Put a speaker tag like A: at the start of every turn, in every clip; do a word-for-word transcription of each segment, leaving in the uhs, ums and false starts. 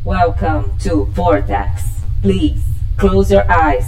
A: Welcome to Vortex. Please close your eyes.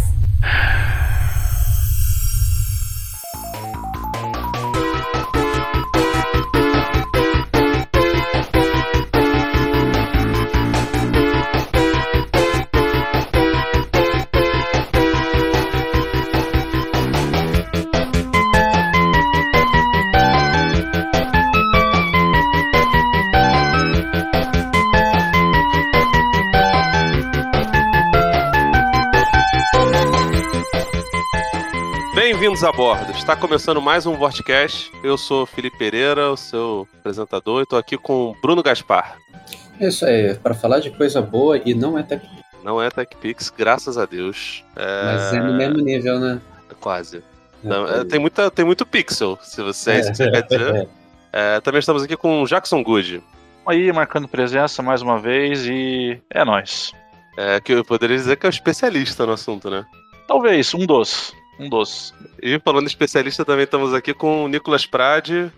B: Bem-vindos a bordo. Está começando mais um Vortecast. Eu sou Felipe Pereira, o seu apresentador, e estou aqui com Bruno Gaspar.
C: Isso aí, para falar de coisa boa e não é TechPix.
B: Não é TechPix, graças a Deus. É...
C: Mas é no mesmo nível, né?
B: Quase.
C: É,
B: não, é, tem, muita, tem muito pixel, se você, é. se você quer dizer. É, também estamos aqui com o Jackson Good.
D: Aí, marcando presença mais uma vez e é nóis.
B: É, que eu poderia dizer que é o especialista no assunto, né?
D: Talvez, um dos. Um dos.
B: E falando em especialista, também estamos aqui com o Nicolas Prade,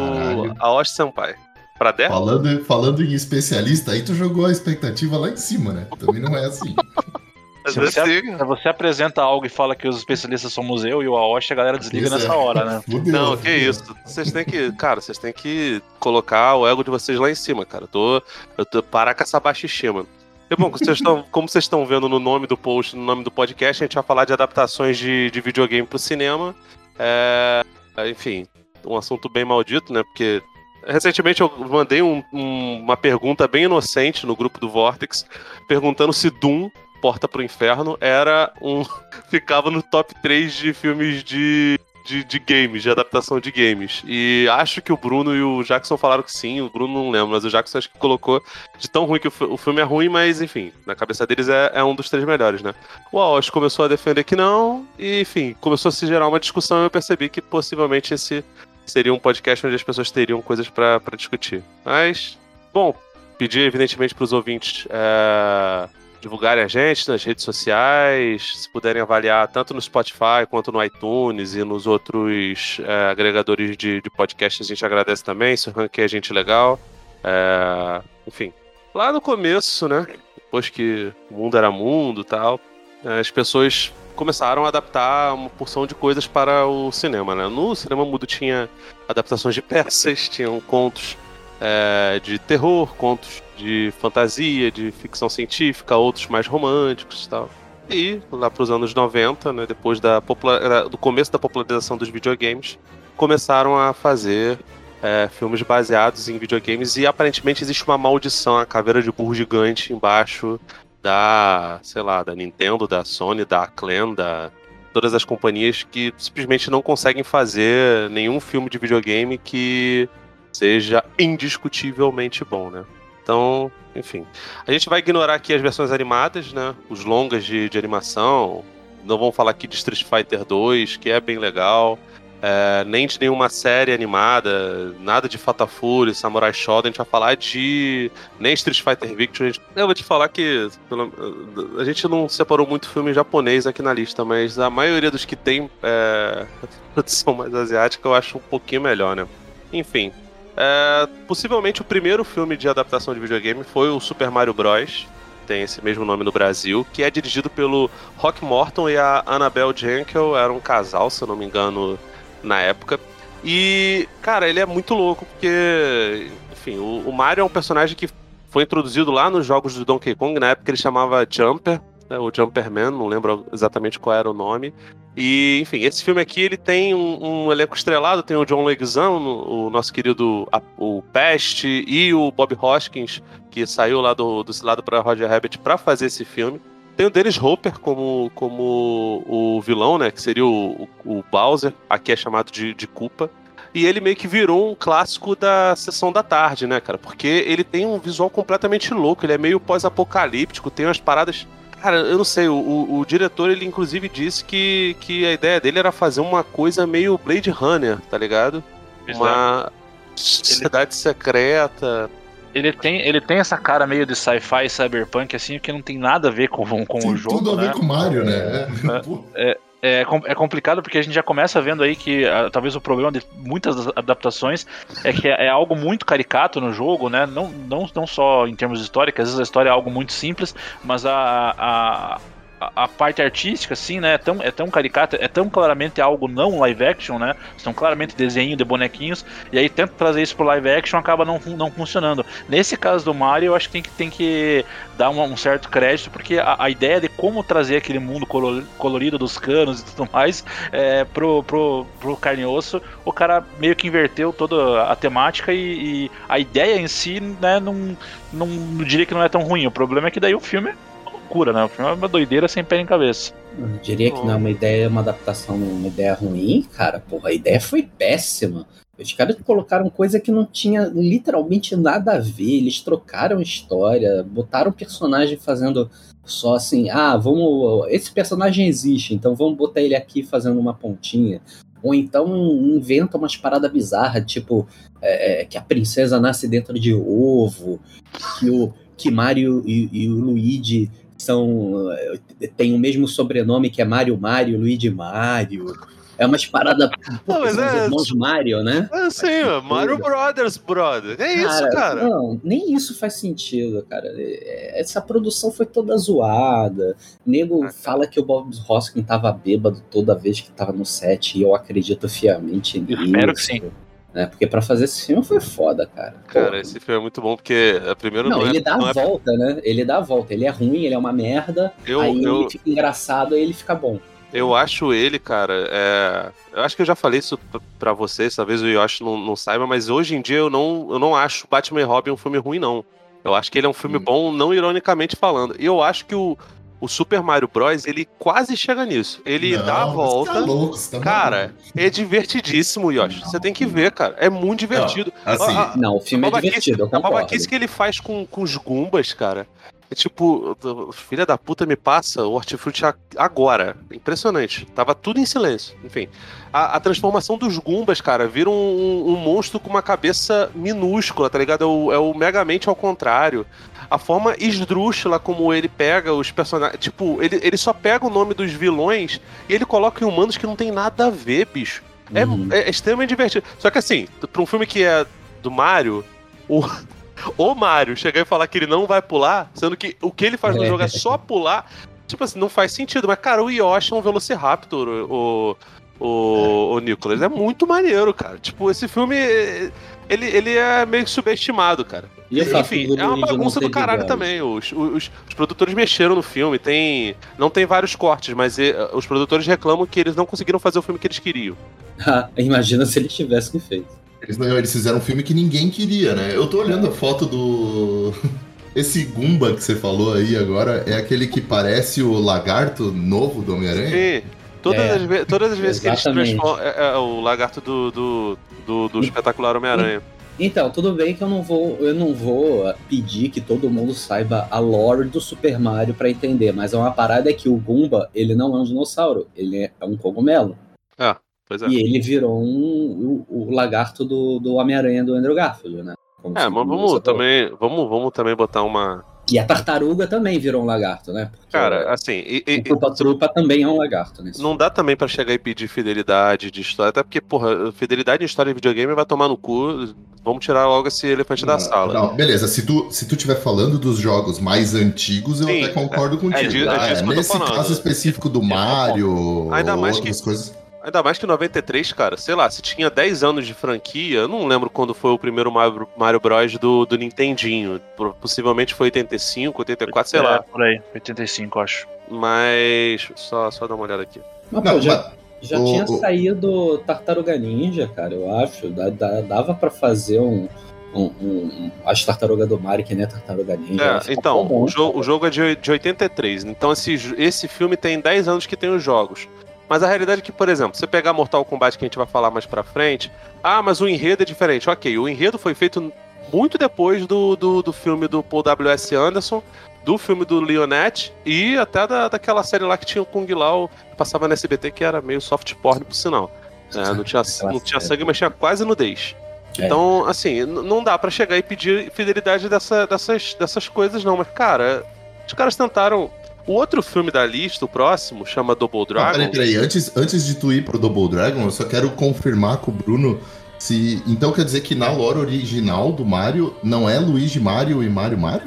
B: o Aoshi Senpai. Pradé?
E: Falando, falando em especialista, aí tu jogou a expectativa lá em cima, né? Também não é assim.
D: Se você, se você apresenta algo e fala que os especialistas somos eu e o Aoshi, a galera desliga
E: Pois
D: nessa
E: é.
D: hora, né?
E: Fudeu,
B: Não, que
E: fudeu.
B: isso. Vocês têm que, cara, vocês têm que colocar o ego de vocês lá em cima, cara. Eu tô, eu tô parar com essa baixíssima. E bom, vocês tão, como vocês estão vendo no nome do post, no nome do podcast, a gente vai falar de adaptações de, de videogame pro cinema. É, enfim, um assunto bem maldito, né? Porque recentemente eu mandei um, um, uma pergunta bem inocente no grupo do Vortex, perguntando se Doom, Porta pro Inferno, era um... ficava no top três de filmes de... De, de games, de adaptação de games. E acho que o Bruno e o Jackson falaram que sim, o Bruno não lembro, mas o Jackson acho que colocou de tão ruim que o, o filme é ruim, mas enfim, na cabeça deles é, é um dos três melhores, né? O Aoshi começou a defender que não, e enfim, começou a se gerar uma discussão e eu percebi que possivelmente esse seria um podcast onde as pessoas teriam coisas pra, pra discutir. Mas, bom, pedir evidentemente pros ouvintes é... divulgarem a gente nas redes sociais, se puderem avaliar tanto no Spotify quanto no iTunes e nos outros é, agregadores de, de podcast, a gente agradece também, isso ranqueia a gente legal. É, enfim, lá no começo, né, depois que o mundo era mundo e tal, as pessoas começaram a adaptar uma porção de coisas para o cinema, né? No cinema mudo tinha adaptações de peças, tinham contos é, de terror, contos de fantasia, de ficção científica, outros mais românticos e tal. E lá para os anos noventa, né, depois da popular... do começo da popularização dos videogames, começaram a fazer é, filmes baseados em videogames e aparentemente existe uma maldição, a caveira de burro gigante embaixo da, sei lá, da Nintendo, da Sony, da Acclaim, da todas as companhias que simplesmente não conseguem fazer nenhum filme de videogame que seja indiscutivelmente bom, né? Então, enfim. A gente vai ignorar aqui as versões animadas, né? Os longas de, de animação. Não vamos falar aqui de Street Fighter dois, que é bem legal. É, nem de nenhuma série animada. Nada de Fatafuri, Samurai Shodown. A gente vai falar de... nem Street Fighter Victory. Gente... Eu vou te falar que... Pelo... a gente não separou muito filme japonês aqui na lista, mas a maioria dos que tem é... produção mais asiática eu acho um pouquinho melhor, né? Enfim... É, possivelmente o primeiro filme de adaptação de videogame foi o Super Mario Bros. Tem esse mesmo nome no Brasil, que é dirigido pelo Rock Morton e a Annabelle Jankel, era um casal, se eu não me engano, na época. E, cara, ele é muito louco, porque, enfim, o, o Mario é um personagem que foi introduzido lá nos jogos do Donkey Kong, na época ele chamava Jumper, né, o Jumperman, não lembro exatamente qual era o nome. E, enfim, esse filme aqui, ele tem um, um elenco estrelado, tem o John Leguizamo, o nosso querido a, o Pest, e o Bob Hoskins, que saiu lá do, do lado para Roger Rabbit para fazer esse filme. Tem o Dennis Hopper como, como o vilão, né, que seria o, o, o Bowser, aqui é chamado de, de Koopa. E ele meio que virou um clássico da Sessão da Tarde, né, cara, porque ele tem um visual completamente louco, ele é meio pós-apocalíptico, tem umas paradas... Cara, eu não sei, o, o, o diretor, ele inclusive disse que, que a ideia dele era fazer uma coisa meio Blade Runner, tá ligado?
D: Exato.
B: Uma sociedade secreta.
D: Ele tem, ele tem essa cara meio de sci-fi cyberpunk, assim, que não tem nada a ver com, com
E: Tem
D: o jogo,
E: tudo a
D: né?
E: ver com o Mario, né?
D: É, É, é complicado porque a gente já começa vendo aí que uh, talvez o problema de muitas das adaptações é que é, é algo muito caricato no jogo, né? Não, não, não só em termos históricos, às vezes a história é algo muito simples, mas a, a, a parte artística, assim, né? É tão, é tão caricata, é tão claramente algo não live action, né? São claramente desenho de bonequinhos, e aí tenta trazer isso pro live action, acaba não, não funcionando. Nesse caso do Mario, eu acho que tem que, tem que dar um, um certo crédito, porque a, a ideia de como trazer aquele mundo colorido dos canos e tudo mais é, pro, pro, pro carne e osso, o cara meio que inverteu toda a temática e, e a ideia em si, né, não, não, não diria que não é tão ruim. O problema é que daí o filme loucura, né? O filme é uma doideira sem pé nem cabeça.
C: Eu diria que não é uma ideia, uma adaptação, uma ideia ruim, cara. Porra, a ideia foi péssima. Os caras colocaram coisa que não tinha literalmente nada a ver. Eles trocaram história, botaram o personagem fazendo só assim, ah, vamos. Esse personagem existe, então vamos botar ele aqui fazendo uma pontinha. Ou então inventa umas paradas bizarras, tipo é, que a princesa nasce dentro de ovo, que o que Mario e, e o Luigi são, tem o mesmo sobrenome, que é Mario Mario, Luigi Mario. É umas paradas, pô,
B: não, mas
C: são
B: é,
C: os irmãos Mario, né?
B: É sim, ó, Mario Brothers, brother. É isso, cara, cara.
C: Não, nem isso faz sentido, cara. Essa produção foi toda zoada. O nego ah, fala que o Bob Hoskins tava bêbado toda vez que tava no set, e eu acredito fielmente nisso.
D: Espero que sim.
C: Né? Porque pra fazer esse filme foi foda, cara.
B: Cara, Pô. esse filme é muito bom, porque a primeira
C: não,
B: não
C: ele
B: é,
C: dá
B: não
C: a
B: é...
C: volta, né? Ele dá a volta. Ele é ruim, ele é uma merda,
B: eu,
C: aí
B: eu...
C: ele fica engraçado, aí ele fica bom.
B: Eu acho ele, cara, é... eu acho que eu já falei isso pra vocês, talvez o Yoshi não, não saiba, mas hoje em dia eu não, eu não acho Batman e Robin um filme ruim, não. Eu acho que ele é um filme hum. bom, não ironicamente falando. E eu acho que o, o Super Mario Bros, ele quase chega nisso. Ele
E: não,
B: dá a volta.
E: Tá louco, você tá
B: cara,
E: maluco.
B: É divertidíssimo, Yoshi. Você tem que ver, cara. É muito divertido.
E: Não, assim,
B: a, a,
C: não o filme é divertido, eu concordo.
B: A babaquice que ele faz com, com os Goombas, cara. É tipo, filha da puta me passa o hortifruti agora. Impressionante. Tava tudo em silêncio. Enfim. A, a transformação dos Goombas, cara, vira um, um, um monstro com uma cabeça minúscula, tá ligado? É o, é o Megamente ao contrário. A forma esdrúxula como ele pega os personagens. Tipo, ele, ele só pega o nome dos vilões e ele coloca em humanos que não tem nada a ver, bicho. É, uhum. é, é extremamente divertido. Só que assim, pra um filme que é do Mario, o. O Mario chegar e falar que ele não vai pular, sendo que o que ele faz no jogo é só pular, tipo assim, não faz sentido. Mas, cara, o Yoshi é um Velociraptor, o, o, o Nicolas. É muito maneiro, cara. Tipo, esse filme, ele, ele é meio subestimado, cara.
C: E
B: enfim, é uma bagunça do caralho também. Os, os, os produtores mexeram no filme, tem, não tem vários cortes, mas os produtores reclamam que eles não conseguiram fazer o filme que eles queriam.
C: Imagina se eles tivessem feito.
E: Eles, não, eles fizeram um filme que ninguém queria, né? Eu tô olhando a foto do... Esse Goomba que você falou aí agora é aquele que parece o lagarto novo do Homem-Aranha?
B: Sim. Todas, é, as, ve- todas as vezes exatamente. que eles transformam... É, é o lagarto do, do, do, do espetacular Homem-Aranha.
C: Então, tudo bem que eu não vou, eu não vou pedir que todo mundo saiba a lore do Super Mario pra entender, mas é uma parada que o Goomba, ele não é um dinossauro, ele é um cogumelo.
B: Ah. Pois é.
C: E ele virou um, o, o lagarto do, do Homem-Aranha do Andrew Garfield, né? Como
B: é, mas vamos também, vamos, vamos também botar uma...
C: E a tartaruga também virou um lagarto, né? Porque
B: cara, assim... E, e,
C: o Trupa-Trupa também é um lagarto, né?
B: Não dá também pra chegar e pedir fidelidade de história, até porque, porra, fidelidade em história de videogame vai tomar no cu. Vamos tirar logo esse elefante
E: não,
B: da sala.
E: Não, beleza, se tu, se tu tiver falando dos jogos mais antigos, eu
B: Sim,
E: até concordo
B: é,
E: contigo.
B: É, de,
E: ah,
B: é disso
E: é,
B: que
E: nesse
B: eu tô
E: caso específico do Mario,
B: ainda mais
E: outras
B: que...
E: coisas...
B: Ainda mais que noventa e três, cara, sei lá, se tinha dez anos de franquia, eu não lembro quando foi o primeiro Mario, Mario Bros. do, do Nintendinho. Possivelmente foi oitenta e cinco, oitenta e quatro, sei
D: é,
B: lá.
D: Por aí, oitenta e cinco, acho.
B: Mas, só, só dar uma olhada aqui.
C: Mas, pô, já já o, tinha o... saído Tartaruga Ninja, cara, eu acho. Dava pra fazer um... Um, um, um, as tartarugas do Mario, que nem a Tartaruga Ninja.
B: É, então, bom, o, jo- o jogo é de, de oitenta e três, então esse, esse filme tem dez anos que tem os jogos. Mas a realidade é que, por exemplo, você pegar Mortal Kombat, que a gente vai falar mais pra frente, ah, mas o enredo é diferente. Ok, o enredo foi feito muito depois do, do, do filme do Paul W S. Anderson, do filme do Leonette e até da, daquela série lá que tinha o Kung Lao, que passava na S B T, que era meio soft porn, por sinal. É, não tinha, não tinha sangue, mas tinha quase nudez. É. Então, assim, n- não dá pra chegar e pedir fidelidade dessa, dessas, dessas coisas, não. Mas, cara, os caras tentaram... O outro filme da lista, o próximo, chama Double Dragon.
E: Ah, peraí, peraí. Antes, antes de tu ir pro Double Dragon, eu só quero confirmar com o Bruno se... Então quer dizer que na lore original do Mario não é Luigi Mario e Mario Mario?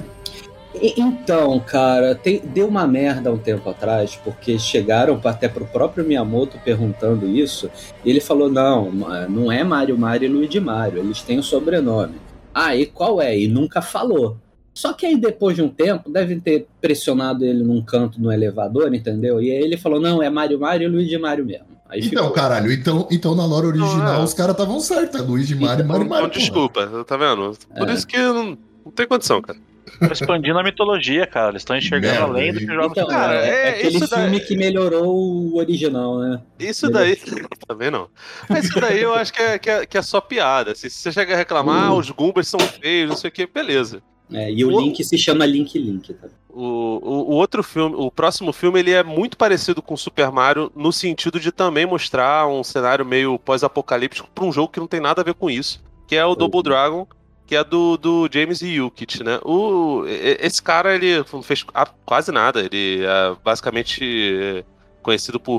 C: Então, cara, tem, deu uma merda um tempo atrás, porque chegaram até pro próprio Miyamoto perguntando isso, e ele falou, não, não é Mario Mario e Luigi Mario, eles têm o sobrenome. Ah, e qual é? E nunca falou. Só que aí depois de um tempo, devem ter pressionado ele num canto no elevador, entendeu? E aí ele falou, não, é Mario Mario e Luigi Mario mesmo. Aí
E: então,
C: ficou...
E: caralho, então, então na lore original não, é. os caras estavam certos, é Luigi Mario e Mario Mario.
B: Então, desculpa, tá vendo? Por é. isso que não, não tem condição, cara.
D: Expandindo a mitologia, cara. Eles estão enxergando Merda, além do que jogos.
C: Então, cara, é, é aquele filme daí... que melhorou o original, né?
B: Isso daí. Também não. Mas isso daí eu acho que é, que é, que é só piada. Assim, se você chega a reclamar, ah, os Goombas são feios, não sei o que, beleza.
C: É, e o, o Link se chama Link Link. Tá?
B: O, o, o outro filme, o próximo filme, ele é muito parecido com Super Mario no sentido de também mostrar um cenário meio pós-apocalíptico para um jogo que não tem nada a ver com isso, que é o Double Dragon. Que é do, do James Yukich, né? O, esse cara, ele não fez quase nada. Ele é basicamente conhecido por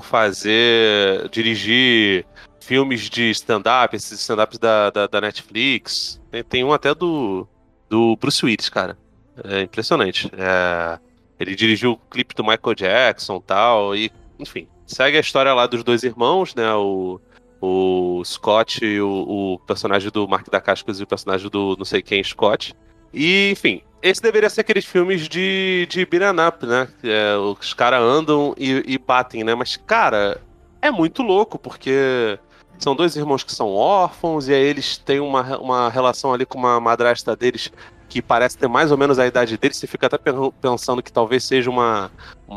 B: fazer, dirigir filmes de stand-up, esses stand-ups da, da, da Netflix. Tem, tem um até do, do Bruce Willis, cara. É impressionante. É, ele dirigiu o clipe do Michael Jackson e tal. E, enfim, segue a história lá dos dois irmãos, né? O... O Scott, o, o personagem do Mark Dacascos e o personagem do não sei quem, Scott. E, enfim, esse deveria ser aqueles filmes de, de beat'em up, né? É, os caras andam e, e batem, né? Mas, cara, é muito louco, porque são dois irmãos que são órfãos, e aí eles têm uma, uma relação ali com uma madrasta deles que parece ter mais ou menos a idade deles. Você fica até pensando que talvez seja uma...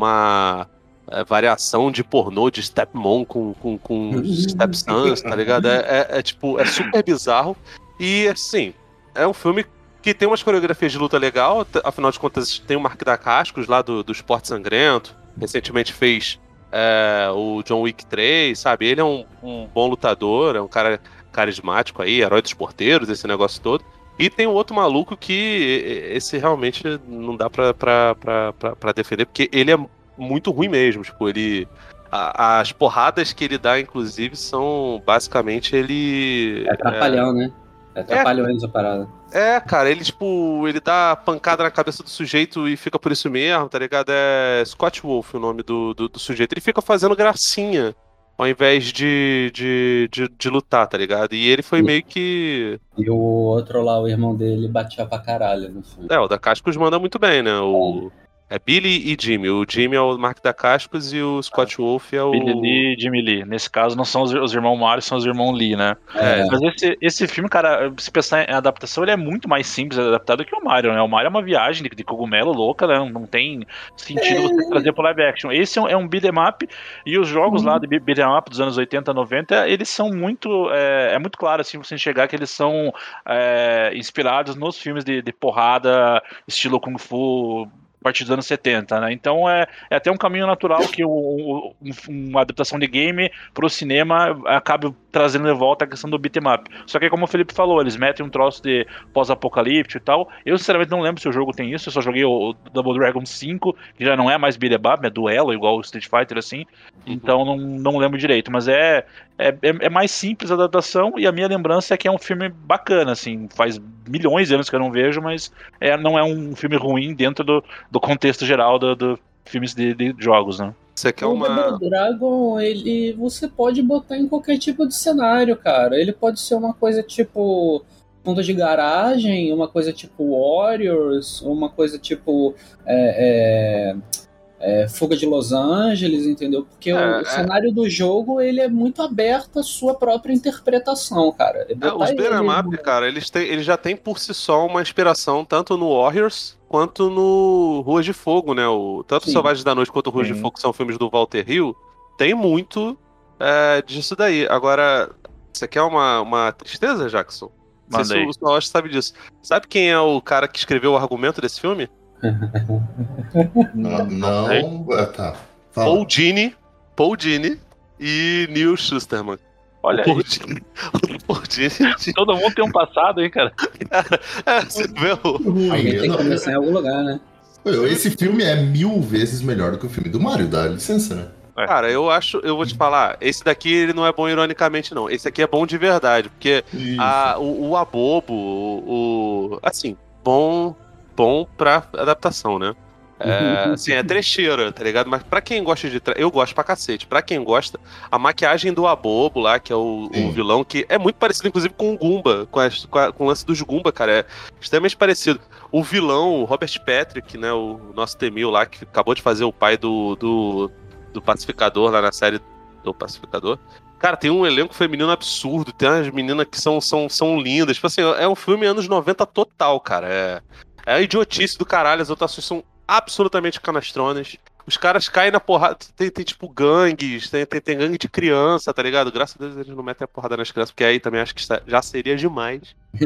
B: uma É, variação de pornô de stepmom com, com, com stepsons, tá ligado? É, é, é tipo, é super bizarro. E assim, é um filme que tem umas coreografias de luta legal, afinal de contas tem o Mark Dacascos lá do, do Esporte Sangrento, recentemente fez é, o John Wick três, sabe? Ele é um, um bom lutador, é um cara carismático aí, herói dos porteiros, esse negócio todo. E tem um outro maluco que esse realmente não dá pra, pra, pra, pra, pra defender, porque ele é muito ruim mesmo, tipo, ele... A, as porradas que ele dá, inclusive, são basicamente ele...
C: É atrapalhão, é, né? É atrapalhão essa parada.
B: É, cara, ele, tipo, ele dá pancada na cabeça do sujeito e fica por isso mesmo, tá ligado? É Scott Wolf o nome do, do, do sujeito. Ele fica fazendo gracinha ao invés de, de, de, de lutar, tá ligado? E ele foi e, meio que...
C: E o outro lá, o irmão dele, batia pra caralho no filme.
B: É, o Dacascos manda muito bem, né? O... É. É Billy e Jimmy. O Jimmy é o Mark Dacascos e o Scott ah, Wolf é o...
D: Billy Lee e Jimmy Lee. Nesse caso não são os, os irmãos Mario, são os irmãos Lee, né?
C: É.
D: Mas esse, esse filme, cara, se pensar em adaptação, ele é muito mais simples adaptado que o Mario, né? O Mario é uma viagem de, de cogumelo louca, né? Não, não tem sentido é. você trazer pro live action. Esse é um, é um beat'em up, e os jogos uhum. lá de beat'em up dos anos oitenta, noventa, eles são muito... É, é muito claro, assim, você enxergar que eles são é, inspirados nos filmes de, de porrada, estilo Kung Fu... a partir dos anos setenta, né? Então é, é até um caminho natural que o, o, um, uma adaptação de game pro cinema acabe trazendo de volta a questão do beat'em up. Só que como o Felipe falou, eles metem um troço de pós-apocalíptico e tal. Eu sinceramente não lembro se o jogo tem isso, eu só joguei o, o Double Dragon cinco, que já não é mais beat'em up, é duelo, igual o Street Fighter, assim. Então não, não lembro direito, mas é, é, é mais simples a adaptação, e a minha lembrança é que é um filme bacana, assim, faz milhões de anos que eu não vejo, mas é, não é um filme ruim dentro do do contexto geral do, do filmes de, de jogos, né?
B: Você quer
C: o
B: uma...
C: Double Dragon, ele, você pode botar em qualquer tipo de cenário, cara. Ele pode ser uma coisa tipo fundo de garagem, uma coisa tipo Warriors, uma coisa tipo é, é, é, Fuga de Los Angeles, entendeu? Porque é, o, o cenário é... do jogo, ele é muito aberto à sua própria interpretação, cara.
B: É, os beat'em up, cara, eles, têm, eles já têm por si só uma inspiração tanto no Warriors quanto no Ruas de Fogo, né? O, tanto Sim. Selvagens da Noite quanto Ruas Sim. de Fogo, que são filmes do Walter Hill, tem muito é, disso daí. Agora, você quer uma, uma tristeza, Jackson? Não sei se o Soares sabe disso. Sabe quem é o cara que escreveu o argumento desse filme?
E: não, não... Tá.
B: Fala. Paul Dini, Paul Dini e Neil Shusterman.
D: Olha aí. Todo mundo tem um passado, hein, cara?
B: É, você vê o...
C: Alguém tem que começar em algum lugar, né?
E: Pô, esse filme é mil vezes melhor do que o filme do Mario, dá licença, né?
B: Cara, eu acho, eu vou te falar, esse daqui ele não é bom ironicamente, não. Esse aqui é bom de verdade, porque a, o, o Abobo, o, o- assim, bom, bom pra adaptação, né? É, assim, é trecheira, tá ligado? Mas pra quem gosta de. Tre... Eu gosto pra cacete. Pra quem gosta, a maquiagem do Abobo lá, que é o, o vilão, que é muito parecido, inclusive, com o Goomba, com, as, com, a, com o lance dos Goomba, cara. É extremamente parecido. O vilão, o Robert Patrick, né? O nosso Temil lá, que acabou de fazer o pai do, do, do Pacificador lá na série do Pacificador. Cara, tem um elenco feminino absurdo, tem umas meninas que são, são, são lindas. Tipo assim, é um filme anos noventa total, cara. É, é a idiotice do caralho, as atuações são absolutamente canastronas. Os caras caem na porrada. Tem, tem tipo gangues, tem, tem, tem gangue de criança, tá ligado? Graças a Deus eles não metem a porrada nas crianças, porque aí também acho que já seria demais.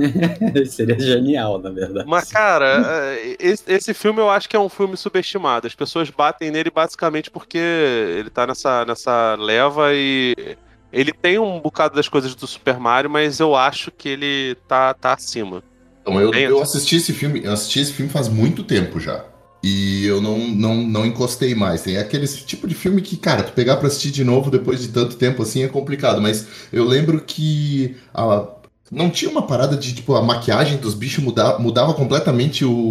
C: Seria genial, na verdade.
B: Mas, cara, esse, esse filme eu acho que é um filme subestimado. As pessoas batem nele basicamente porque ele tá nessa, nessa leva e. Ele tem um bocado das coisas do Super Mario, mas eu acho que ele tá, tá acima.
E: Então, eu, eu assisti esse filme, eu assisti esse filme faz muito tempo já. E eu não, não, não encostei mais. Tem aquele tipo de filme que, cara, tu pegar pra assistir de novo depois de tanto tempo assim é complicado. Mas eu lembro que a, não tinha uma parada de, tipo, a maquiagem dos bichos mudava, mudava completamente o,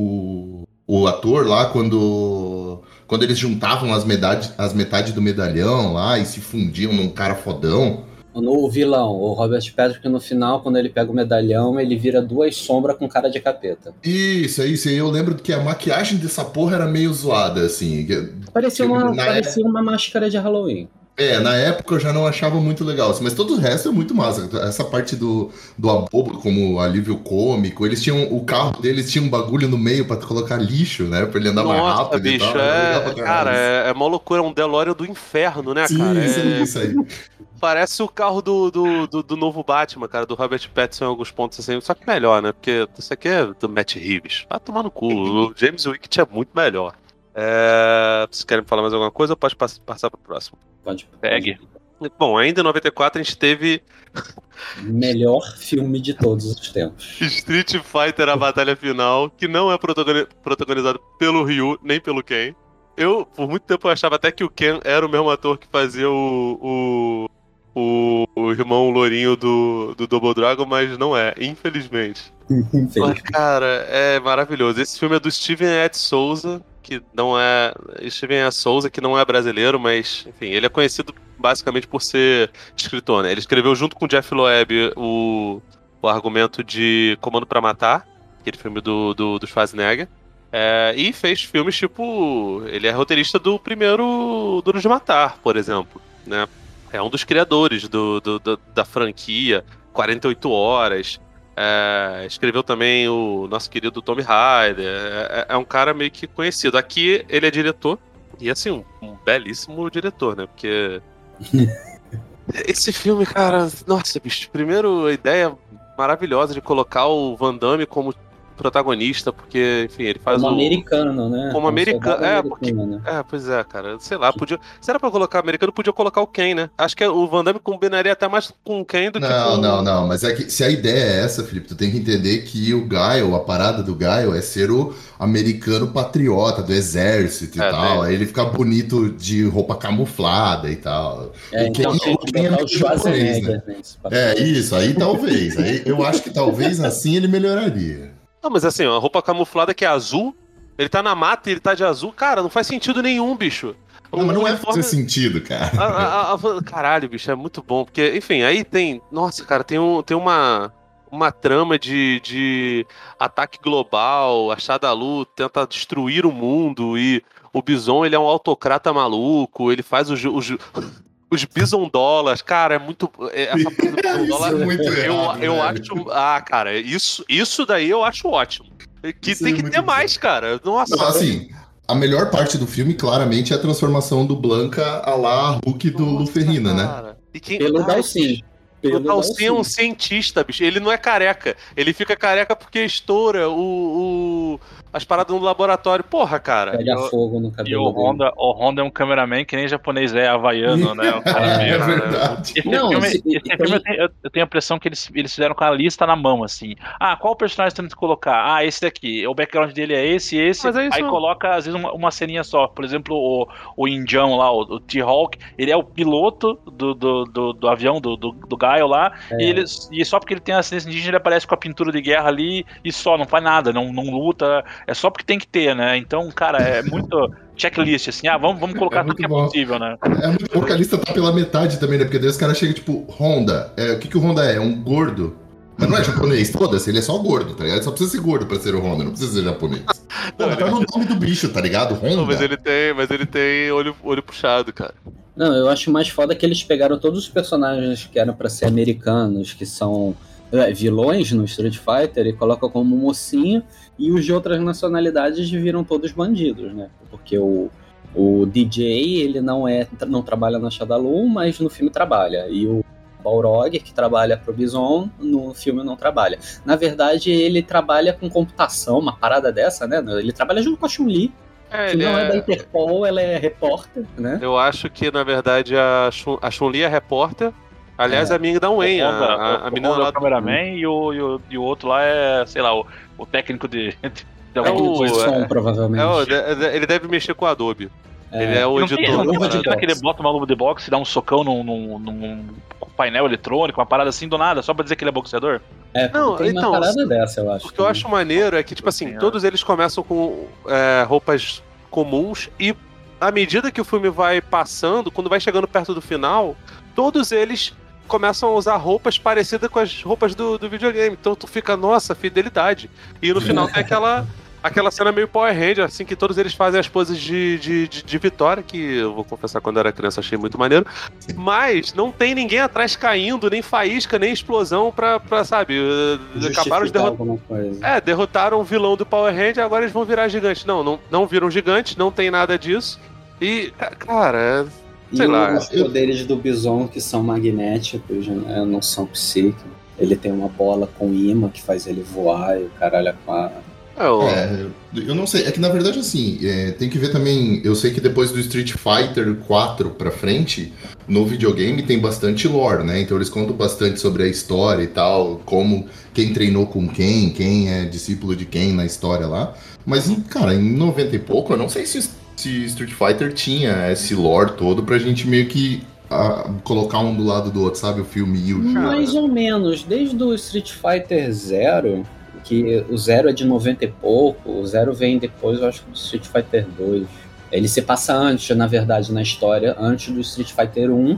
E: o, o ator lá quando, quando eles juntavam as, medade, as metades do medalhão lá e se fundiam num cara fodão.
C: No vilão, o Robert Patrick, no final, quando ele pega o medalhão, ele vira duas sombras com cara de capeta.
E: Isso, é isso. E eu lembro que a maquiagem dessa porra era meio zoada, assim.
C: Parecia uma,
E: Na
C: parecia
E: época...
C: uma máscara de Halloween.
E: É, na época eu já não achava muito legal, assim, mas todo o resto é muito massa. Essa parte do, do Abobo como alívio cômico, eles tinham, o carro deles tinha um bagulho no meio pra colocar lixo, né, pra ele andar
B: Nossa,
E: mais rápido
B: bicho,
E: e tal.
B: É, cara, é, é uma loucura, é um DeLorean do inferno, né,
E: Sim,
B: cara?
E: isso
B: É,
E: aí, isso aí.
B: Parece o carro do, do, do, do novo Batman, cara, do Robert Pattinson em alguns pontos assim, só que melhor, né, porque isso aqui é do Matt Reeves. Vai tomar no cu, o James Wicket é muito melhor. É... Vocês querem falar mais alguma coisa ou pode pass- passar pro próximo?
C: Pode.
D: Pegue.
B: Bom, ainda em noventa e quatro a gente teve
C: Melhor filme de todos os tempos.
B: Street Fighter A Batalha Final, que não é protagoni- protagonizado pelo Ryu, nem pelo Ken. Eu, por muito tempo, eu achava até que o Ken era o mesmo ator que fazia o, o, o, o irmão lourinho do, do Double Dragon, mas não é, infelizmente. Mas, cara, é maravilhoso. Esse filme é do Steven Ed Souza, que não é... Steven Ed Souza, que não é brasileiro, mas, enfim, ele é conhecido basicamente por ser escritor, né? Ele escreveu junto com o Jeff Loeb o, o argumento de Comando pra Matar, aquele filme do, do, do Schwarzenegger. É, e fez filmes tipo... Ele é roteirista do primeiro Duro de Matar, por exemplo, né? É um dos criadores do, do, do, da franquia quarenta e oito horas. É, escreveu também o nosso querido Tomb Raider. É, é um cara meio que conhecido. Aqui ele é diretor. E assim, um, um belíssimo diretor, né? Porque... Esse filme, cara... Nossa, bicho. Primeiro, a ideia maravilhosa de colocar o Van Damme como protagonista, porque, enfim, ele faz
C: como
B: o...
C: americano, né?
B: Como americano, é, porque...
C: Né?
B: É, pois é, cara, sei lá, podia... Se era pra colocar americano, podia colocar o Ken, né? Acho que o Van Damme combinaria até mais com o Ken do
E: não,
B: que com...
E: Não, não, não, mas é que se a ideia é essa, Felipe, tu tem que entender que o Gaio, a parada do Gaio é ser o americano patriota do exército e
B: É,
E: tal,
B: tem.
E: aí ele fica bonito de roupa camuflada e tal.
C: É,
E: o Ken,
C: então tem
E: o
C: que
E: Ken é
C: botar o
E: meio japonês,
C: Schwarzenegger,
E: né?
C: né? Isso,
E: É, isso, aí talvez, aí eu acho que talvez assim ele melhoraria.
B: Não, mas assim, ó, a roupa camuflada que é azul, ele tá na mata e ele tá de azul, cara, não faz sentido nenhum, bicho.
E: Não, mas não é
B: uniforme...
E: fazer sentido, cara.
B: A, a, a, caralho, bicho, é muito bom. Porque, enfim, aí tem. Nossa, cara, tem, um, tem uma, uma trama de, de ataque global. A Shadalu tenta destruir o mundo. E o Bison, ele é um autocrata maluco. Ele faz os. os Os Bison Dólares, cara, é muito. Essa parte do Bison Dólar.
E: Isso é muito
B: eu,
E: errado,
B: eu
E: velho.
B: acho. Ah, cara, isso, isso daí eu acho ótimo. Que
E: Isso
B: tem
E: é
B: que
E: muito
B: ter
E: bom.
B: mais, cara. Nossa.
E: Não, assim, a melhor parte do filme, claramente, é a transformação do Blanca a lá Hulk do
B: Nossa,
E: Luferrina, né?
B: cara. E quem...
C: Pelo
B: Ai,
C: Dalsin.
B: O Dalsin é um cientista, bicho. Ele não é careca. Ele fica careca porque estoura o, o, as paradas no laboratório. Porra, cara.
C: Pega
D: o-
C: fogo no
D: E
C: cabelo
D: o
C: dele.
D: Honda, o Honda é um cameraman que nem japonês é, havaiano, né? O cara
E: É,
D: meio-
E: verdade.
D: Esse
C: Não,
D: filme,
C: se-
D: esse
C: e-
D: filme eu, tenho, eu- eu tenho a impressão que eles, eles fizeram com a lista na mão, assim. Ah, qual personagem temos que colocar? Ah, esse daqui. O background dele é esse, esse.
B: Mas é isso
D: Aí
B: mesmo.
D: coloca, às vezes, uma, uma ceninha só. Por exemplo, o, o Indião lá, o, o T-Hawk, ele é o piloto do, do, do, do avião, do, do, do Gaio lá. E, ele, e só porque ele tem ascendência indígena, ele aparece com a pintura de guerra ali e só, não faz nada, não, não luta. É só porque tem que ter, né? Então, cara, é muito checklist, assim. Ah, vamos, vamos colocar
E: É
D: tudo que é
E: muito bom.
D: possível, né?
E: É muito bom que a lista tá pela metade também, né? Porque daí os caras chegam, tipo, Honda. É, o que, que o Honda é? É um gordo. Mas não é japonês, foda-se, ele é só gordo, tá ligado? Só precisa ser gordo pra ser o Honda, não precisa ser japonês. Pô,
B: Não,
E: tá no nome do bicho, tá ligado? Honda.
B: Não, mas ele tem, mas ele tem olho, olho puxado, cara.
C: Não, eu acho mais foda que eles pegaram todos os personagens que eram pra ser americanos, que são é, vilões no Street Fighter, e colocam como mocinho, e os de outras nacionalidades viram todos bandidos, né? Porque o, o D J, ele não, é, não trabalha na Shadaloo, mas no filme trabalha. E o Balrog, que trabalha pro Bison, no filme não trabalha. Na verdade, ele trabalha com computação, uma parada dessa, né? Ele trabalha junto com a Chun-Li,
B: É,
C: que
B: ele
C: não é...
B: é-
C: da Interpol, ela é repórter, né?
B: Eu acho que, na verdade, a, Chun, a Chun-Li é repórter. Aliás,
C: É.
B: a Ming da Wen,
D: O
B: a,
D: Honda,
B: a, a
D: o
B: menina
D: Honda é
B: lá
D: o cameraman e o, e, o, e o outro lá é, sei lá, o, o técnico de, de
B: É
D: alguma
B: o-
D: coisa.
C: de som,
B: é-
C: provavelmente.
B: É, o- de- de- ele deve mexer com o Adobe. Ele é o
D: Não tem,
B: editor.
D: não
B: da
D: tem
C: luva de
B: parada.
D: será que ele
C: boxe.
D: bota uma luva de boxe e dá um socão num, num, num painel eletrônico, uma parada assim do nada, só pra dizer que ele é boxeador?
C: É,
B: Não,
C: tem
B: então,
C: uma parada dessa, eu acho.
B: O que eu acho maneiro é que, tipo assim,
D: Sim, é.
B: todos eles começam com é, roupas comuns e, à medida que o filme vai passando, quando vai chegando perto do final, todos eles começam a usar roupas parecidas com as roupas do, do videogame. Então tu fica, nossa, fidelidade. E no final tem aquela, aquela cena meio Power Ranger, assim, que todos eles fazem as poses de, de, de, de vitória, que eu vou confessar, quando eu era criança achei muito maneiro. Mas não tem ninguém atrás caindo, nem faísca, nem explosão pra, pra sabe, eh, acabaram de derrotar.
C: alguma coisa.
B: É, derrotaram o vilão do Power Ranger, agora eles vão virar gigantes. Não, não, não viram gigantes, não tem nada disso. E, cara,
C: E
B: sei lá.
C: os poderes do Bison, que são magnéticos, né, não são psíquicos. Ele tem uma bola com imã que faz ele voar e o caralho é quatro.
B: é, o-
E: É, eu não sei, é que na verdade assim, é, tem que ver também, eu sei que depois do Street Fighter quatro pra frente, no videogame tem bastante lore, né, então eles contam bastante sobre a história e tal, como, quem treinou com quem, quem é discípulo de quem na história lá, mas cara, em noventa e pouco, eu não sei se, se Street Fighter tinha esse lore todo pra gente meio que ah, colocar um do lado do outro, sabe, o filme e o jogo.
C: Mais ou menos, desde o Street Fighter Zero, que o Zero é de noventa e pouco, o Zero vem depois, eu acho, do Street Fighter dois. Ele se passa antes, na verdade, na história, antes do Street Fighter um,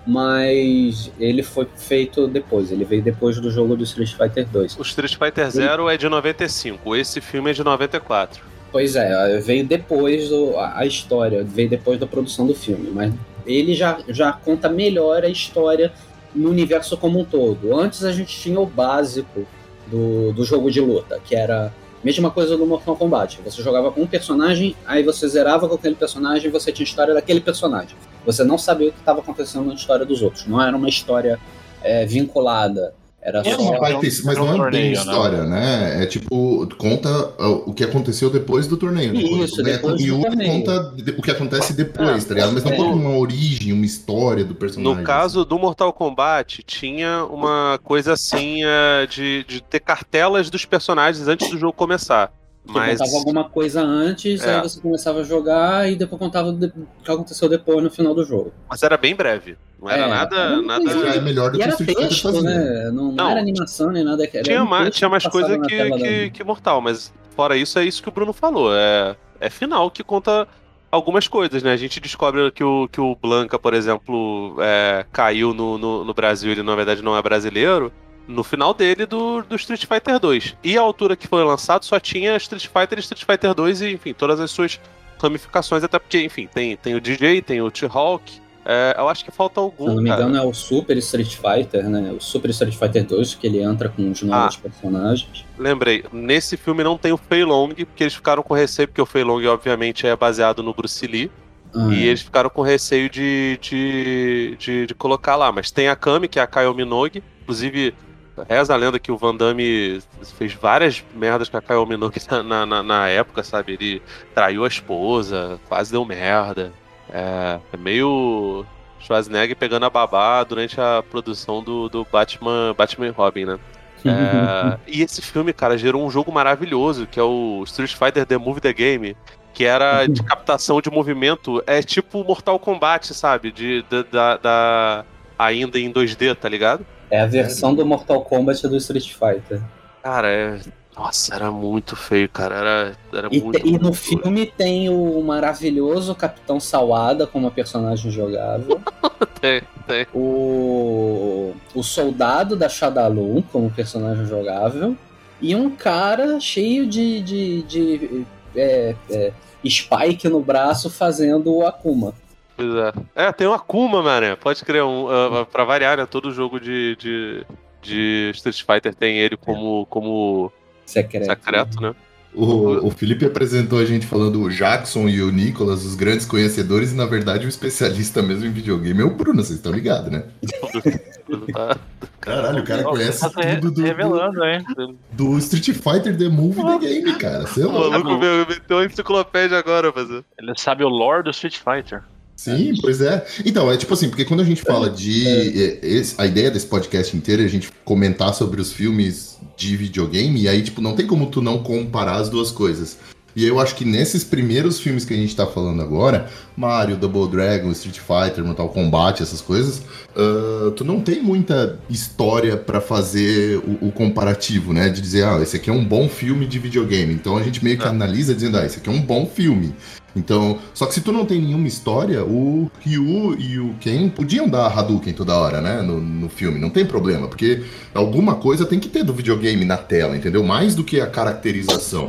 C: mas ele foi feito depois, ele veio depois do jogo do Street Fighter dois.
B: o Street Fighter Zero é de noventa e cinco, esse filme é de noventa e quatro.
C: Pois é, veio depois do, a a história, veio depois da produção do filme, mas ele já, já conta melhor a história no universo como um todo. Antes a gente tinha o básico do, do jogo de luta, que era a mesma coisa do Mortal Kombat. Você jogava com um personagem, aí você zerava com aquele personagem e você tinha a história daquele personagem. Você não sabia o que estava acontecendo na história dos outros, não era uma história é, vinculada. Era
E: É
C: só...
E: uma parte, mas
D: era um
E: não é bem
D: torneio, né?
E: história, né? É tipo, conta uh, o que aconteceu depois do torneio. né?
C: Isso,
E: O
C: depois
E: e
C: do
E: o
C: torneio.
E: conta de- o que acontece depois,
B: Ah,
E: tá ligado? Mas não
C: é.
E: conta uma origem, uma história do personagem.
B: No caso do Mortal Kombat, tinha uma coisa assim é, de, de ter cartelas dos personagens antes do jogo começar.
C: Que
B: Mas
C: contava alguma coisa antes,
B: É.
C: aí você começava a jogar e depois contava o de- o que aconteceu depois no final do jogo.
B: Mas era bem breve. Não era
C: É,
B: nada.
C: era
B: nada...
E: Mas já é melhor do
C: E
E: que o
C: era
E: Street Fighter
C: texto,
E: fazia.
C: né? Não, não
B: Não.
C: era animação nem nada. Era
B: Tinha,
C: um
B: mais,
C: texto
B: tinha mais
C: passado
B: coisa
C: na
B: que,
C: tela
B: que,
C: da-
B: que Mortal, mas fora isso, é isso que o Bruno falou. É, é final que conta algumas coisas, né? A gente descobre que o, que o Blanca, por exemplo, é, caiu no, no, no Brasil, ele na verdade não é brasileiro, no final dele do, do Street Fighter dois. E a altura que foi lançado só tinha Street Fighter e Street Fighter dois e, enfim, todas as suas ramificações, até porque, enfim, tem, tem o D J, tem o T-Hawk. É, eu acho que falta algum,
C: Se eu não me
B: cara.
C: engano, é o Super Street Fighter, né? O Super Street Fighter dois, que ele entra com os novos personagens.
B: Lembrei, nesse filme não tem o Fei Long, porque eles ficaram com receio, porque o Fei Long, obviamente, é baseado no Bruce Lee,
C: Ah,
B: e eles ficaram com receio de, de, de, de colocar lá. Mas tem a Kami, que é a Kylie Minogue, inclusive reza a lenda que o Van Damme fez várias merdas com a Kylie Minogue na, na, na época, sabe? Ele traiu a esposa, quase deu merda. É, é meio Schwarzenegger pegando a babá durante a produção do, do Batman, Batman e Robin, né? É, e esse filme, cara, gerou um jogo maravilhoso, que é o Street Fighter The Movie The Game, que era de captação de movimento, é tipo Mortal Kombat, sabe? De, de, da, da, ainda em dois D, tá ligado?
C: É a versão do Mortal Kombat do Street Fighter.
B: Cara, é... Nossa, era muito feio, cara. Era, era
C: E,
B: muito,
C: te, e
B: muito
C: no
B: feio.
C: filme tem o maravilhoso Capitão Sawada como personagem jogável.
B: Tem, tem.
C: O, o soldado da Shadaloo como personagem jogável. E um cara cheio de, de, de é, é, Spike no braço fazendo o Akuma.
B: Pois é. É, tem o Akuma, mano. Pode crer. Um, uh, pra variar, né? Todo jogo de, de, de Street Fighter tem ele como, como
C: Secreto.
B: secreto, né?
E: O, o Felipe apresentou a gente falando o Jackson e o Nicolas, os grandes conhecedores, e na verdade o especialista mesmo em videogame é o Bruno, vocês estão ligados, né? Caralho, o cara conhece
D: Tá se
E: tudo do,
D: revelando, hein?
E: do, do Street Fighter The Movie The Game, cara. Você é
B: O
E: louco.
B: maluco veio- meteu a enciclopédia agora, mas...
D: Ele sabe o lore do Street Fighter.
E: Sim, pois é. Então, é tipo assim, porque quando a gente fala de... é, esse- a ideia desse podcast inteiro é a gente comentar sobre os filmes de videogame, e aí, tipo, não tem como tu não comparar as duas coisas. E aí eu acho que nesses primeiros filmes que a gente tá falando agora, Mario, Double Dragon, Street Fighter, Mortal Kombat, essas coisas, ah, tu não tem muita história pra fazer o, o comparativo, né? De dizer, ah, esse aqui é um bom filme de videogame. Então a gente meio que
B: É.
E: analisa dizendo, ah, esse aqui é um bom filme. Então, só que se tu não tem nenhuma história, o Ryu e o Ken podiam dar Hadouken toda hora, né, no, no filme, não tem problema, porque alguma coisa tem que ter do videogame na tela, entendeu? Mais do que a caracterização.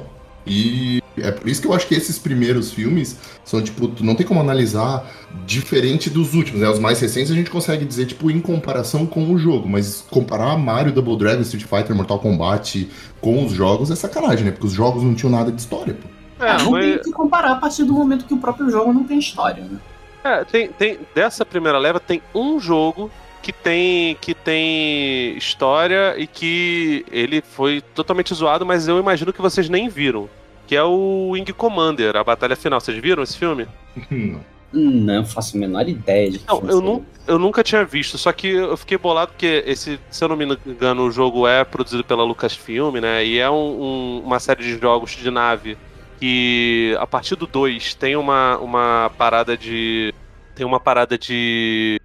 E: E é por isso que eu acho que esses primeiros filmes são, tipo, tu não tem como analisar diferente dos últimos, né? Os mais recentes a gente consegue dizer, tipo, em comparação com o jogo, mas comparar Mario, Double Dragon, Street Fighter, Mortal Kombat com os jogos é sacanagem, né? Porque os jogos não tinham nada de história, pô.
B: É,
F: não
B: mas...
F: tem que comparar a partir do momento que o próprio jogo não tem história, né?
B: É, tem, tem, dessa primeira leva tem um jogo que tem, que tem história e que ele foi totalmente zoado, mas eu imagino que vocês nem viram, que é o Wing Commander, a batalha final. Vocês viram esse filme?
E: Não.
C: Não faço a menor ideia de que
B: Não,
C: filme
B: eu,
C: seja.
B: nu, eu nunca tinha visto, só que eu fiquei bolado porque, esse, se eu não me engano, o jogo é produzido pela Lucasfilm, né, e é um, um, uma série de jogos de nave que, a partir do dois, tem uma, uma parada de... tem uma parada de...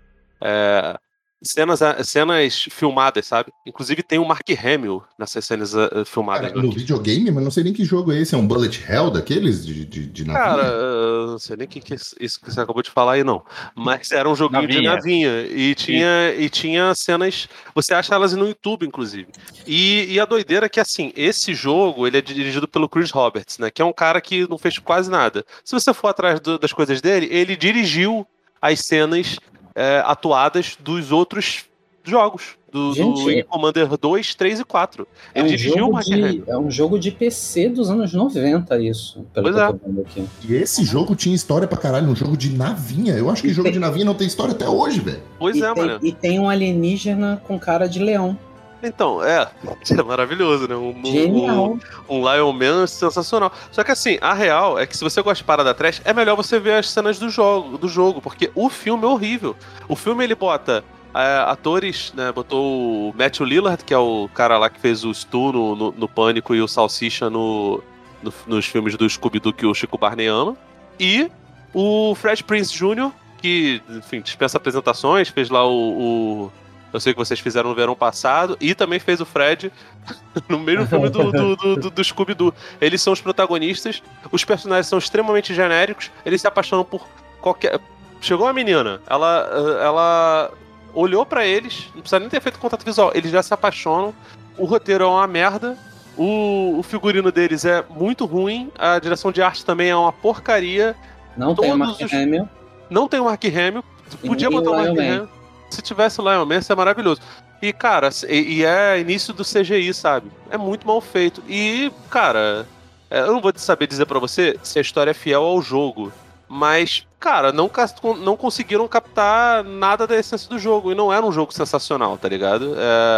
B: É, cenas, cenas filmadas, sabe? Inclusive tem o Mark Hamill nessas cenas uh, filmadas.
E: Cara, no videogame, mas não sei nem que jogo é esse, é um Bullet Hell daqueles de, de, de navio?
B: Cara, eu não sei nem o que, que é isso que você acabou de falar aí, não. Mas era um joguinho de
D: Navinha.
B: navinha. E tinha, e tinha cenas. Você acha elas no YouTube, inclusive. E, e a doideira é que, assim, esse jogo ele é dirigido pelo Chris Roberts, né? Que é um cara que não fez quase nada. Se você for atrás do- das coisas dele, ele dirigiu as cenas é, atuadas dos outros jogos. Do,
C: Gente,
B: do Wing Commander dois, três e quatro.
C: É
B: Ele
C: um,
B: dirigiu o
C: jogo
B: Mark Hamill.
C: de, é um jogo de P C dos anos noventa, isso. Pelo
B: Pois
C: que
B: é.
C: eu tô vendo aqui.
E: E esse jogo tinha história pra caralho, um jogo de navinha. Eu acho que
C: E
E: jogo
C: tem-
E: de navinha não tem história até hoje, velho.
B: Pois
C: e,
B: é,
C: tem,
B: mano.
C: e tem um alienígena com cara de leão.
B: Então, é, é maravilhoso, né? Um, um,
C: Genial.
B: um Lion Man sensacional. Só que assim, a real é que se você gosta de parada trash, é melhor você ver as cenas do jogo, do jogo, porque o filme é horrível. O filme ele bota é, atores, né? Botou o Matthew Lillard, que é o cara lá que fez o Stu no, no, no Pânico e o Salsicha no, no- nos filmes do Scooby-Doo que o Chico Barney ama. E o Fred Prinze Júnior, que, enfim, dispensa apresentações, fez lá o- o eu sei que vocês fizeram no verão passado, e também fez o Fred no mesmo filme do, do, do, do- do Scooby-Doo. Eles são os protagonistas, os personagens são extremamente genéricos, eles se apaixonam por qualquer... Chegou uma menina, ela, ela olhou pra eles, não precisa nem ter feito contato visual, eles já se apaixonam, o roteiro é uma merda, o, o figurino deles é muito ruim, a direção de arte também é uma porcaria,
C: Não tem o
B: Todos
C: Mark
B: os-
C: Hamill.
B: não tem o Mark Hamill, podia
C: E
B: botar o
C: o
B: Mark
C: Lion Man.
B: Hamill. Se tivesse o Lion Man, isso é maravilhoso. E, cara, e, e é início do C G I, sabe? É muito mal feito. E, cara, é, eu não vou saber dizer pra você se a história é fiel ao jogo. Mas, cara, não, cas- não conseguiram captar nada da essência do jogo. E não era um jogo sensacional, tá ligado? É,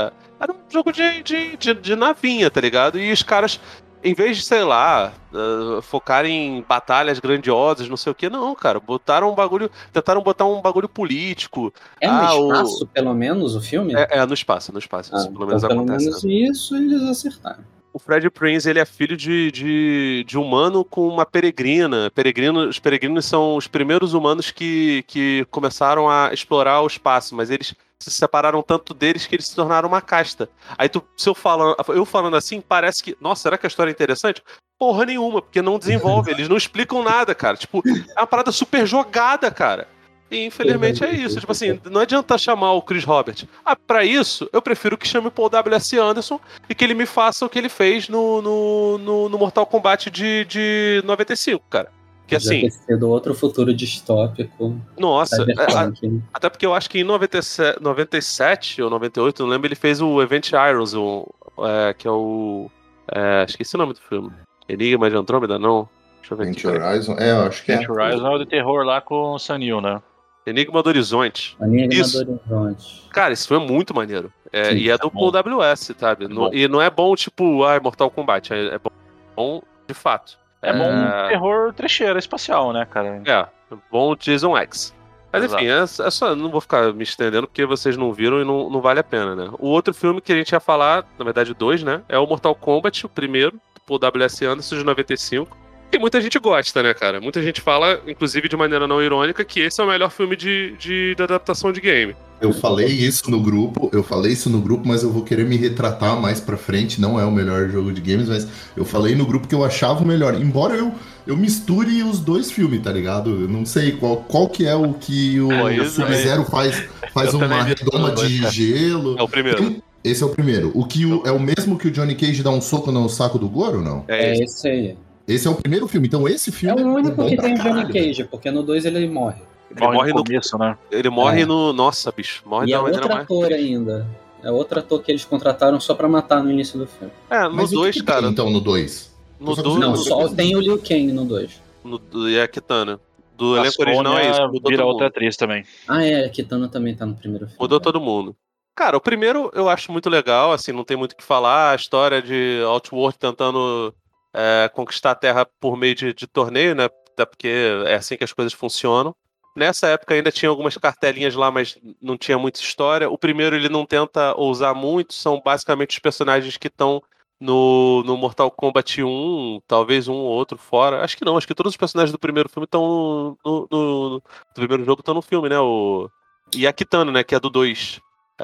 B: Era um jogo de, de, de, de navinha, tá ligado? E os caras, em vez de, sei lá, uh, focarem em batalhas grandiosas, não sei o que, não, cara, botaram um bagulho, tentaram botar um bagulho político.
C: É no
B: ah,
C: espaço,
B: o...
C: pelo menos, o filme?
B: É, é no espaço, no espaço,
C: ah,
B: isso pelo
C: então,
B: menos
C: pelo
B: acontece.
C: menos
B: né?
C: isso eles acertaram.
B: O Fred Prinze, ele é filho de, de, de humano com uma peregrina. Peregrino, os peregrinos são os primeiros humanos que, que começaram a explorar o espaço, mas eles se separaram tanto deles que eles se tornaram uma casta. Aí tu, se eu falando, eu falando assim, parece que, nossa, será que a história é interessante? Porra nenhuma, porque não desenvolve, eles não explicam nada, cara. Tipo, é uma parada super jogada, cara. E infelizmente é isso. Tipo assim, não adianta chamar o Chris Robert. Ah, pra isso, eu prefiro que chame o Paul W S. Anderson e que ele me faça o que ele fez no, no, no, no Mortal Kombat de, de noventa e cinco, cara. Que
C: Já
B: assim.
C: ter sido outro futuro distópico.
B: Nossa, é,
C: Cyberpunk.
B: até porque eu acho que em noventa e sete, noventa e sete ou noventa e oito, não lembro, ele fez o Event Heroes, o, é, que é o. É, esqueci o nome do filme. Enigma de Andrômeda, não? Deixa eu ver
E: Event
B: aqui.
E: Horizon, é, eu acho que é.
D: Event Horizon é o de terror lá com o Sam Neill, né?
B: Enigma do Horizonte.
C: Enigma
B: Isso.
C: do Horizonte.
B: Cara, esse filme é muito maneiro. É,
C: Sim,
B: e é do
D: bom.
B: Paul W S, sabe?
D: É
B: No-
D: bom.
B: e não é bom, tipo, ah, Mortal Kombat. É, é bom, bom de fato.
D: É bom um terror trecheira espacial, né, cara?
B: É, bom Jason X. Mas
D: Exato.
B: enfim, é, é só, não vou ficar me estendendo porque vocês não viram e não, não vale a pena, né? O outro filme que a gente ia falar, na verdade dois, né? É o Mortal Kombat, o primeiro, do Paul W S. Anderson, de noventa e cinco. E muita gente gosta, né, cara? Muita gente fala, inclusive de maneira não irônica, que esse é o melhor filme de, de, de adaptação de game.
E: Eu falei isso no grupo, eu falei isso no grupo, mas eu vou querer me retratar mais pra frente. Não é o melhor jogo de games, mas eu falei no grupo que eu achava o melhor. Embora eu, eu misture os dois filmes, tá ligado? Eu não sei qual, qual que é o que o
B: Pô, isso
E: Sub-Zero faz, faz
B: eu
E: uma
B: também vi
E: redoma
B: os dois,
E: de
B: cara.
E: gelo.
B: É o primeiro.
E: Esse é o primeiro. O que o- é o mesmo que o Johnny Cage dá um soco no saco do Goro, não?
B: É
C: É
B: esse.
C: esse aí.
E: Esse é o primeiro filme. Então esse
C: É
E: filme
C: o único
E: bom
C: que
E: pra
C: tem o Johnny
E: caralho.
C: Cage, porque no dois ele morre.
B: Ele
D: Morre
B: morre
D: no
B: no,
D: começo, né?
B: ele morre
C: É.
B: no... Nossa, bicho. Morre
C: E
B: da
C: é
B: maneira
C: outro
B: mais...
C: ator ainda. É outro ator que eles contrataram só pra matar no início do filme.
B: É, no
E: Mas o que
B: dois,
E: que
B: cara.
E: tem, então, no dois?
B: No
E: Só
B: dois...
C: Não,
E: no-
C: só tem o Liu Kang no dois.
B: No, do, e a Kitana. Do
D: A
B: elenco original é isso.
D: Sônia
B: Mudou
D: vira
B: todo
D: outra
B: mundo.
D: atriz também.
C: Ah, é, a Kitana também tá no primeiro filme.
B: Mudou todo mundo. Cara, o primeiro eu acho muito legal, assim, não tem muito o que falar. A história de Outworld tentando é, conquistar a Terra por meio de, de torneio, né? Até porque é assim que as coisas funcionam. Nessa época ainda tinha algumas cartelinhas lá, mas não tinha muita história. O primeiro ele não tenta ousar muito, são basicamente os personagens que estão no, no Mortal Kombat um, talvez um ou outro fora. Acho que não, acho que todos os personagens do primeiro filme estão no, no, no- do primeiro jogo estão no filme, né? O, e a Kitana, né? Que é do dois.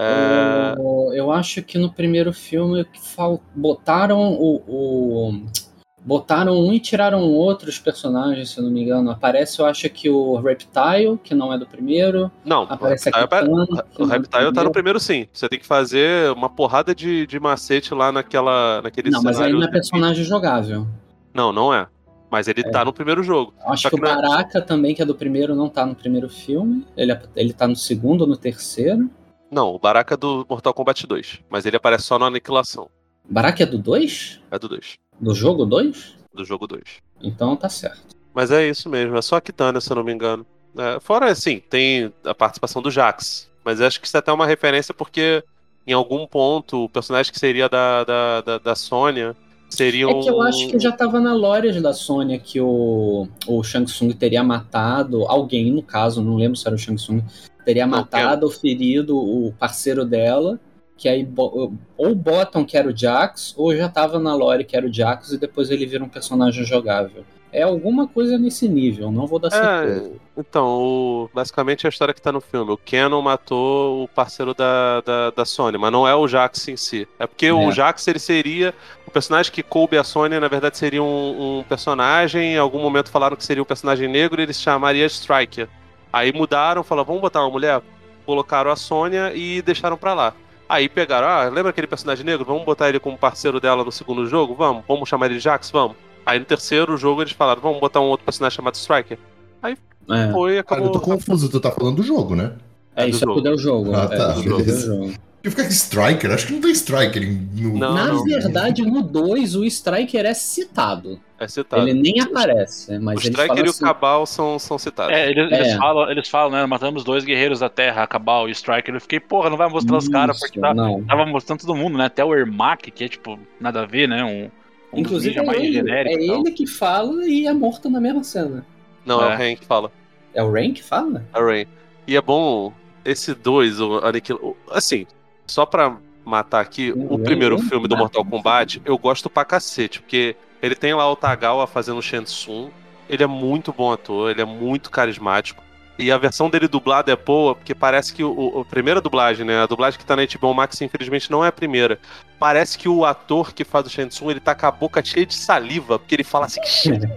B: É,
C: O- eu acho que no primeiro filme que fal- botaram o, o- botaram um e tiraram outros personagens, se eu não me engano. Aparece, eu acho que o Reptile, que não é do primeiro.
B: Não,
C: Aparece a
B: o Reptile,
C: Kitana, que
B: o
C: não é do
B: Reptile tá no
C: primeiro.
B: primeiro sim. Você tem que fazer uma porrada de, de macete lá naquela, naquele
C: Não, mas aí
B: cenário
C: não é
B: de-
C: personagem jogável.
B: Não, não é. Mas ele tá no primeiro jogo.
C: Acho
B: Só
C: que o
B: que não é-
C: Baraka também, que é do primeiro, não tá no primeiro filme. Ele, é- ele tá no segundo ou no terceiro.
B: Não, o Baraka é do Mortal Kombat dois. Mas ele aparece só na Aniquilação.
C: Baraka é do dois?
B: É do dois.
C: Do jogo dois?
B: Do jogo dois.
C: Então tá certo.
B: Mas é isso mesmo, é só a Kitana, se eu não me engano. É, fora, assim, tem a participação do Jax. Mas eu acho que isso é até uma referência porque, em algum ponto, o personagem que seria da, da, da, da Sônia seria um...
C: É que eu acho que já tava na lore da Sônia que o, o Shang Tsung teria matado alguém, no caso, não lembro se era o Shang Tsung, teria
B: Não,
C: matado ou ferido o parceiro dela, que aí bo- ou botam que era o Jax, ou já tava na lore que era o Jax e depois ele vira um personagem jogável. É alguma coisa nesse nível, não vou dar certeza.
B: É, então, o- basicamente é a história que tá no filme. O Kenon matou o parceiro da, da, da Sony, mas não é o Jax em si. É porque
C: É.
B: o Jax, ele seria... O personagem que coube a Sony, na verdade, seria um, um personagem... Em algum momento falaram que seria um personagem negro e ele se chamaria Striker. Aí mudaram, falaram, vamos botar uma mulher? Colocaram a Sônia e deixaram pra lá. Aí pegaram, ah, lembra aquele personagem negro? Vamos botar ele como parceiro dela no segundo jogo? Vamos. Vamos chamar ele de Jax? Vamos. Aí no terceiro jogo eles falaram, vamos botar um outro personagem chamado Striker.
C: É,
B: Foi e
E: Cara,
B: acabou.
E: eu tô confuso, tu tá falando do jogo, né?
C: é
B: do
C: isso é
B: jogo.
C: tudo é o jogo.
E: Ah,
C: é,
E: tá,
C: isso é tudo é o
E: beleza.
C: jogo.
E: Eu ficar com Striker, acho que não tem Striker no...
B: Não,
C: Na
B: não.
C: verdade, no dois, o Striker é citado.
B: É citado.
C: Ele nem aparece, mas
B: O
C: ele
B: Striker
C: fala
B: e o
C: assim,
B: Cabal são, são citados.
D: É, eles, eles
C: É.
D: falam, eles falam, né? Matamos dois guerreiros da Terra, Cabal e Striker. Eu fiquei, porra, não vai mostrar os caras,
C: isso,
D: porque tá,
C: não.
D: tava mostrando todo mundo, né? Até o Ermac, que é tipo, nada a ver, né? Um, um
C: Inclusive
D: ninja
C: é
D: mais
C: ele,
D: genérico
C: é
D: e tal.
C: ele que fala e é morto na mesma cena.
B: Não, é,
D: É.
B: o Hank que fala.
C: É o Rain que fala?
B: A Rain. E é bom, esse dois, o Aniquil... Assim, só pra matar aqui,
C: O
B: o
C: Rain,
B: primeiro
C: Rain
B: filme do
C: mata.
B: Mortal Kombat, eu gosto pra cacete, porque ele tem lá o Tagawa fazendo o Shang Tsung, ele é muito bom ator, ele é muito carismático, e a versão dele dublada é boa, porque parece que o, o- a primeira dublagem, né, a dublagem que tá na H B O Max, infelizmente, não é a primeira. Parece que o ator que faz o Shang Tsung, ele tá com a boca cheia de saliva, porque ele fala assim,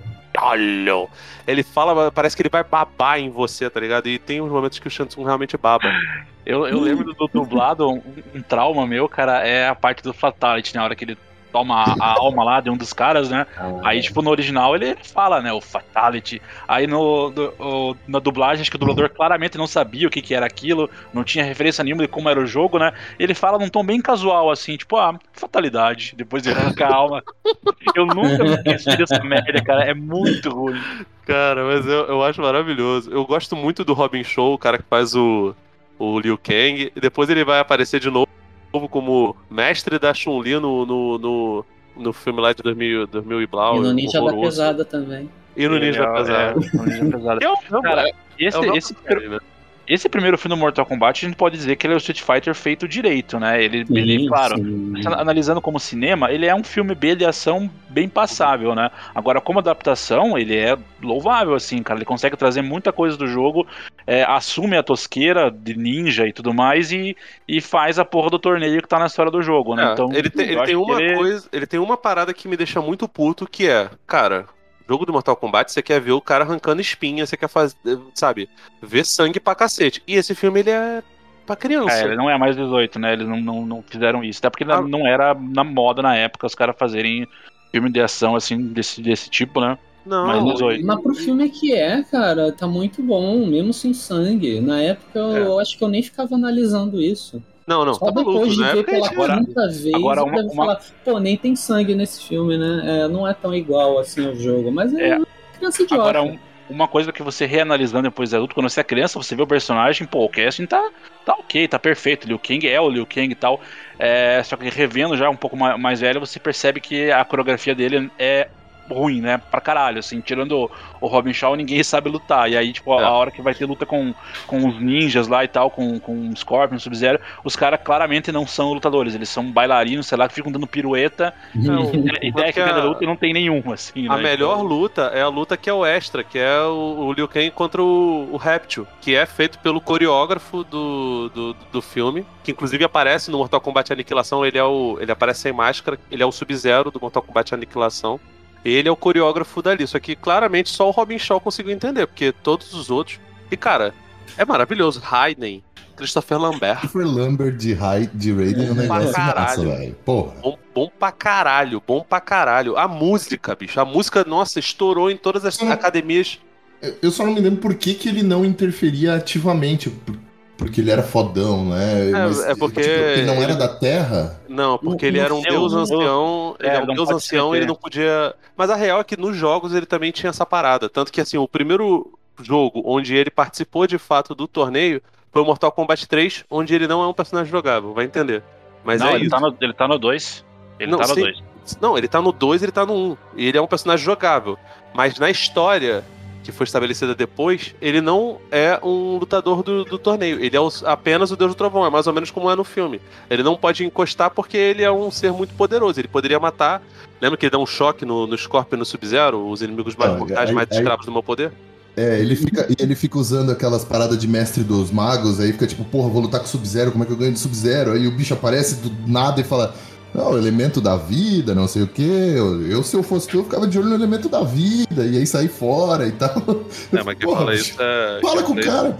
B: olha, ele fala, parece que ele vai babar em você, tá ligado? E tem uns momentos que o Shang Tsung realmente baba.
D: Eu, eu lembro do dublado, um, um trauma meu, cara, é a parte do Fatality, na hora que ele toma a, a alma lá de um dos caras, né? Aí, tipo, no original ele fala, né, o Fatality. Aí no, do- o- na dublagem, acho que o dublador claramente não sabia o que, que era aquilo, não tinha referência nenhuma de como era o jogo, né? Ele fala num tom bem casual, assim, tipo, ah, fatalidade. Depois ele arranca a alma. Eu nunca me esqueci dessa merda, cara. É muito ruim.
B: Cara, mas eu, eu acho maravilhoso. Eu gosto muito do Robin Show, o cara que faz o, o Liu Kang. E depois ele vai aparecer de novo como mestre da Chun-Li no, no, no, no filme lá de dois mil, dois mil e blau.
C: E no Ninja da
B: horroroso.
C: Pesada também.
B: E no Ninja da
D: É,
B: Pesada.
D: é, no Ninja da Pesada.
B: É o- é o-
D: Cara,
B: é
D: esse,
B: o
D: esse,
B: Valkyrie, né?
D: esse primeiro filme do Mortal Kombat, a gente pode dizer que ele é o Street Fighter feito direito, né? Ele, ele
C: Sim,
D: claro,
C: sim.
D: analisando como cinema, ele é um filme B de ação bem passável, né? Agora, como adaptação, ele é louvável, assim, cara. Ele consegue trazer muita coisa do jogo, é, assume a tosqueira de ninja e tudo mais e, e faz a porra do torneio que tá na história do jogo, né?
B: É,
D: Então,
B: ele tem,
D: eu
B: ele
D: acho
B: tem
D: que
B: uma
D: ele-
B: coisa, ele tem uma parada que me deixa muito puto, que é, cara, jogo do Mortal Kombat, você quer ver o cara arrancando espinha, você quer fazer, sabe, ver sangue pra cacete. E esse filme, ele é pra criança.
D: É, ele não é mais dezoito, né? Eles não, não, não fizeram isso. Até porque
B: Ah.
D: não era na moda na época os caras fazerem filme de ação assim, desse, desse tipo, né?
B: Não,
D: mais dezoito.
C: Mas pro filme que é, cara, tá muito bom, mesmo sem sangue. Na época eu acho que eu nem ficava analisando isso.
B: não, não,
C: Só
B: tá
C: depois
B: maluco,
C: de
B: né?
C: ver pela
D: Agora-
C: quinta vez,
D: agora
C: eu
D: uma-
C: devo
D: uma-
C: falar, pô, nem tem sangue nesse filme, né? É, não é tão igual assim ao jogo, mas é,
D: É.
C: uma criança idiota.
D: Agora, um- uma coisa que você reanalisando depois de adulto, quando você é criança, você vê o personagem, pô, o casting tá, tá ok, tá perfeito. Liu Kang é o Liu Kang e tal. É, só que revendo já um pouco ma- mais velho, você percebe que a coreografia dele é ruim, né? Pra caralho, assim, tirando o, o Robin Shaw, ninguém sabe lutar. E aí, tipo, a,
B: É.
D: a hora que vai ter luta com, com os ninjas lá e tal, com, com o Scorpion, Sub-Zero, os caras claramente não são lutadores, eles são bailarinos, sei lá, que ficam dando pirueta.
B: Não,
D: A ideia é que
B: porque
D: cada
B: a-
D: luta não tem nenhuma, assim,
B: A
D: né?
B: melhor
D: Então-
B: luta é a luta que é o extra, que é o, o Liu Kang contra o, o Réptil, que é feito pelo coreógrafo do, do, do filme, que inclusive aparece no Mortal Kombat Aniquilação, ele, é o, ele aparece sem máscara, ele é o Sub-Zero do Mortal Kombat Aniquilação. Ele é o coreógrafo dali, só que claramente só o Robin Shaw conseguiu entender, porque todos os outros... E cara, é maravilhoso, Raiden, Christopher Lambert,
E: Christopher Lambert de, High, de Raiden é um
B: Pra
E: negócio massa,
B: caralho.
E: velho. Porra.
B: bom, bom pra caralho, bom pra caralho. A música, bicho, a música, nossa, estourou em todas as
E: Hum.
B: academias.
E: Eu- Eu só não me lembro por que, que ele não interferia ativamente. por- Porque ele era fodão, né?
B: É, é porque-
E: tipo, ele não era da Terra.
B: Não, porque
C: No-
B: ele
C: no
B: era um
D: filme,
B: deus
D: no-
B: ancião, ele
D: é,
B: é um
D: não
B: deus
D: pode
B: ancião
D: ser,
B: e ele
D: é.
B: não podia... Mas a real é que nos jogos ele também tinha essa parada. Tanto que, assim, o primeiro jogo onde ele participou de fato do torneio foi o Mortal Kombat três, onde ele não é um personagem jogável, vai entender. Mas
D: não,
B: é
D: ele
B: isso.
D: tá no ele tá no dois. Ele
B: Não,
D: tá no
B: sim.
D: dois.
B: Não, ele tá no dois e ele tá no um. E ele é um personagem jogável. Mas na história que foi estabelecida depois, ele não é um lutador do, do torneio. Ele é o- apenas o Deus do Trovão. É mais ou menos como é no filme. Ele não pode encostar porque ele é um ser muito poderoso. Ele poderia matar... Lembra que ele dá um choque no, no Scorpion e no Sub-Zero? Os inimigos mais
E: Ah,
B: mortais,
E: aí-
B: mais
E: aí-
B: escravos do meu poder?
E: É, ele fica, e ele fica usando aquelas paradas de mestre dos magos, aí fica tipo, porra, vou lutar com o Sub-Zero, como é que eu ganho de Sub-Zero? Aí o bicho aparece do nada e fala, não, elemento da vida, não sei o quê. Eu, eu, se eu fosse tu, eu ficava de olho no elemento da vida, e aí sair fora e tal.
B: É, mas quem
E: Porra,
B: fala
E: bicho,
B: isso é...
E: Fala
B: quem
E: com o
B: fala
E: cara,
B: isso-
E: bicho.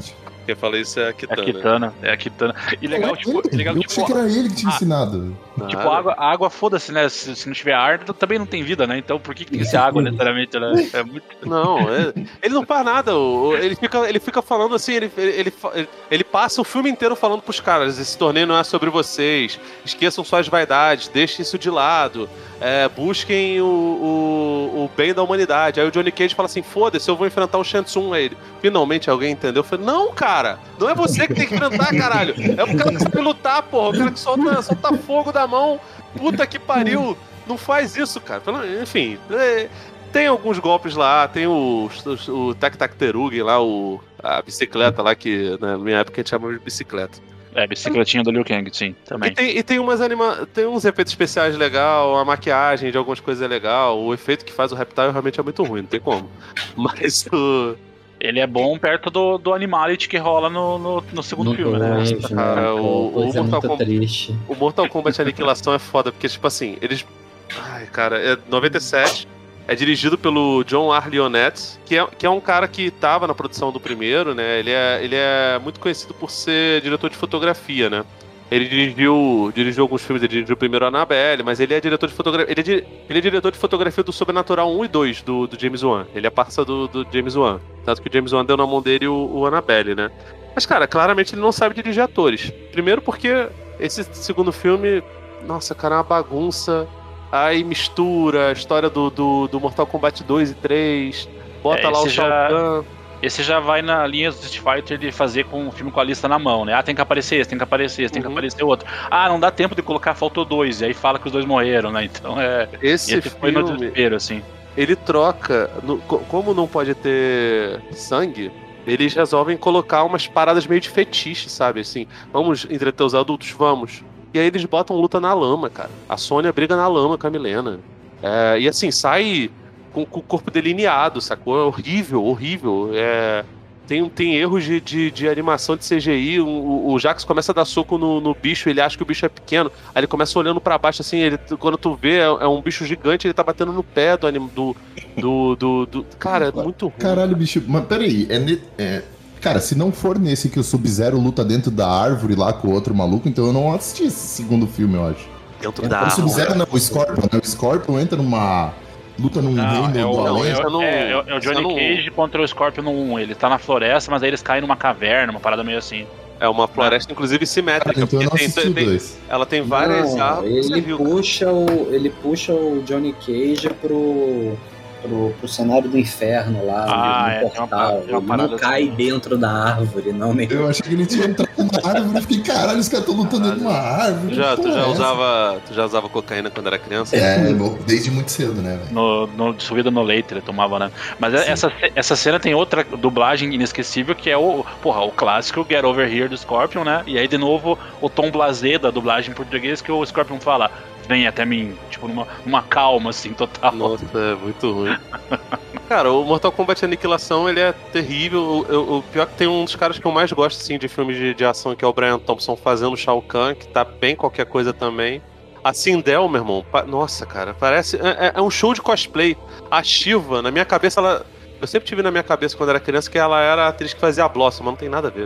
B: Quem fala isso é a
D: É a
B: Kitana.
D: Kitana, é a Kitana. E legal, tipo, legal,
E: Eu
D: tipo,
E: achei que era ele que tinha
D: ah,
E: ensinado.
D: tipo,
B: Nada.
D: a água, a água foda-se, né? Se, se não tiver ar, também não tem vida, né? Então por que, que tem que ser água, necessariamente, né? É muito.
B: Não, é- ele não faz nada. o- o- Ele fica, ele fica falando assim, ele, ele, ele, fa- ele passa o filme inteiro falando pros caras: esse torneio não é sobre vocês, esqueçam suas vaidades, deixem isso de lado, é, busquem o, o, o bem da humanidade. Aí o Johnny Cage fala assim: foda-se, eu vou enfrentar o Shang Tsung. Aí ele, finalmente alguém entendeu. Eu falei: não, cara, não é você que tem que enfrentar, caralho. É o cara que sabe lutar, porra. O cara que solta, solta fogo da mão. Puta que pariu. Não faz isso, cara. Enfim, é, tem alguns golpes lá, tem o, o, o Tac Tac Terugen lá, o, a bicicleta lá, que na minha época a gente chamava de bicicleta.
D: É, bicicletinha do Liu Kang, sim,
B: E
D: também.
B: tem, e tem umas anima... tem uns efeitos especiais legal, a maquiagem de algumas coisas é legal, o efeito que faz o Reptile realmente é muito ruim, não tem como. Mas o.
D: Ele é bom perto do, do Animality que rola no, no, no segundo
C: No
D: filme, né?
C: dois,
B: cara,
C: né?
B: o-
C: Pô, coisa
B: o Mortal
C: muito
B: Kombat-
C: triste.
B: O Mortal Kombat Aniquilação é foda, porque, tipo assim, eles. Ai, cara, é noventa e sete. É dirigido pelo John R. Leonette, que é, que é um cara que tava na produção do primeiro, né? Ele é, ele é muito conhecido por ser diretor de fotografia, né? Ele dirigiu, dirigiu alguns filmes, ele dirigiu o primeiro Annabelle, mas ele é diretor de fotografia. Ele é, di- ele é diretor de fotografia do Sobrenatural um e dois do, do James Wan. Ele é parça do, do James Wan. Tanto que o James Wan deu na mão dele o, o Annabelle, né? Mas, cara, claramente ele não sabe dirigir atores. Primeiro porque esse segundo filme, nossa, cara, é uma bagunça. Aí mistura a história do, do, do Mortal Kombat dois e três, bota
D: É,
B: lá o
D: esse
B: Shao
D: já-
B: Kahn.
D: Esse já vai na linha do Street Fighter de fazer com o filme com a lista na mão, né? Ah, tem que aparecer esse, tem que aparecer esse, tem que
B: Uhum.
D: aparecer outro. Ah, não dá tempo de colocar, faltou dois. E aí fala que os dois morreram, né? Então é.
B: Esse
D: Esse foi no
B: filme,
D: desespero, assim.
B: ele troca, no- co- como não pode ter sangue, eles resolvem colocar umas paradas meio de fetiche, sabe? Assim, vamos entreter os adultos? Vamos. E aí eles botam luta na lama, cara. A Sônia briga na lama com a Milena. É, e assim, sai com, com o corpo delineado, sacou? É horrível, horrível. É, tem, tem erros de, de, de animação de C G I. O, o, o Jax começa a dar soco no, no bicho, ele acha que o bicho é pequeno. Aí ele começa olhando pra baixo, assim, ele, quando tu vê, é, é um bicho gigante, ele tá batendo no pé do anim, do, do, do, do- Cara, é muito ruim.
E: Caralho, bicho. Mas peraí, é, ne- é- cara, se não for nesse que o Sub-Zero luta dentro da árvore lá com o outro maluco, então eu não assisti esse segundo filme, eu acho.
B: Dentro
E: O
B: da
E: Sub-Zero não, o Scorpion, né? O Scorpion entra numa luta num
D: Não,
E: reino
D: é o,
E: do
B: não,
E: além.
B: esse
D: é,
B: eu não-
D: é- é o- é o
B: esse eu
D: Johnny
B: não-
D: Cage contra o Scorpion no um. Ele tá na floresta, mas aí eles caem numa caverna, uma parada meio assim.
B: É uma floresta, inclusive, simétrica.
E: Cara, então eu não
B: porque tem,
E: assisti o
B: tem-
E: dois.
B: ela tem várias
C: Não,
B: árvores. Você
C: ele
B: viu, cara?
C: puxa o ele puxa o Johnny Cage pro pro, pro cenário do inferno lá
D: Ah,
C: no,
D: é,
C: no
D: tem uma
C: portal.
D: parada- tem uma
C: Ele
D: parada
C: não cai
D: assim.
C: dentro da árvore, não nem.
E: Eu achei que ele tinha entrado na árvore e fiquei, caralho, os caras estão lutando dentro de uma árvore.
B: Tu já,
E: que
B: tu
E: porra
B: já
E: é essa?
B: usava, tu já usava cocaína quando era criança?
E: É, bom, desde muito cedo, né, velho?
D: No, no subida no leite ele tomava, né? Mas
E: Sim.
D: essa, essa cena tem outra dublagem inesquecível que é o, porra, o clássico Get Over Here do Scorpion, né? E aí de novo o tom blasé da dublagem em português que o Scorpion fala, vem até mim, tipo numa, numa calma assim total.
B: Nossa, é muito ruim. Cara, o Mortal Kombat Aniquilação, ele é terrível. O, o- o pior é que tem um dos caras que eu mais gosto, assim, de filmes de, de ação, que é o Brian Thompson fazendo Shao Kahn, que tá bem qualquer coisa também. A Sindel, meu irmão, pa- nossa, cara, parece... É, é- é um show de cosplay. A Shiva, na minha cabeça, ela... Eu sempre tive na minha cabeça, quando era criança, que ela era a atriz que fazia a Blossom, mas não tem nada a ver.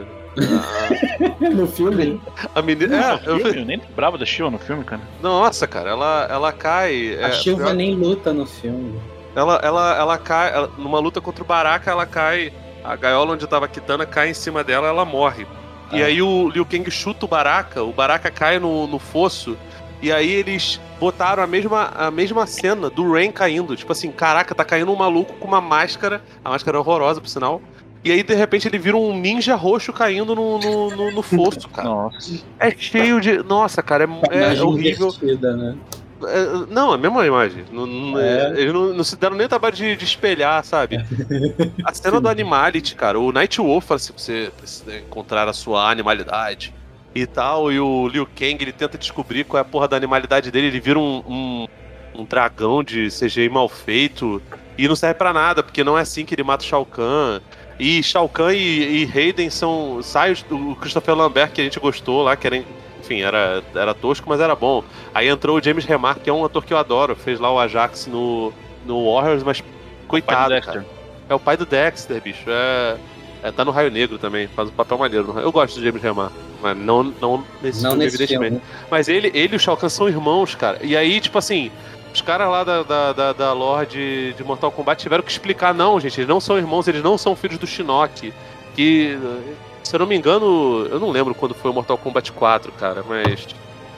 C: No filme.
B: A menina...
D: No
B: É, eu-
D: filme, eu nem lembrava da Shiva no filme, cara.
B: Nossa, cara, ela, ela cai...
C: A
B: é,
C: Silva
B: pior-
C: nem luta no filme.
B: Ela, ela, ela cai, ela- numa luta contra o Baraka, ela cai, a gaiola onde tava a Kitana cai em cima dela, ela morre. E
C: Ah.
B: aí o Liu Kang chuta o Baraka, o Baraka cai no, no fosso, e aí eles botaram a mesma, a mesma cena do Rain caindo. Tipo assim, caraca, tá caindo um maluco com uma máscara, a máscara é horrorosa, por sinal. E aí, de repente, ele vira um ninja roxo caindo no, no, no, no fosso, cara.
D: Nossa.
B: É cheio de... Nossa, cara, é, é
C: Imagem
B: horrível.
C: invertida, né?
B: É, não, a mesma imagem. Não, não-
C: É.
B: Eles não, não se deram nem o trabalho de, de espelhar, sabe? A cena do Animality, cara, o Night Wolf fala assim: você precisa encontrar a sua animalidade e tal. E o Liu Kang, ele tenta descobrir qual é a porra da animalidade dele. Ele vira um, um, um dragão de C G I mal feito e não serve pra nada, porque não é assim que ele mata o Shao Kahn. E Shao Kahn e, e Raiden são. Sai o Christopher Lambert, que a gente gostou lá, que era. Enfim, era, era tosco, mas era bom. Aí entrou o James Remar, que é um ator que eu adoro. Fez lá o Ajax no, no Warriors, mas coitado,
D: Dexter.
B: cara. É o pai do Dexter, bicho. É, É, tá no Raio Negro também, faz um papel maneiro. Eu gosto do James Remar, mas não, não nesse
C: Não
B: filme,
C: nesse
B: evidentemente.
C: filme.
B: Mas ele, ele e o Shao Kahn são irmãos, cara. E aí, tipo assim, os caras lá da, da, da, da lore de, de Mortal Kombat tiveram que explicar, não, gente, eles não são irmãos, eles não são filhos do Shinnok. Que, se eu não me engano, eu não lembro quando foi o Mortal Kombat quatro, cara, mas...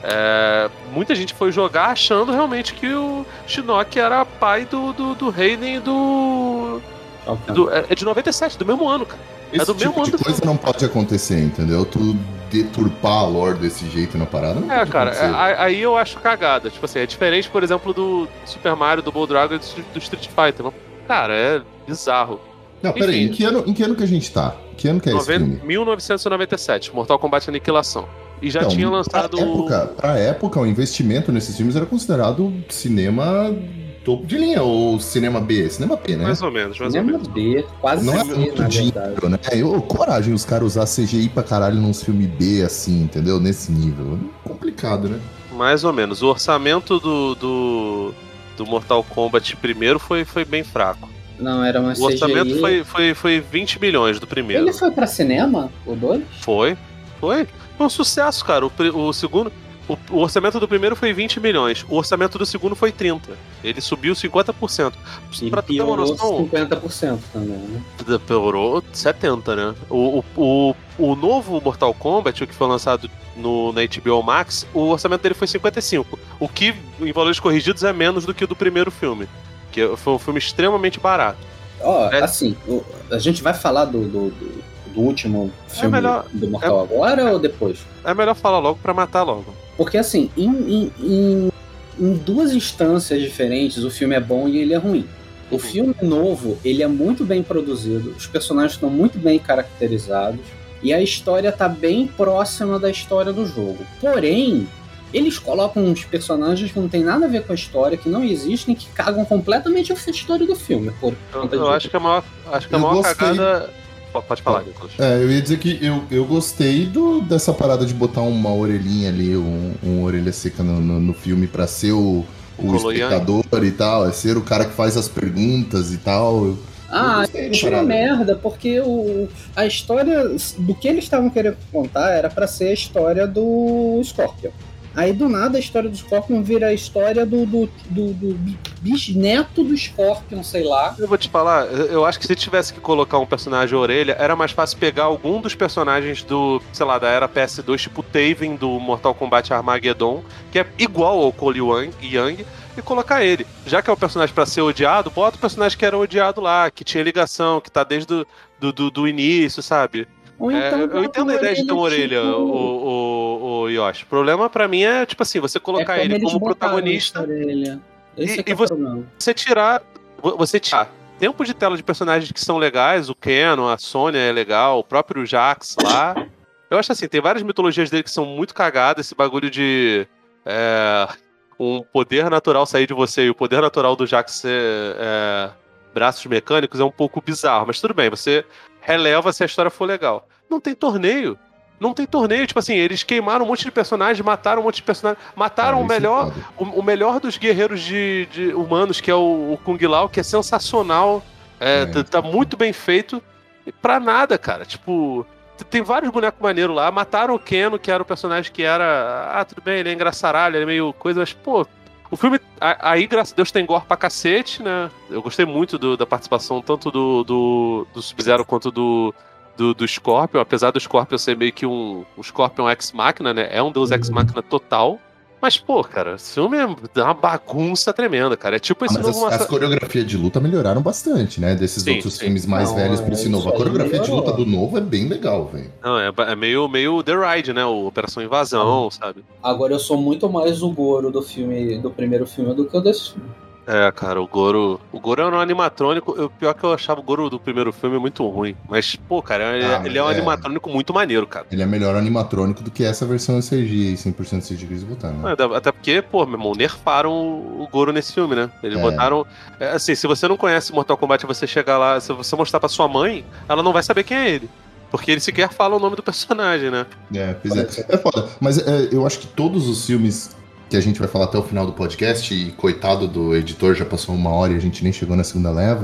B: É, muita gente foi jogar achando realmente que o Shinnok era pai do, do, do Raiden e do... do... É de noventa e sete, do mesmo ano, cara.
E: Esse
B: é do
E: tipo
B: mesmo ano
E: de
B: do
E: coisa
B: filme.
E: não pode acontecer, entendeu? Tu deturpar a lore desse jeito na parada não
B: É,
E: pode
B: cara,
E: acontecer.
B: é, aí eu acho cagada. Tipo assim, é diferente, por exemplo, do Super Mario, do Bull Dragon e do, do Street Fighter. Não? Cara, é bizarro.
E: Não, peraí,
B: enfim.
E: em que, ano, em que ano que a gente tá? Que ano que é esse
B: noventa
E: filme?
B: mil novecentos e noventa e sete, Mortal Kombat Aniquilação. E já
E: Então,
B: tinha lançado...
E: Pra época, pra época, o investimento nesses filmes era considerado cinema topo de linha, ou cinema B, cinema B, né?
B: Mais ou menos, mais ou
C: Cinema
B: menos.
C: B, quase
E: Não é
C: B,
E: muito
C: na
E: dinheiro,
C: verdade.
E: né? Eu, coragem os caras usar C G I pra caralho nos filmes B, assim, entendeu? Nesse nível. É complicado, né?
B: Mais ou menos. O orçamento do, do, do Mortal Kombat primeiro foi, foi bem fraco.
C: Não, era uma
B: O orçamento
C: C G I.
B: foi, foi, foi vinte milhões do primeiro.
C: Ele foi pra cinema, o dois?
B: Foi, foi. Foi um sucesso, cara. O, pri- o segundo... O, o orçamento do primeiro foi vinte milhões. O orçamento do segundo foi trinta. Ele subiu cinquenta por cento.
C: E
B: Pra tu ter uma
C: piorou
B: noção...
C: cinquenta por cento também, né?
B: Piorou setenta por cento, né? O, o, o, o novo Mortal Kombat, o que foi lançado no, na H B O Max, o orçamento dele foi cinquenta e cinco. O que, em valores corrigidos, é menos do que o do primeiro filme. Que foi um filme extremamente barato.
C: Ó,
B: É.
C: assim, o- a gente vai falar do, do, do- do último filme
B: melhor-
C: do Mortal agora ou depois?
B: É melhor falar logo pra matar logo.
C: Porque, assim, em, em, em, em duas instâncias diferentes, o filme é bom e ele é ruim. O
B: Uhum.
C: filme novo, ele é muito bem produzido, os personagens estão muito bem caracterizados e a história tá bem próxima da história do jogo. Porém, eles colocam uns personagens que não tem nada a ver com a história, que não existem, que cagam completamente a história do filme. Por
B: Eu,
C: conta
B: eu
C: disso.
B: acho que a maior, acho que a
E: Eu
B: maior
E: gostei.
B: cagada... Pô, Pode falar, Nicolas.
E: É, eu ia dizer que eu, eu gostei do, dessa parada de botar uma orelhinha ali, um, um orelha seca no, no, no filme pra ser o, o
B: Colo
E: espectador e tal, é ser o cara que faz as perguntas e tal. Eu-
C: Ah,
E: Eu gostei da
C: achei uma
E: parada.
C: merda, porque o, a história do que eles estavam querendo contar era pra ser a história do Scorpion. Aí do nada a história do Scorpion vira a história do, do, do, do bi- bisneto do Scorpion, sei lá.
B: Eu vou te falar, eu eu acho que se tivesse que colocar um personagem orelha, era mais fácil pegar algum dos personagens do, sei lá, da era P S dois, tipo Taven do Mortal Kombat Armageddon, que é igual ao Cole Young, Young e colocar ele. Já que é o personagem pra ser odiado, bota o personagem que era odiado lá, que tinha ligação, que tá desde o do, do, do início, sabe?
C: Ou
B: É,
C: então
B: eu
C: bota
B: entendo a
C: uma
B: ideia de ter uma orelha,
C: tipo-
B: o, o, o Yoshi. O problema pra mim é, tipo assim, você colocar
C: é
B: ele
C: eles
B: como
C: botaram
B: protagonista,
C: essa orelha. Esse
B: E-
C: é que
B: e
C: é o
B: você-
C: problema.
B: você tirar. Você tirar tempo de tela de personagens que são legais, o Ken, a Sonya é legal, o próprio Jax lá. Eu acho assim, tem várias mitologias dele que são muito cagadas, esse bagulho de. É, um poder natural sair de você e o poder natural do Jax ser é, braços mecânicos é um pouco bizarro, mas tudo bem, você releva se a história for legal. Não tem torneio. Não tem torneio, tipo assim, eles queimaram um monte de personagens, mataram um monte de personagens, mataram
E: Ah,
B: o
E: isso é
B: melhor,
E: foda.
B: o, o melhor dos guerreiros de, de humanos, que é o, o Kung Lao, que é sensacional, é,
E: É.
B: tá, tá muito bem feito, e pra nada, cara, tipo, t- tem vários bonecos maneiros lá, mataram o Keno, que era o personagem que era, ah, tudo bem, ele é engraçaralho, ele é meio coisa, mas, pô, o filme, a- aí, graças a Deus, tem gore pra cacete, né, eu gostei muito do- da participação tanto do, do, do Sub-Zero quanto do... Do, do Scorpion, apesar do Scorpion ser meio que um, um Scorpion ex-máquina, né? É um deus ex-máquina total. Mas, pô, cara, esse filme é uma bagunça tremenda, cara. É tipo
E: Ah,
B: esse
E: mas
B: novo
E: as, as
B: Massa...
E: coreografias de luta melhoraram bastante, né? Desses
B: Sim,
E: outros
B: sim.
E: filmes mais
C: Não,
E: velhos pra
C: é,
E: esse novo.
C: isso
E: A
C: aí
E: coreografia de
C: melhorou.
E: luta do novo é bem legal, velho.
B: Não, é, é meio, meio The Ride, né? O Operação Invasão, sabe?
C: Agora eu sou muito mais o Goro do filme, do primeiro filme do que o desse filme.
B: É, cara, o Goro... O Goro era um animatrônico... O pior que eu achava o Goro do primeiro filme muito ruim. Mas, pô, cara, ele,
E: Ah,
B: ele é um
E: é.
B: animatrônico muito maneiro, cara.
E: Ele é melhor animatrônico do que essa versão C G I, cem por cento C G I que eles botaram. Né?
B: É, até porque, pô, meu irmão, nerfaram o Goro nesse filme, né? Eles
E: É.
B: botaram. É, assim, se você não conhece Mortal Kombat, você chegar lá, se você mostrar pra sua mãe, ela não vai saber quem é ele. Porque ele sequer fala o nome do personagem, né?
E: É, pois é. É foda. Mas é, eu acho que todos os filmes que a gente vai falar até o final do podcast, e coitado do editor, já passou uma hora e a gente nem chegou na segunda leva.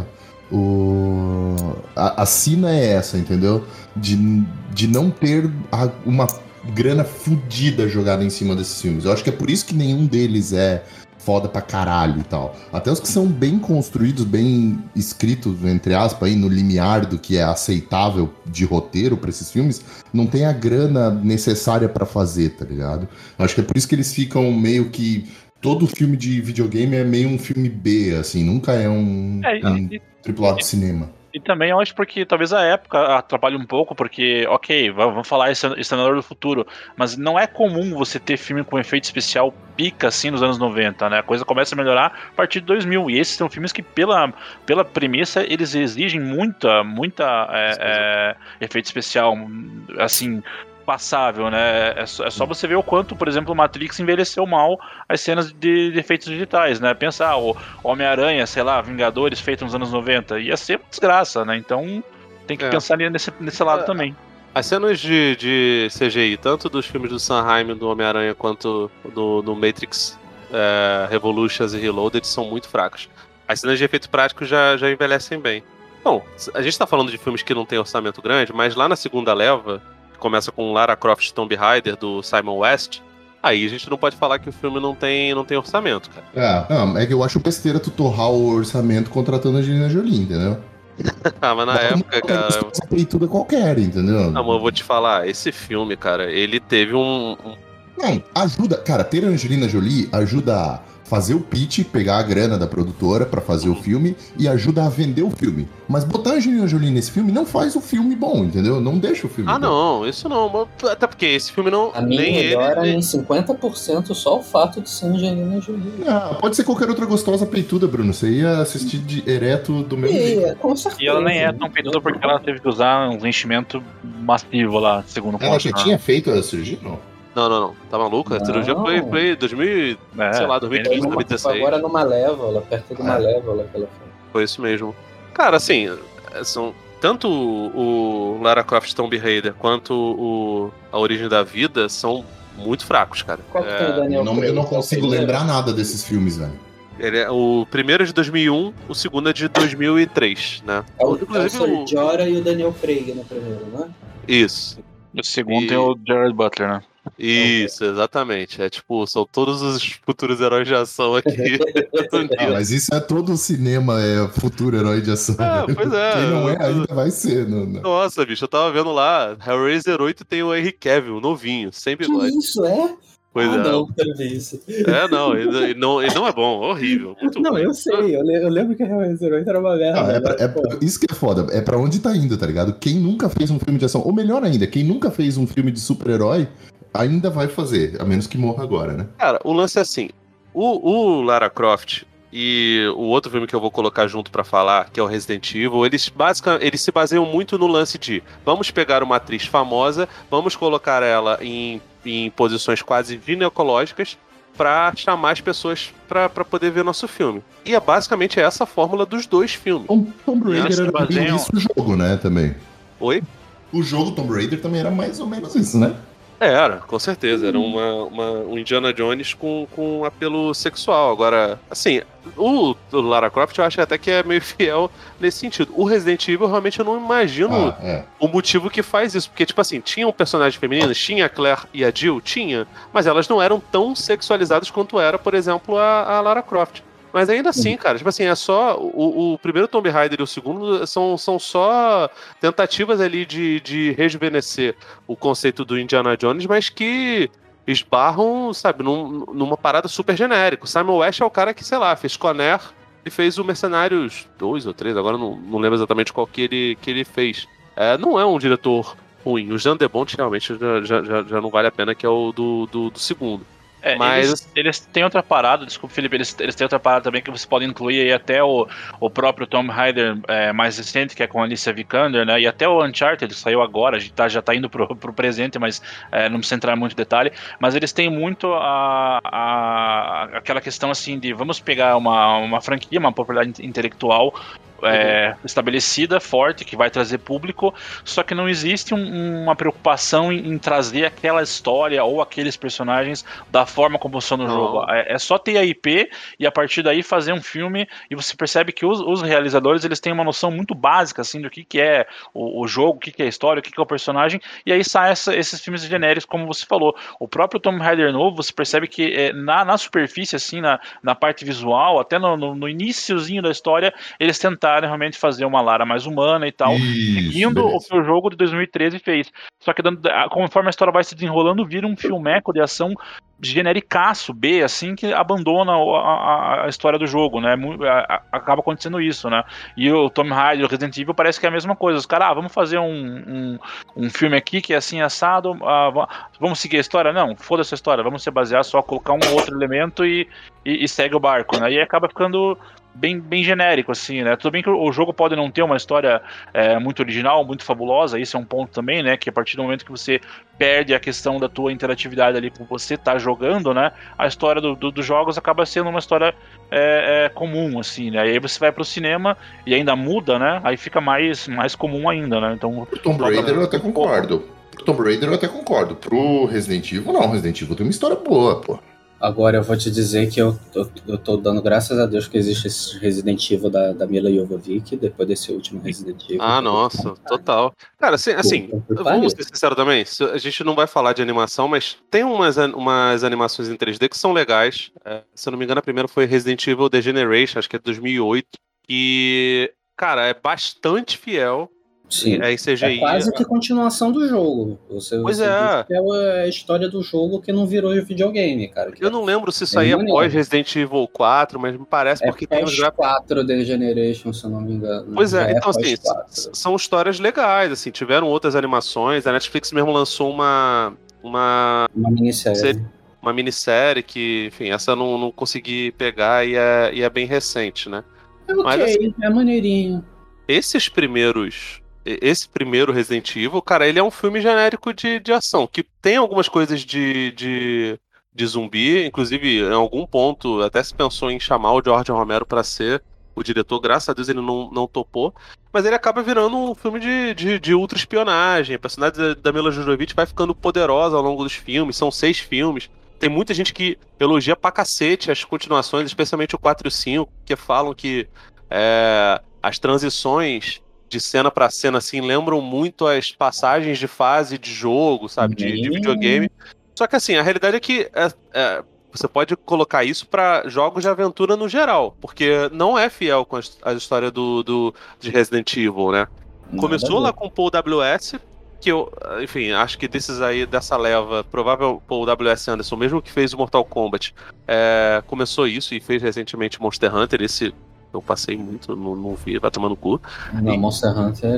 E: O... A, a sina é essa, entendeu? De, de não ter a, uma grana fodida jogada em cima desses filmes. Eu acho que é por isso que nenhum deles é foda pra caralho e tal. Até os que são bem construídos, bem escritos, entre aspas, aí, no limiar do que é aceitável de roteiro pra esses filmes, não tem a grana necessária pra fazer, tá ligado? Eu acho que é por isso que eles ficam meio que... Todo filme de videogame é meio um filme B, assim, nunca é um,
D: É,
E: um
D: e-
E: triplo A de cinema.
D: E também eu acho porque talvez a época atrapalhe um pouco, porque, ok, va- vamos falar Exterminador do Futuro, mas não é comum você ter filme com efeito especial pica assim nos anos noventa, né? A coisa começa a melhorar a partir de dois mil, e esses são filmes que, pela, pela premissa, eles exigem muita, muita é, é, efeito especial, assim, passável, né? É só, é só você ver o quanto, por exemplo, o Matrix envelheceu mal as cenas de, de efeitos digitais, né? Pensar, o Homem-Aranha, sei lá, Vingadores feito nos anos noventa, ia ser uma desgraça, né? Então tem que
B: É.
D: pensar nesse, nesse lado
B: É.
D: também.
B: As cenas de, de C G I, tanto dos filmes do Sam Raimi, do Homem-Aranha, quanto do, do Matrix é, Revolutions e Reloaded, são muito fracas. As cenas de efeito prático já, já envelhecem bem. Bom, a gente tá falando de filmes que não tem orçamento grande, mas lá na segunda leva, que começa com Lara Croft Tomb Raider, do Simon West, aí a gente não pode falar que o filme não tem, não tem orçamento, cara.
E: É, não, é que eu acho besteira tu torrar o orçamento contratando a Angelina Jolie, entendeu?
B: Ah, mas na
E: Bota uma
B: época, cara...
E: gostosa peituda qualquer, entendeu?
B: Não, mas eu vou te falar, esse filme, cara, ele teve um... um-
E: Não, ajuda, cara, ter a Angelina Jolie ajuda a fazer o pitch, pegar a grana da produtora pra fazer o filme e ajuda a vender o filme. Mas botar a Angelina Jolie nesse filme não faz o filme bom, entendeu? Não deixa o filme
B: Ah,
E: bom.
B: não, isso não. mas- Até porque esse filme não...
C: A mim
B: nem
C: melhora
B: ele...
C: em cinquenta por cento só o fato de ser Angelina Jolie.
E: Ah, pode ser qualquer outra gostosa peituda, Bruno. Você ia assistir de ereto do mesmo jeito.
C: E, com certeza.
D: E ela nem é tão peituda porque ela teve que usar um enchimento massivo lá, segundo o
E: Ela já
D: conto, né?
E: tinha feito a cirurgia? Não.
B: Não, não, não. Tá maluco? A
C: Não.
B: cirurgia foi, foi dois mil,
D: É,
B: sei lá,
C: Foi
B: dois mil e quinze,
C: numa-
B: dois mil e
C: foi
B: dezesseis.
C: agora numa Malévola, perto do
E: É.
C: Malévola que ela foi.
B: Foi isso mesmo. Cara, assim, são tanto o, o Lara Croft Tomb Raider quanto o A Origem da Vida são muito fracos, cara.
C: Qual que
B: É,
C: tem o
E: Eu
C: Daniel
E: não, eu
C: Craig?
E: não
C: É o
E: consigo
C: primeiro?
E: lembrar nada desses filmes, velho.
B: ele é, o primeiro é de dois mil e um, o segundo é de dois mil e três, né?
C: É o, é o
B: Inclusive, o...
C: Sergio e o Daniel Craig no primeiro, né?
B: Isso.
D: O segundo
B: E-
D: tem o Jared Butler, né?
B: Isso, exatamente. É tipo, são todos os futuros heróis de ação aqui.
E: Ah,
B: unidos.
E: mas isso é todo o cinema, é futuro herói de ação.
B: Ah, pois é.
E: Quem não é, ainda vai ser. Não, não.
B: Nossa, bicho, eu tava vendo lá, Hellraiser oito tem o Henry Cavill, novinho, sem
C: Que
B: bigode.
C: isso, é?
B: Pois
C: ah,
B: é.
C: não, quero ver isso.
B: É, não ele, ele não, ele não é bom, horrível. Muito
C: Não,
B: ruim.
C: eu sei, eu, le- eu lembro que a Hellraiser oito era uma merda.
E: Ah, é pra-
C: mas,
E: é
C: pô,
E: pra- isso que é foda, é pra onde tá indo, tá ligado? Quem nunca fez um filme de ação, ou melhor ainda, quem nunca fez um filme de super-herói, ainda vai fazer, a menos que morra agora, né?
B: Cara, o lance é assim: o, o Lara Croft e o outro filme que eu vou colocar junto pra falar, que é o Resident Evil, eles, basicamente, eles se baseiam muito no lance de vamos pegar uma atriz famosa, vamos colocar ela em, em posições quase ginecológicas pra chamar as pessoas pra, pra poder ver nosso filme. E é basicamente essa a fórmula dos dois filmes.
E: Tom, Tomb
D: Eles
E: Raider
D: se
E: era bem
D: baseiam-
E: isso o jogo, né, também.
B: Oi?
E: O jogo Tomb Raider também era mais ou menos isso, né?
B: Era, com certeza. Era uma, uma, um Indiana Jones com, com um apelo sexual. Agora, assim, o, o Lara Croft eu acho até que é meio fiel nesse sentido. O Resident Evil, realmente, eu não imagino
E: Ah, é.
B: o motivo que faz isso. Porque, tipo assim, tinham personagens femininas, tinha a Claire e a Jill, tinha, mas elas não eram tão sexualizadas quanto era, por exemplo, a, a Lara Croft. Mas ainda assim, cara, tipo assim, é só. O, o primeiro Tomb Raider e o segundo são, são só tentativas ali de, de rejuvenescer o conceito do Indiana Jones, mas que esbarram, sabe, num- numa parada super genérica. O Simon West é o cara que, sei lá, fez Conner e fez o Mercenários dois ou três, agora não, não lembro exatamente qual que ele, que ele fez. É, não é um diretor ruim. O Jean Debont realmente já, já, já, já não vale a pena, que é o do, do, do segundo.
D: É,
B: Mas-
D: eles, eles têm outra parada, desculpa, Felipe, eles, eles têm outra parada também que você pode incluir aí até o, o próprio Tomb Raider é, mais recente, que é com a Alicia Vikander, né? E até o Uncharted, ele saiu agora, a gente tá, já tá indo pro, pro presente, mas é, não precisa entrar em muito detalhe. Mas eles têm muito a, a, aquela questão assim de vamos pegar uma, uma franquia, uma propriedade intelectual é, estabelecida, forte, que vai trazer público, só que não existe um, uma preocupação em, em trazer aquela história ou aqueles personagens da forma como são no
B: Não.
D: jogo. É, é só ter a I P e a partir daí fazer um filme, e você percebe que os, os realizadores eles têm uma noção muito básica assim, do que, que é o, o jogo, o que, que é a história, o que, que é o personagem, e aí saem essa, esses filmes genéricos, como você falou. O próprio Tomb Raider novo, você percebe que é, na, na superfície, assim, na, na parte visual, até no, no, no iniciozinho da história, eles tentaram realmente fazer uma Lara mais humana e tal,
E: Isso,
D: seguindo o
E: beleza.
D: que o jogo de dois mil e treze fez. Só que dando- conforme a história vai se desenrolando, vira um filmeco de ação genericaço, B, assim, que abandona a, a- a história do jogo, né? Mu- a- a- Acaba acontecendo isso, né? E o Tomb Raider, o Resident Evil, parece que é a mesma coisa. Os caras, ah, vamos fazer um, um, um filme aqui que é assim, assado, ah, va- vamos seguir a história? Não, foda-se a história, vamos se basear só, colocar um outro elemento e, e, e segue o barco, né? E aí acaba ficando bem, bem genérico, assim, né? Tudo bem que o jogo pode não ter uma história é, muito original, muito fabulosa, isso é um ponto também, né? Que a partir do momento que você perde a questão da tua interatividade ali com você tá jogando, né? A história do, do- dos jogos acaba sendo uma história é, é, comum, assim, né? E aí você vai pro cinema e ainda muda, né? Aí fica mais, mais comum ainda, né? Então,
E: Pro Tomb Raider eu até concordo. Pro Tomb Raider eu até concordo. Pro Resident Evil, não. Resident Evil tem uma história boa, pô.
C: Agora eu vou te dizer que eu, eu, eu tô dando graças a Deus que existe esse Resident Evil da, da Mila Jovovich, depois desse último Resident Evil.
B: Ah, nossa, total. Cara, assim, assim
C: Pô,
B: vamos ser sinceros também, se- a gente não vai falar de animação, mas tem umas, an- umas animações em três D que são legais. É, se eu não me engano, a primeira foi Resident Evil The Generation, acho que é de dois mil e oito, que, cara, é bastante fiel.
C: Sim.
B: É em C G I.
C: É quase que continuação do jogo. Você,
B: Pois
C: você
B: é.
C: diz que é a história do jogo que não virou videogame, cara. Que
B: Eu não lembro se isso
C: é
B: aí é
C: maneiro.
B: pós Resident Evil quatro, mas me parece
C: é
B: porque tem os
C: pós
B: gráficos.
C: quatro The Generation, se eu não me engano.
B: Pois
C: Já
B: é, então
C: pós
B: assim,
C: quatro.
B: s- são histórias legais, assim, tiveram outras animações, a Netflix mesmo lançou uma, uma,
C: Uma minissérie.
B: Série- uma minissérie que, enfim, essa eu não, não consegui pegar e é, e é bem recente, né?
C: É ok,
B: Mas, assim,
C: é maneirinho.
B: Esses primeiros, e- esse primeiro Resident Evil, cara, ele é um filme genérico de, de ação, que tem algumas coisas de, de, de zumbi, inclusive em algum ponto até se pensou em chamar o George Romero pra ser o diretor, graças a Deus ele não, não topou, mas ele acaba virando um filme de, de, de ultra espionagem. A personagem da, da Mila Jovovich vai ficando poderosa ao longo dos filmes, são seis filmes. Tem muita gente que elogia pra cacete as continuações, especialmente o quatro e o cinco, que falam que é, as transições de cena pra cena assim lembram muito as passagens de fase de jogo, sabe, de, de
C: Hum.
B: videogame. Só que assim, a realidade é que é, é, você pode colocar isso pra jogos de aventura no geral, porque não é fiel com a, his- a história do, do de Resident Evil, né? Começou
C: Nada a
B: lá
C: ver.
B: com o Paul W S, que eu, enfim, acho que desses aí, dessa leva, provável Paul W S Anderson, mesmo que fez o Mortal Kombat, é, começou isso e fez recentemente Monster Hunter. Esse eu passei muito, não, não vi, vai tomar no cu.
C: Não, Monster Hunter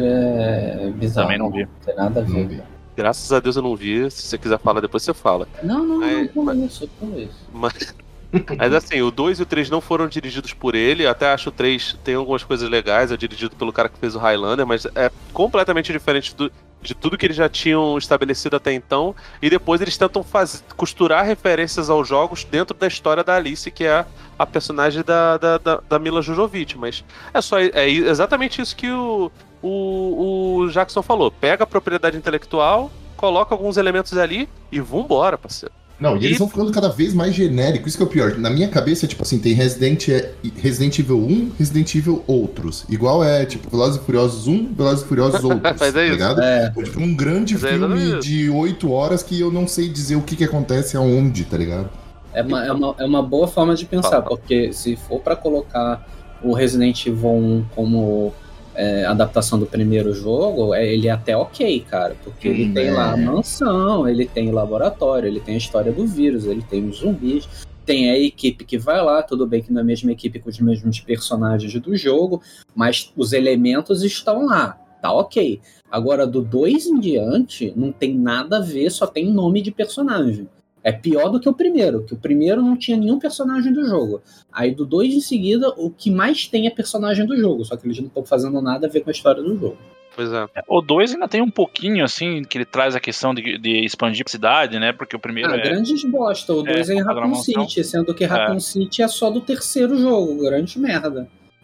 C: é bizarro.
D: Também não vi.
C: Não tem nada a ver.
E: Não vi.
B: Graças a Deus eu não vi. Se você quiser falar depois, você fala.
C: Não, não, não,
B: Mas-
C: pula isso, pula isso.
B: Mas, mas assim, o dois e o três não foram dirigidos por ele. Até acho o três tem algumas coisas legais. É dirigido pelo cara que fez o Highlander, mas é completamente diferente do, de tudo que eles já tinham estabelecido até então. E depois eles tentam faz, costurar referências aos jogos dentro da história da Alice, que é a personagem da, da, da, da Mila Jovovich. Mas é só é exatamente isso que o, o, o Jackson falou. Pega a propriedade intelectual, coloca alguns elementos ali e vambora, parceiro.
E: Não, e eles
B: E-
E: vão ficando cada vez mais genéricos, isso que é o pior. Na minha cabeça, tipo assim, tem Resident, Resident Evil um, Resident Evil outros. Igual é, tipo, Velozes e Furiosos um, Velozes e Furiosos outros,
B: Mas é
E: tá
B: isso.
E: ligado?
C: É,
E: Ou, tipo, um grande
B: Mas é
E: filme
B: exatamente
E: de oito horas que eu não sei dizer o que que acontece aonde, tá ligado?
C: é uma, é, uma, é uma boa forma de pensar,
B: Fala.
C: porque se for pra colocar o Resident Evil um como é, adaptação do primeiro jogo, é, ele é até ok, cara, porque ele
E: Hum,
C: tem lá a
E: é.
C: mansão, ele tem o laboratório, ele tem a história do vírus, ele tem os zumbis, tem a equipe que vai lá, tudo bem que não é a mesma equipe com os mesmos personagens do jogo, mas os elementos estão lá, tá ok. Agora, do dois em diante, não tem nada a ver, só tem nome de personagem. É pior do que o primeiro, que o primeiro não tinha nenhum personagem do jogo. Aí do dois em seguida, o que mais tem é personagem do jogo, só que eles não estão fazendo nada a ver com a história do jogo.
B: Pois é.
D: O dois ainda tem um pouquinho, assim, que ele traz a questão de, de expandir a cidade, né? Porque o primeiro
C: Ah,
D: é...
C: grandes bosta. O dois é, em
D: focado na
C: Raccoon
D: mansão.
C: City, sendo que Raccoon City é só do terceiro jogo. Grande merda.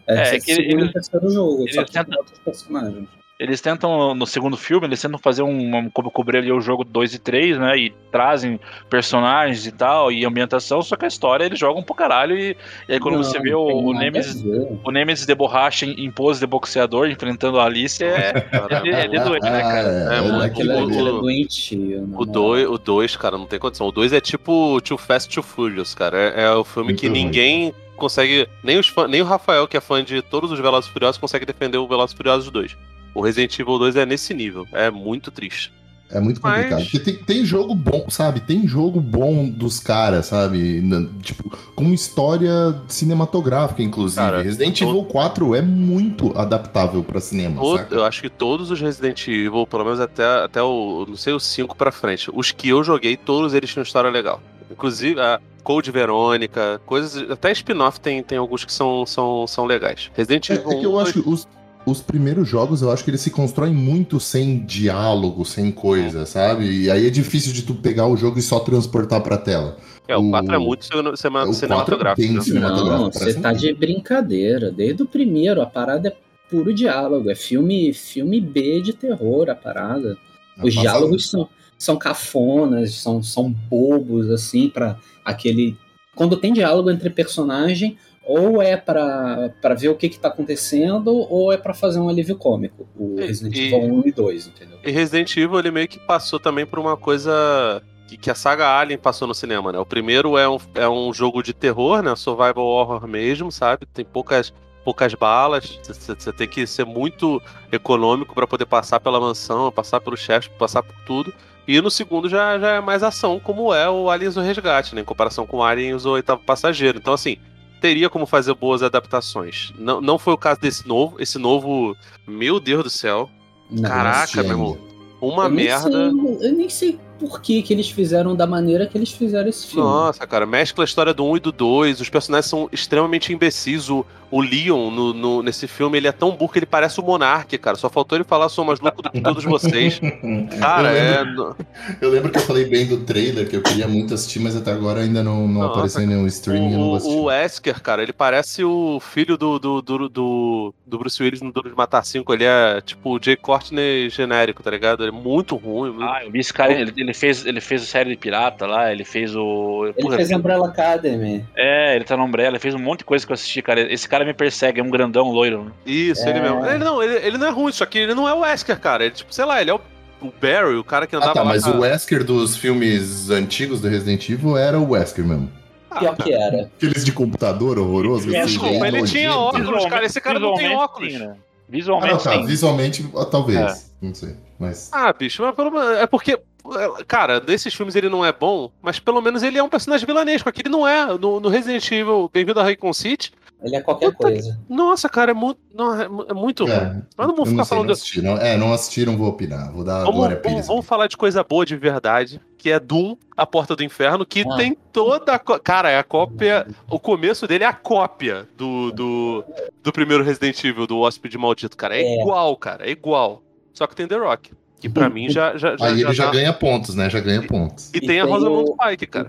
C: É,
D: É,
C: você
D: que
C: segura
D: eles-
C: no terceiro jogo,
D: eles
C: só que
D: tentam-
C: com outros personagens.
D: Eles tentam, no segundo filme, eles tentam fazer um, um como cobrir ali o jogo dois e três, né? E trazem personagens e tal, e ambientação, só que a história eles jogam pro caralho. E, e aí quando
C: Não,
D: você vê
C: não
D: o,
C: tem
D: o
C: nada a
D: Nemesis.
C: ver.
D: O Nemesis de borracha em, em pose de boxeador, enfrentando a Alice, é, é, de, é de doer, né, cara?
B: É,
E: É,
B: muito-
E: é,
C: Aquilo,
B: o-
C: aquilo é
B: o-
C: doentio. na
B: O
C: moral.
B: dois, o dois, cara, não tem condição. O dois é tipo Too Fast, Too Furious, cara. É, é o filme
E: Muito
B: que
E: ruim.
B: ninguém consegue. Nem, os fã, nem o Rafael, que é fã de todos os Velozes e Furiosos, consegue defender o Velozes e Furiosos dois. O Resident Evil dois é nesse nível. É muito triste.
E: É muito complicado.
B: Mas-
E: Porque tem, tem jogo bom, sabe? Tem jogo bom dos caras, sabe? Na- tipo, com história cinematográfica, inclusive.
B: Cara,
E: Resident
B: todo-
E: Evil quatro é muito adaptável pra cinema,
B: Todo-
E: saca?
B: eu acho que todos os Resident Evil, pelo menos até, até o, não sei, o cinco pra frente, os que eu joguei, todos eles tinham história legal. Inclusive a Code Verônica, coisas. Até spin-off tem, tem alguns que são, são, são legais. Resident
E: É,
B: Evil
E: é que eu
B: um,
E: acho que os, os primeiros jogos, eu acho que eles se constroem muito sem diálogo, sem coisa, sabe? E aí é difícil de tu pegar o jogo e só transportar pra tela.
B: É, o quatro é
E: o-
B: muito cine- cine-
E: o quatro é
B: cinematográfico.
E: bem
B: né?
E: cinematográfico.
C: Não, você
E: parece
C: tá
E: um-
C: de brincadeira. Desde o primeiro, a parada é puro diálogo. É filme, filme B de terror, a parada. Os
E: Passa-
C: diálogos são, são cafonas, são, são bobos, assim, pra aquele. Quando tem diálogo entre personagem, ou é pra, pra ver o que que tá acontecendo, ou é pra fazer um alívio cômico. O
B: E-
C: Resident
B: e-
C: Evil um e dois, entendeu?
B: E Resident Evil, ele meio que passou também por uma coisa que, que a saga Alien passou no cinema, né? O primeiro é um, é um jogo de terror, né? Survival horror mesmo, sabe? Tem poucas, poucas balas, você tem que ser muito econômico pra poder passar pela mansão, passar pelos chefes, passar por tudo. E no segundo já, já é mais ação, como é o Aliens o Resgate, né? Em comparação com o Aliens o Oitavo Passageiro. Então, assim, teria como fazer boas adaptações. Não, não foi o caso desse novo. Esse novo, meu Deus do céu.
C: Não,
B: Caraca, meu irmão. Uma
C: eu nem
B: merda.
C: sei- eu nem sei por que, que eles fizeram da maneira que eles fizeram esse filme.
B: Nossa, cara, mescla a história do um e do dois. Os personagens são extremamente imbecis. O, o Leon, no, no- nesse filme, ele é tão burro que ele parece o Monark, cara. Só faltou ele falar, sou mais louco do que todos vocês. Cara,
E: eu,
B: é.
E: lembro, eu lembro que eu falei bem do trailer, que eu queria muito assistir, mas até agora ainda não, não
B: Nossa,
E: apareceu em nenhum streaming, eu não vou assistir.
B: O, o Wesker, cara, ele parece o filho do, do, do, do, do Bruce Willis no Duro de Matar cinco. Ele é tipo o Jay Courtney genérico, tá ligado? Ele é muito ruim. muito-
D: Ah, eu vi esse cara, ele, ele fez, ele fez a série de pirata lá, ele fez o.
C: Ele
D: Porra,
C: fez Umbrella Academy.
D: É, ele tá no Umbrella, ele fez um monte de coisa que eu assisti, cara. Esse cara me persegue, é um grandão loiro. Né?
B: Isso,
C: É.
B: ele mesmo. Ele não, ele, ele não é ruim, só que ele não é o Wesker, cara. Ele, tipo, sei lá, ele é o, o Barry, o cara que andava
E: Ah, tá,
B: lá
E: mas
B: com a-
E: o Wesker dos filmes antigos do Resident Evil era o Wesker mesmo.
B: Ah,
C: Pior que era.
E: Aqueles de computador horroroso.
D: É,
E: assim,
B: desculpa,
E: bem
B: ele tinha
E: nojento.
B: óculos, cara. Esse cara não tem
D: visualmente
B: óculos.
D: sim, né?
E: Ah,
D: Visualmente
E: não, tá,
D: sim.
E: visualmente, ah, talvez. Não sei, mas...
B: Ah, bicho, mas pelo menos. É porque. Cara, desses filmes ele não é bom, mas pelo menos ele é um personagem vilanesco. Aqui ele não é. No, no Resident Evil, Bem-vindo a Raccoon City.
C: Ele é qualquer
B: Puta
C: coisa.
B: Nossa, cara, é muito. Não, é mu- é muito ruim.
E: É,
B: Mas não vou
E: eu
B: ficar
E: sei,
B: falando.
E: não assisti, não, é, não assisti, não vou opinar. Vou dar a
B: Vamos,
E: Glória
B: vamos,
E: Pires.
B: vamos falar de coisa boa de verdade, que é Doom, A Porta do Inferno, que
C: Ah.
B: tem toda a. co- Cara, é a cópia. O começo dele é a cópia do, do, do primeiro Resident Evil, do Hóspede Maldito, cara. É,
C: É.
B: igual, cara, é igual. Só que tem The Rock. Que pra mim já. já, já
E: Aí ele já
B: dá-
E: ganha pontos, né? Já ganha pontos.
B: E,
C: E
B: tem a
C: tem
B: Rosamund
C: o-
B: Pike, cara.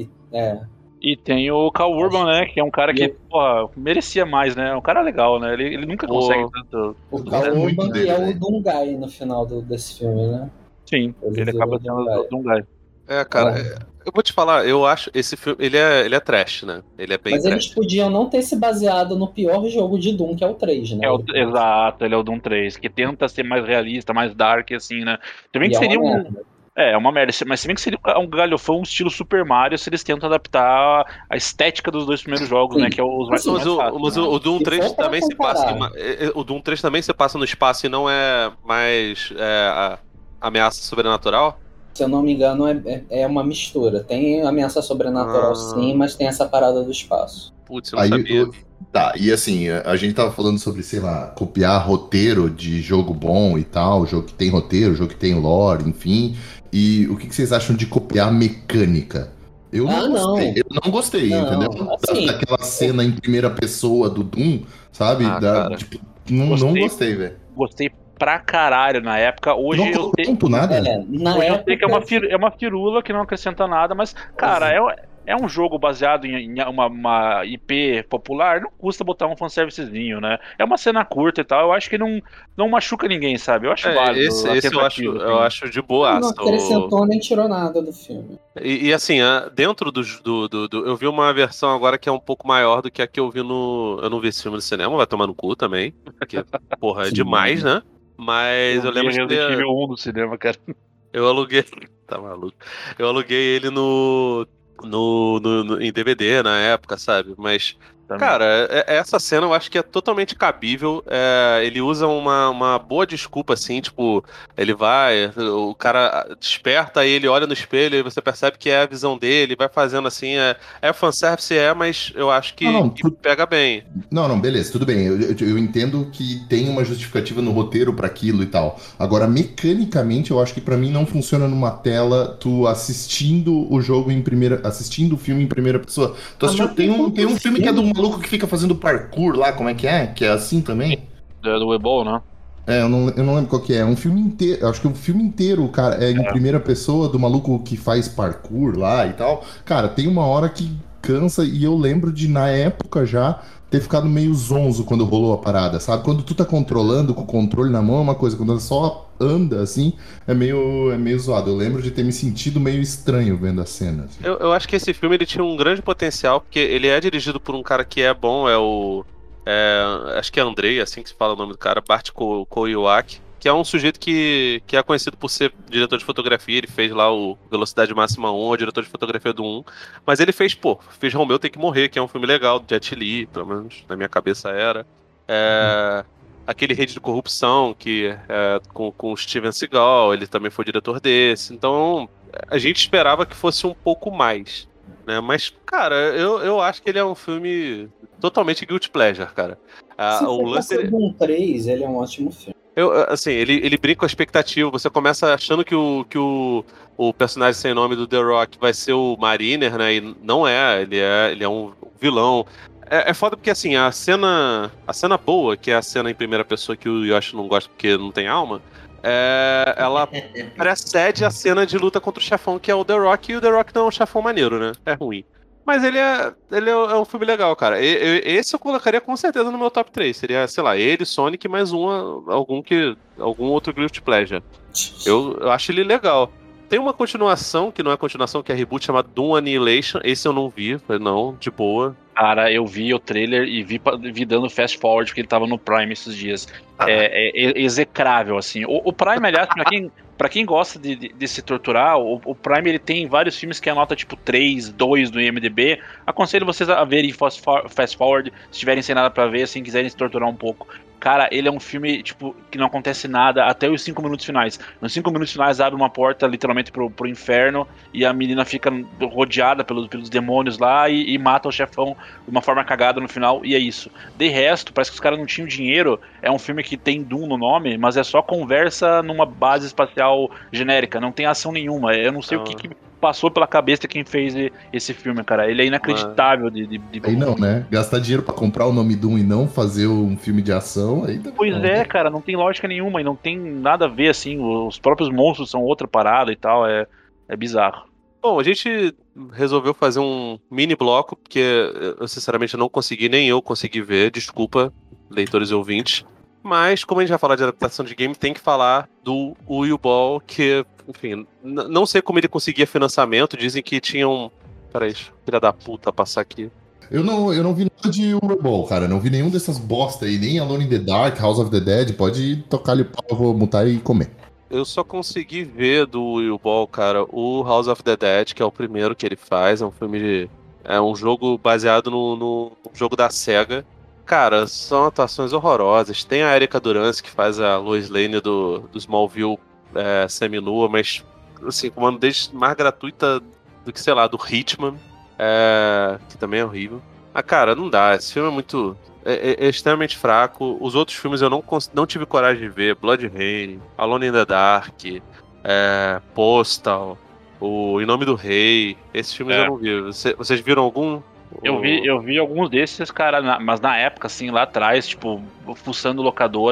C: É.
D: E tem o Carl Urban, né? Que é um cara que,
C: E-
D: porra, merecia mais, né? É um cara legal, né? Ele, ele nunca
B: Pô.
D: consegue tanto.
C: O
E: Eu
C: Carl
E: gosto muito
C: Urban
E: dele,
C: é
E: né?
C: o Dungai no final do, desse filme, né?
D: Sim,
C: Ele
D: ele
C: virou
D: acaba sendo
C: Dungai.
D: de um guy.
B: É, cara,
C: Ah.
B: é- eu vou te falar, eu acho esse filme, ele é, ele é trash, né? Ele é bem
C: Mas
B: trash.
C: eles podiam não ter se baseado no pior jogo de Doom, que é o três, né?
D: É o, exato, ele é o Doom três, que tenta ser mais realista, mais dark, assim, né? Também
C: E
D: que
C: é
D: seria
C: uma
D: um.
C: merda.
D: É, é uma merda, mas se bem que seria um galhofão estilo Super Mario se eles tentam adaptar a estética dos dois primeiros jogos,
C: Sim.
D: né? Que é os mais,
C: Assim,
B: Mas,
D: mais
B: o,
D: fáceis,
B: mas
D: né?
B: o, o Doom
C: Se
B: três
C: for pra
B: também se passa.
C: comparar.
B: em ma- é, é, O Doom três também se passa no espaço e não é mais é, a- ameaça sobrenatural?
C: Se eu não me engano, é, é- é uma mistura. Tem ameaça sobrenatural,
B: Ah.
C: sim, mas tem essa parada do espaço.
B: Putz, eu não
E: Aí,
B: sabia.
E: eu- tá, e assim, a, a gente tava falando sobre, sei lá, copiar roteiro de jogo bom e tal, jogo que tem roteiro, jogo que tem lore, enfim. E o que, que vocês acham de copiar mecânica? Eu não
C: Ah, não.
E: gostei, eu não gostei,
C: Não,
E: entendeu? Da-
C: assim-
E: Daquela cena em primeira pessoa do Doom, sabe?
B: Ah,
E: Da-
B: cara.
E: tipo, não, não
D: Gostei.
E: gostei, velho.
D: Gostei pra caralho na época. Hoje
E: Não
D: eu
E: colocou
D: sei.
E: ponto nada?
C: É, na
D: Hoje eu
C: época,
D: sei que é uma, fir- é uma firula que não acrescenta nada, mas, cara, é, é um jogo baseado em, em uma, uma I P popular, não custa botar um fanservicezinho, né? É uma cena curta e tal, eu acho que não, não machuca ninguém, sabe? Eu acho
B: É,
D: válido
B: esse,
D: a
B: esse eu acho,
D: tentativa,
B: eu
D: assim.
B: acho de boa.
C: Não acrescentou nem tirou nada do filme.
B: E, e assim, a- dentro do, do, do, do- Eu vi uma versão agora que é um pouco maior do que a que eu vi no. Eu não vi esse filme no cinema, vai tomar no cu também. Porque, porra, é
C: Sim,
B: demais, né? Mas eu,
D: Eu vi
B: lembro de
D: Resident
B: ter.
D: Evil um no cinema, cara.
B: Eu aluguei. Tá maluco. Eu aluguei ele no. No, no, no- em D V D na época, sabe? Mas.
D: Também.
B: Cara, é- é- essa cena eu acho que é totalmente cabível. É, ele usa uma, uma boa desculpa, assim, tipo, ele vai, o cara desperta, aí ele olha no espelho e você percebe que é a visão dele, vai fazendo assim, é, é fanservice, é, mas eu acho que,
E: Não, não,
B: que
E: tu-
B: pega bem.
E: Não, não, beleza, tudo bem. Eu, eu- eu entendo que tem uma justificativa no roteiro pra aquilo e tal. Agora, mecanicamente, eu acho que pra mim não funciona numa tela tu assistindo o jogo em primeira, assistindo o filme em primeira pessoa. Tu
C: Ah,
E: assistiu?
C: mas
E: Tem um,
C: tem
E: tem um
C: outro
E: filme que é do
C: filme.
E: maluco que fica fazendo parkour lá, como é que é? Que é assim também?
D: Do, do Ebol, né?
E: É, eu não, eu não lembro qual que é. É um filme inteiro. Acho que o filme inteiro, cara, é em primeira pessoa do maluco que faz parkour lá e tal. Cara, tem uma hora que cansa e eu lembro de, na época já, ter ficado meio zonzo quando rolou a parada, sabe? Quando tu tá controlando com o controle na mão é uma coisa, quando só anda assim, é meio, é meio zoado. Eu lembro de ter me sentido meio estranho vendo a cena. assim.
B: Eu, eu acho que esse filme ele tinha um grande potencial, porque ele é dirigido por um cara que é bom, é o. é, acho que é Andrei, assim que se fala o nome do cara, Bart Ko- Koyuaki, que é um sujeito que, que é conhecido por ser diretor de fotografia. Ele fez lá o Velocidade Máxima um, o diretor de fotografia do um. Mas ele fez, pô, fez Romeu Tem que Morrer, que é um filme legal, do Jet Li, pelo menos na minha cabeça era. É, aquele Rede de Corrupção, que é com, com o Steven Seagal, ele também foi diretor desse. Então, a gente esperava que fosse um pouco mais, né? Mas, cara, eu, eu acho que ele é um filme totalmente guilty pleasure, cara. Ah,
C: Se
B: o
C: for
B: lance...
C: passar de um três, ele é um ótimo filme.
B: Eu, assim, ele, ele brinca com a expectativa. Você começa achando que o, que o, o personagem sem nome do The Rock vai ser o Mariner, né? E não é, ele é, ele é um vilão. É, é foda porque, assim, a cena, a cena boa, que é a cena em primeira pessoa que o Yoshi não gosta porque não tem alma, é, ela precede a cena de luta contra o chefão, que é o The Rock, e o The Rock não é um chefão maneiro, né? É ruim. Mas ele é, ele é é um filme legal, cara. E- e- Esse eu colocaria com certeza no meu top três. Seria, sei lá, ele, Sonic, mais um, algum, que, algum outro Guilty Pleasure. Eu, eu acho ele legal. Tem uma continuação, que não é continuação, que é reboot, chamada Doom Annihilation. Esse eu não vi, falei, não, de boa.
D: Cara, eu vi o trailer e vi, pa- vi dando fast forward porque ele tava no Prime esses dias. É, é- é execrável, assim. O, o Prime, aliás, pra quem, pra quem gosta de, de- de se torturar, o, o Prime ele tem vários filmes que é nota tipo três, dois do I M D B. Aconselho vocês a verem fast for- fast forward, se tiverem sem nada pra ver, assim, quiserem se torturar um pouco. Cara, ele é um filme, tipo, que não acontece nada até os cinco minutos finais. Nos cinco minutos finais abre uma porta, literalmente, pro, pro inferno, e a menina fica rodeada pelos, pelos demônios lá e, e mata o chefão de uma forma cagada no final, e é isso. De resto, parece que os caras não tinham dinheiro. É um filme que tem Doom no nome, mas é só conversa numa base espacial genérica, não tem ação nenhuma. Eu não sei
B: Ah.
D: o que, que passou pela cabeça de quem fez e- esse filme, cara. Ele é inacreditável de, de, de-
E: Aí não, né? Gastar dinheiro pra comprar o nome Doom e não fazer um filme de ação, aí também
D: Pois
E: não,
D: é,
E: né?
D: cara, não tem lógica nenhuma e não tem nada a ver, assim. Os próprios monstros são outra parada e tal, é, é bizarro.
B: Bom, a gente resolveu fazer um mini bloco, porque eu sinceramente não consegui, nem eu consegui ver, desculpa, leitores e ouvintes. Mas, como a gente vai falar de adaptação de game, tem que falar do Uyu Ball, que, enfim, n- não sei como ele conseguia financiamento, dizem que tinham. Peraí, filha da puta, passar aqui.
E: Eu não, eu não vi nada de Urball, cara. Não vi nenhum dessas bosta aí, nem Alone in the Dark, House of the Dead. Pode tocar ali o pau, eu vou mutar e comer.
B: Eu só consegui ver do Will Ball, cara, o House of the Dead, que é o primeiro que ele faz. É um filme de. É um jogo baseado no, no jogo da SEGA. Cara, são atuações horrorosas. Tem a Erika Durance, que faz a Lois Lane do, do Smallville é, seminua, mas, assim, com uma nudez mais gratuita do que, sei lá, do Hitman, é, que também é horrível. Ah, cara, não dá. Esse filme é muito. É, é- é extremamente fraco. Os outros filmes eu não, cons- não tive coragem de ver. Blood Rain, Alone in the Dark, é, Postal, o Em Nome do Rei. Esses filmes
D: É.
B: eu não vi. Você- vocês viram algum?
D: Eu vi, eu vi alguns desses, cara, na- mas na época, assim, lá atrás, tipo, fuçando locadora,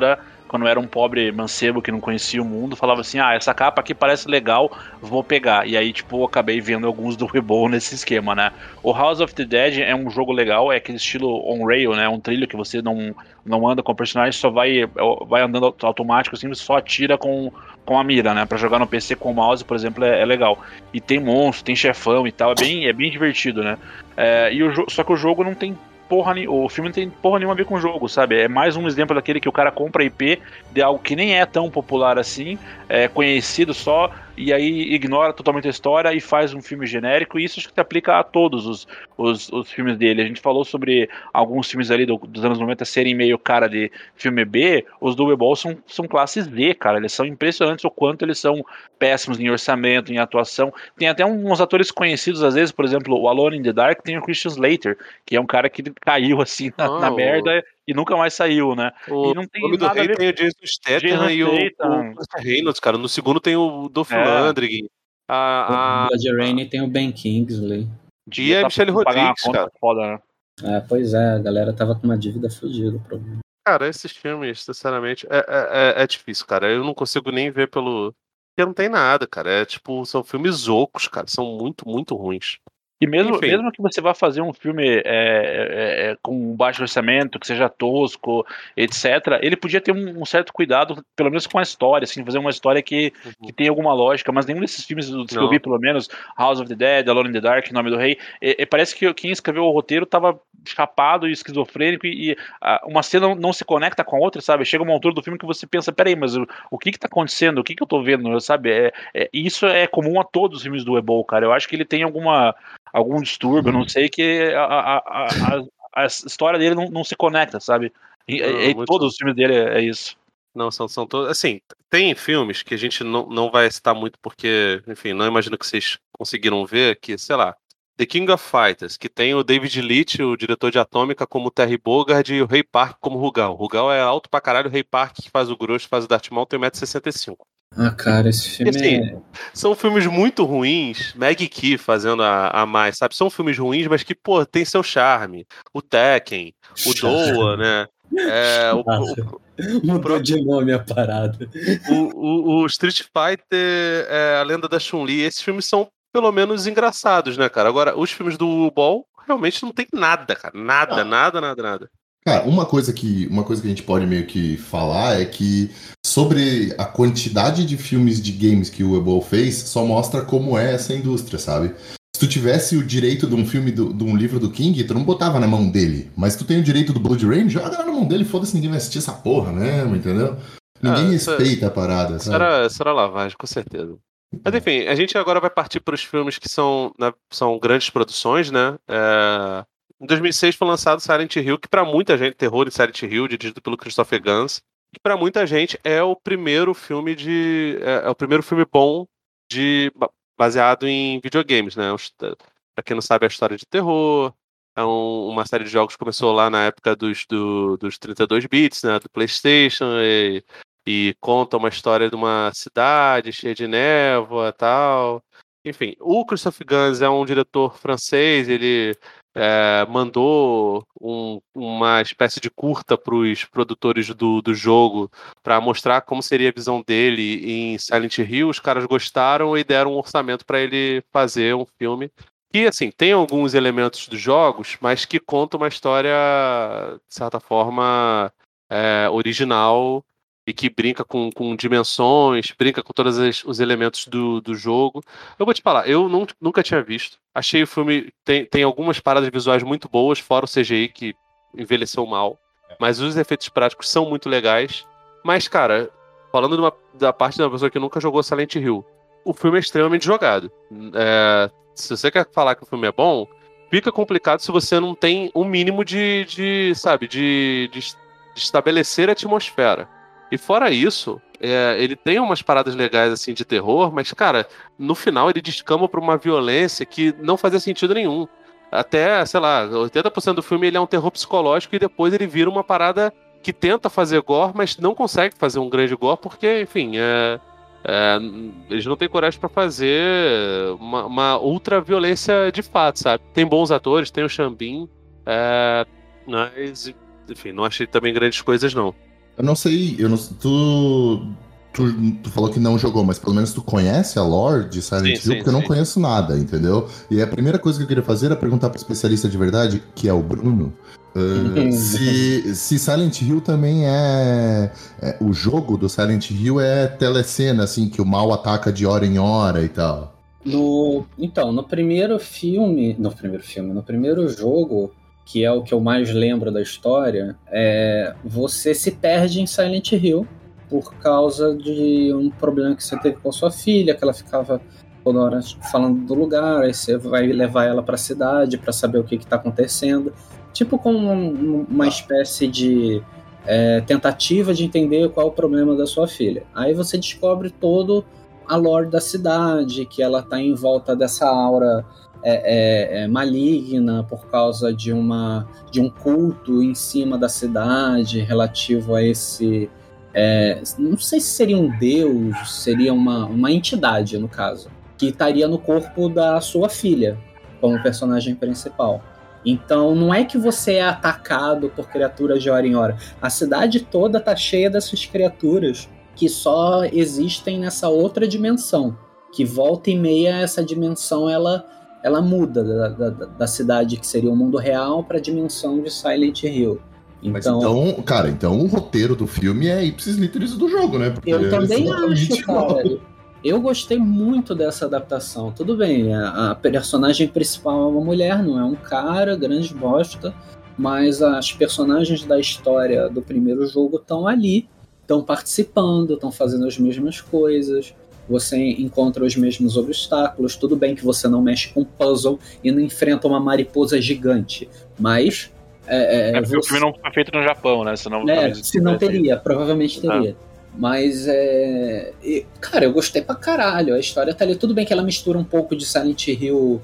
D: quando eu era um pobre mancebo que não conhecia o mundo, falava assim, ah, essa capa aqui parece legal, vou pegar. E aí, tipo, eu acabei vendo alguns do Webull nesse esquema, né? O House of the Dead é um jogo legal, é aquele estilo on-rail, né? Um trilho que você não, não anda com o personagem, só vai, vai andando automático, assim, você só atira com, com a mira, né? Pra jogar no P C com o mouse, por exemplo, é, é legal. E tem monstro, tem chefão e tal, é bem, é bem divertido, né? É, e o, só que o jogo não tem porra, o filme não tem porra nenhuma a ver com o jogo, sabe? É mais um exemplo daquele que o cara compra I P de algo que nem é tão popular assim, é conhecido só, e aí ignora totalmente a história e faz um filme genérico, e isso acho que se aplica a todos os, os, os filmes dele. A gente falou sobre alguns filmes ali do, dos anos noventa serem meio cara de filme B, os do Webull são, são classes D, cara, eles são impressionantes o quanto eles são péssimos em orçamento, em atuação. Tem até uns atores conhecidos, às vezes, por exemplo, o Alone in the Dark tem o Christian Slater, que é um cara que caiu assim na,
B: Ah,
D: na
B: o-
D: merda e nunca mais saiu, né?
B: O
D: E não tem
B: nome do
D: nada a
B: rei
D: ver
B: tem o Jason Statham
D: Jason
B: e o,
D: Statham.
B: o Christopher Reynolds, cara. No segundo tem o Dolph
D: É.
B: Lundgren. A, a,
C: Blood Rain tem o Ben Kingsley.
B: e a
D: tá
B: Michelle
D: precisando pagar uma
B: Rodrigues,
D: conta
B: cara.
D: foda, né?
C: É, pois é, a galera tava com uma dívida fodida, o problema.
B: Cara, esses filmes, sinceramente, é, é, é- é difícil, cara. Eu não consigo nem ver pelo. Porque não tem nada, cara. É tipo, são filmes ocos, cara. São muito, muito ruins.
D: E mesmo,
B: Enfim.
D: mesmo que você vá fazer um filme é, é, é, com baixo orçamento, que seja tosco, etcétera, ele podia ter um, um certo cuidado, pelo menos com a história, assim, fazer uma história que, que tenha alguma lógica, mas nenhum desses filmes dos que eu
B: Não.
D: vi, pelo menos, House of the Dead, Alone in the Dark, Nome do Rei, é, é, parece que quem escreveu o roteiro tava chapado e esquizofrênico e, e a, uma cena não, não se conecta com a outra, sabe? Chega uma altura do filme que você pensa, peraí, mas o, o que que tá acontecendo? O que que eu tô vendo, sabe? É, é, isso é comum a todos os filmes do Webull, cara. Eu acho que ele tem alguma algum distúrbio, não sei, que a, a, a, a, a história dele não, não se conecta, sabe? E,
B: Não,
D: e
B: muito-
D: todos os filmes dele é, é isso.
B: Não, são, são todos. Assim, tem filmes que a gente não, não vai citar muito porque, enfim, não imagino que vocês conseguiram ver, que, sei lá, The King of Fighters, que tem o David Leitch, o diretor de Atômica, como Terry Bogard e o Ray Park como Rugal. O Rugal é alto pra caralho, o Ray Park, que faz o grosso, faz o Darth Maul, tem um metro e sessenta e cinco.
C: Ah, cara, esse filme
B: Assim,
C: é.
B: São filmes muito ruins, Maggie Key fazendo a, a mais, sabe? São filmes ruins, mas que, pô, tem seu charme. O Tekken, o Doa, né? É, o, o,
C: Mudou de nome a parada.
B: o, o, o Street Fighter, é, a Lenda da Chun-Li, esses filmes são pelo menos engraçados, né, cara? Agora, os filmes do Ball realmente não tem nada, cara. Nada,
E: Ah.
B: nada, nada, nada.
E: Cara, uma coisa que uma coisa que a gente pode meio que falar é que sobre a quantidade de filmes de games que o Webull fez, só mostra como é essa indústria, sabe? Se tu tivesse o direito de um filme, do, de um livro do King, tu não botava na mão dele. Mas tu tem o direito do Blood Rain, joga na mão dele, foda-se, ninguém vai assistir essa porra mesmo, entendeu? Ninguém
B: Ah, isso é-
E: respeita a parada,
B: Isso
E: sabe?
B: era, isso era lavagem, com certeza. Mas enfim, a gente agora vai partir para os filmes que são, né, são grandes produções, né? É, Em dois mil e seis foi lançado Silent Hill, que para muita gente, terror em Silent Hill, dirigido pelo Christopher Gans, que para muita gente é o primeiro filme de é, é o primeiro filme bom de ba- baseado em videogames, né? Para quem não sabe, é a história de terror. É um- uma série de jogos que começou lá na época dos, do- dos trinta e dois bits, né? Do PlayStation e, e conta uma história de uma cidade cheia de névoa e tal. Enfim, o Christopher Gans é um diretor francês, ele é, mandou um- uma espécie de curta para os produtores do, do jogo para mostrar como seria a visão dele em Silent Hill. Os caras gostaram e deram um orçamento para ele fazer um filme que, assim, tem alguns elementos dos jogos, mas que conta uma história, de certa forma, é, original e que brinca com, com dimensões, brinca com todos as- os elementos do, do jogo. Eu vou te falar, eu nun- nunca tinha visto. Achei o filme, tem, tem algumas paradas visuais muito boas, fora o C G I que envelheceu mal. Mas os efeitos práticos são muito legais. Mas, cara, falando de uma- da parte de uma pessoa que nunca jogou Silent Hill, o filme é extremamente jogado. É, se você quer falar que o filme é bom, fica complicado se você não tem um mínimo de, de sabe, de, de, de estabelecer a atmosfera. E fora isso, é, ele tem umas paradas legais assim de terror, mas, cara, no final ele descamba pra uma violência que não fazia sentido nenhum. Até, sei lá, oitenta por cento do filme ele é um terror psicológico e depois ele vira uma parada que tenta fazer gore, mas não consegue fazer um grande gore porque, enfim, é, é, eles não têm coragem pra fazer uma, uma ultra violência de fato, sabe? Tem bons atores, tem o Xambin, é, mas, enfim, não achei também grandes coisas, não.
E: Eu não sei, eu não, tu, tu, tu falou que não jogou, mas pelo menos tu conhece a lore de Silent
B: Sim,
E: Hill,
B: sim,
E: porque eu não
B: sim.
E: conheço nada, entendeu? E a primeira coisa que eu queria fazer era perguntar pro especialista de verdade, que é o Bruno, uh, se, se Silent Hill também é, é... O jogo do Silent Hill é telecena, assim, que o mal ataca de hora em hora e tal.
C: No, então, no primeiro filme, no primeiro filme, no primeiro jogo, que é o que eu mais lembro da história, é, você se perde em Silent Hill por causa de um problema que você teve com a sua filha, que ela ficava toda hora falando do lugar, aí você vai levar ela para a cidade para saber o que está acontecendo, tipo como uma, uma espécie de é, tentativa de entender qual é o problema da sua filha. Aí você descobre todo a lore da cidade, que ela está em volta dessa aura é, é, é, maligna por causa de, uma, de um culto em cima da cidade relativo a esse... É, não sei se seria um deus, seria uma, uma entidade, no caso, que estaria no corpo da sua filha, como personagem principal. Então, não é que você é atacado por criaturas de hora em hora. A cidade toda está cheia dessas criaturas que só existem nessa outra dimensão, que volta e meia essa dimensão ela, ela muda da, da, da cidade que seria o mundo real para a dimensão de Silent Hill. Então,
E: Mas então, cara, então o roteiro do filme é ipsis literis do jogo, né? Porque
C: eu também
E: é
C: acho,
E: igual.
C: cara. Eu gostei muito dessa adaptação. Tudo bem, a, a personagem principal é uma mulher, não é um cara, grande bosta, mas as personagens da história do primeiro jogo estão ali, estão participando, estão fazendo as mesmas coisas, você encontra os mesmos obstáculos. Tudo bem que você não mexe com puzzle e não enfrenta uma mariposa gigante, mas... É,
D: É,
C: é,
D: porque
C: você...
D: o filme não foi feito no Japão, né? Senão,
C: é, se não teria, provavelmente teria. Ah. Mas, é... E, cara, eu gostei pra caralho. A história tá ali. Tudo bem que ela mistura um pouco de Silent Hill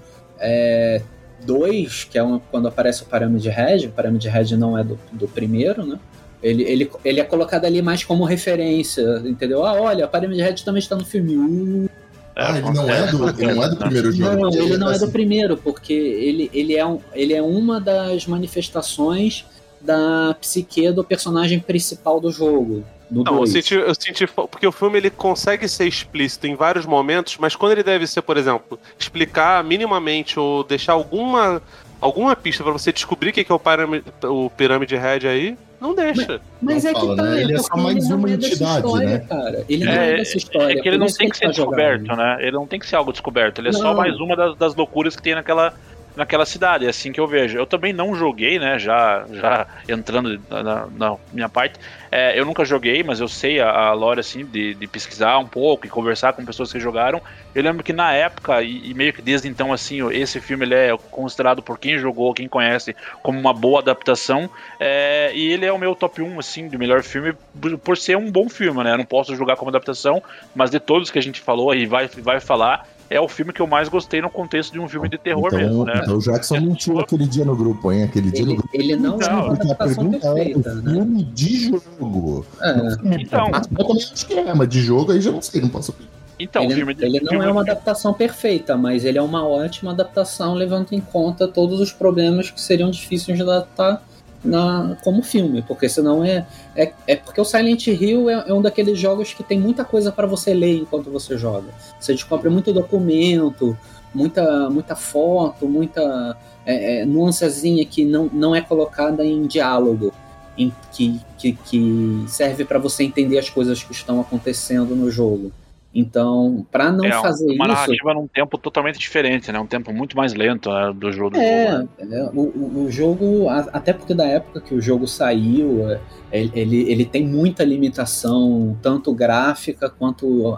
C: é, dois, que é uma, quando aparece o Pyramid Head. O Pyramid Head não é do, do primeiro, né? Ele, ele, ele é colocado ali mais como referência, entendeu? Ah, olha, o Pyramid Head também está no filme. Uh.
E: Ah, ele não é do, ele não é do primeiro jogo?
C: Não, ele não é do primeiro, porque ele, ele, é, um, ele é uma das manifestações da psique do personagem principal do jogo. Do
B: não, eu senti, eu senti. Porque o filme ele consegue ser explícito em vários momentos, mas quando ele deve ser, por exemplo, explicar minimamente ou deixar alguma, alguma pista pra você descobrir o que é o Pyramid, o Pyramid Head aí, não deixa.
C: Mas, mas
E: não
C: é
E: fala,
C: que tá,
E: né? Ele é só mais uma entidade,
C: história,
E: né?
C: Cara. Ele não
D: é,
C: é dessa história.
D: É que ele não tem que, que ser
C: tá
D: descoberto,
C: jogando.
D: né? Ele não tem que ser algo descoberto. Ele é
C: não.
D: só mais uma das, das loucuras que tem naquela, naquela cidade. É assim que eu vejo. Eu também não joguei, né? Já, já entrando na, na minha parte. É, eu nunca joguei, mas eu sei a, a lore, assim, de, de pesquisar um pouco e conversar com pessoas que jogaram. Eu lembro que na época, e, e meio que desde então, assim, esse filme ele é considerado por quem jogou, quem conhece, como uma boa adaptação. É, e ele é o meu top um, assim, de melhor filme, por, por ser um bom filme, né? Eu não posso julgar como adaptação, mas de todos que a gente falou e vai, vai falar, é o filme que eu mais gostei no contexto de um filme de terror
E: então,
D: mesmo, né?
E: Então o Jackson mentiu aquele dia no grupo, hein? Aquele dia
C: ele,
E: no grupo.
C: Ele não, não é uma adaptação perfeita, né?
E: Filme de jogo.
C: É.
D: Então,
E: eu também acho que é, mas de jogo aí já não sei, não posso...
D: Então,
C: ele,
D: o filme de,
C: ele não
D: filme
C: é uma
D: de...
C: adaptação perfeita, mas ele é uma ótima adaptação, levando em conta todos os problemas que seriam difíceis de adaptar na, como filme, porque senão é, é, é porque o Silent Hill é, é um daqueles jogos que tem muita coisa para você ler enquanto você joga. Você descobre muito documento, muita, muita foto, muita é, é, nuancezinha que não, não é colocada em diálogo, em, que, que, que serve para você entender as coisas que estão acontecendo no jogo. Então, para não
D: é,
C: fazer
D: uma
C: isso...
D: narrativa num tempo totalmente diferente, né? Um tempo muito mais lento, né, do jogo. Do
C: é,
D: jogo,
C: né? o, o, o jogo, até porque da época que o jogo saiu, ele, ele tem muita limitação, tanto gráfica quanto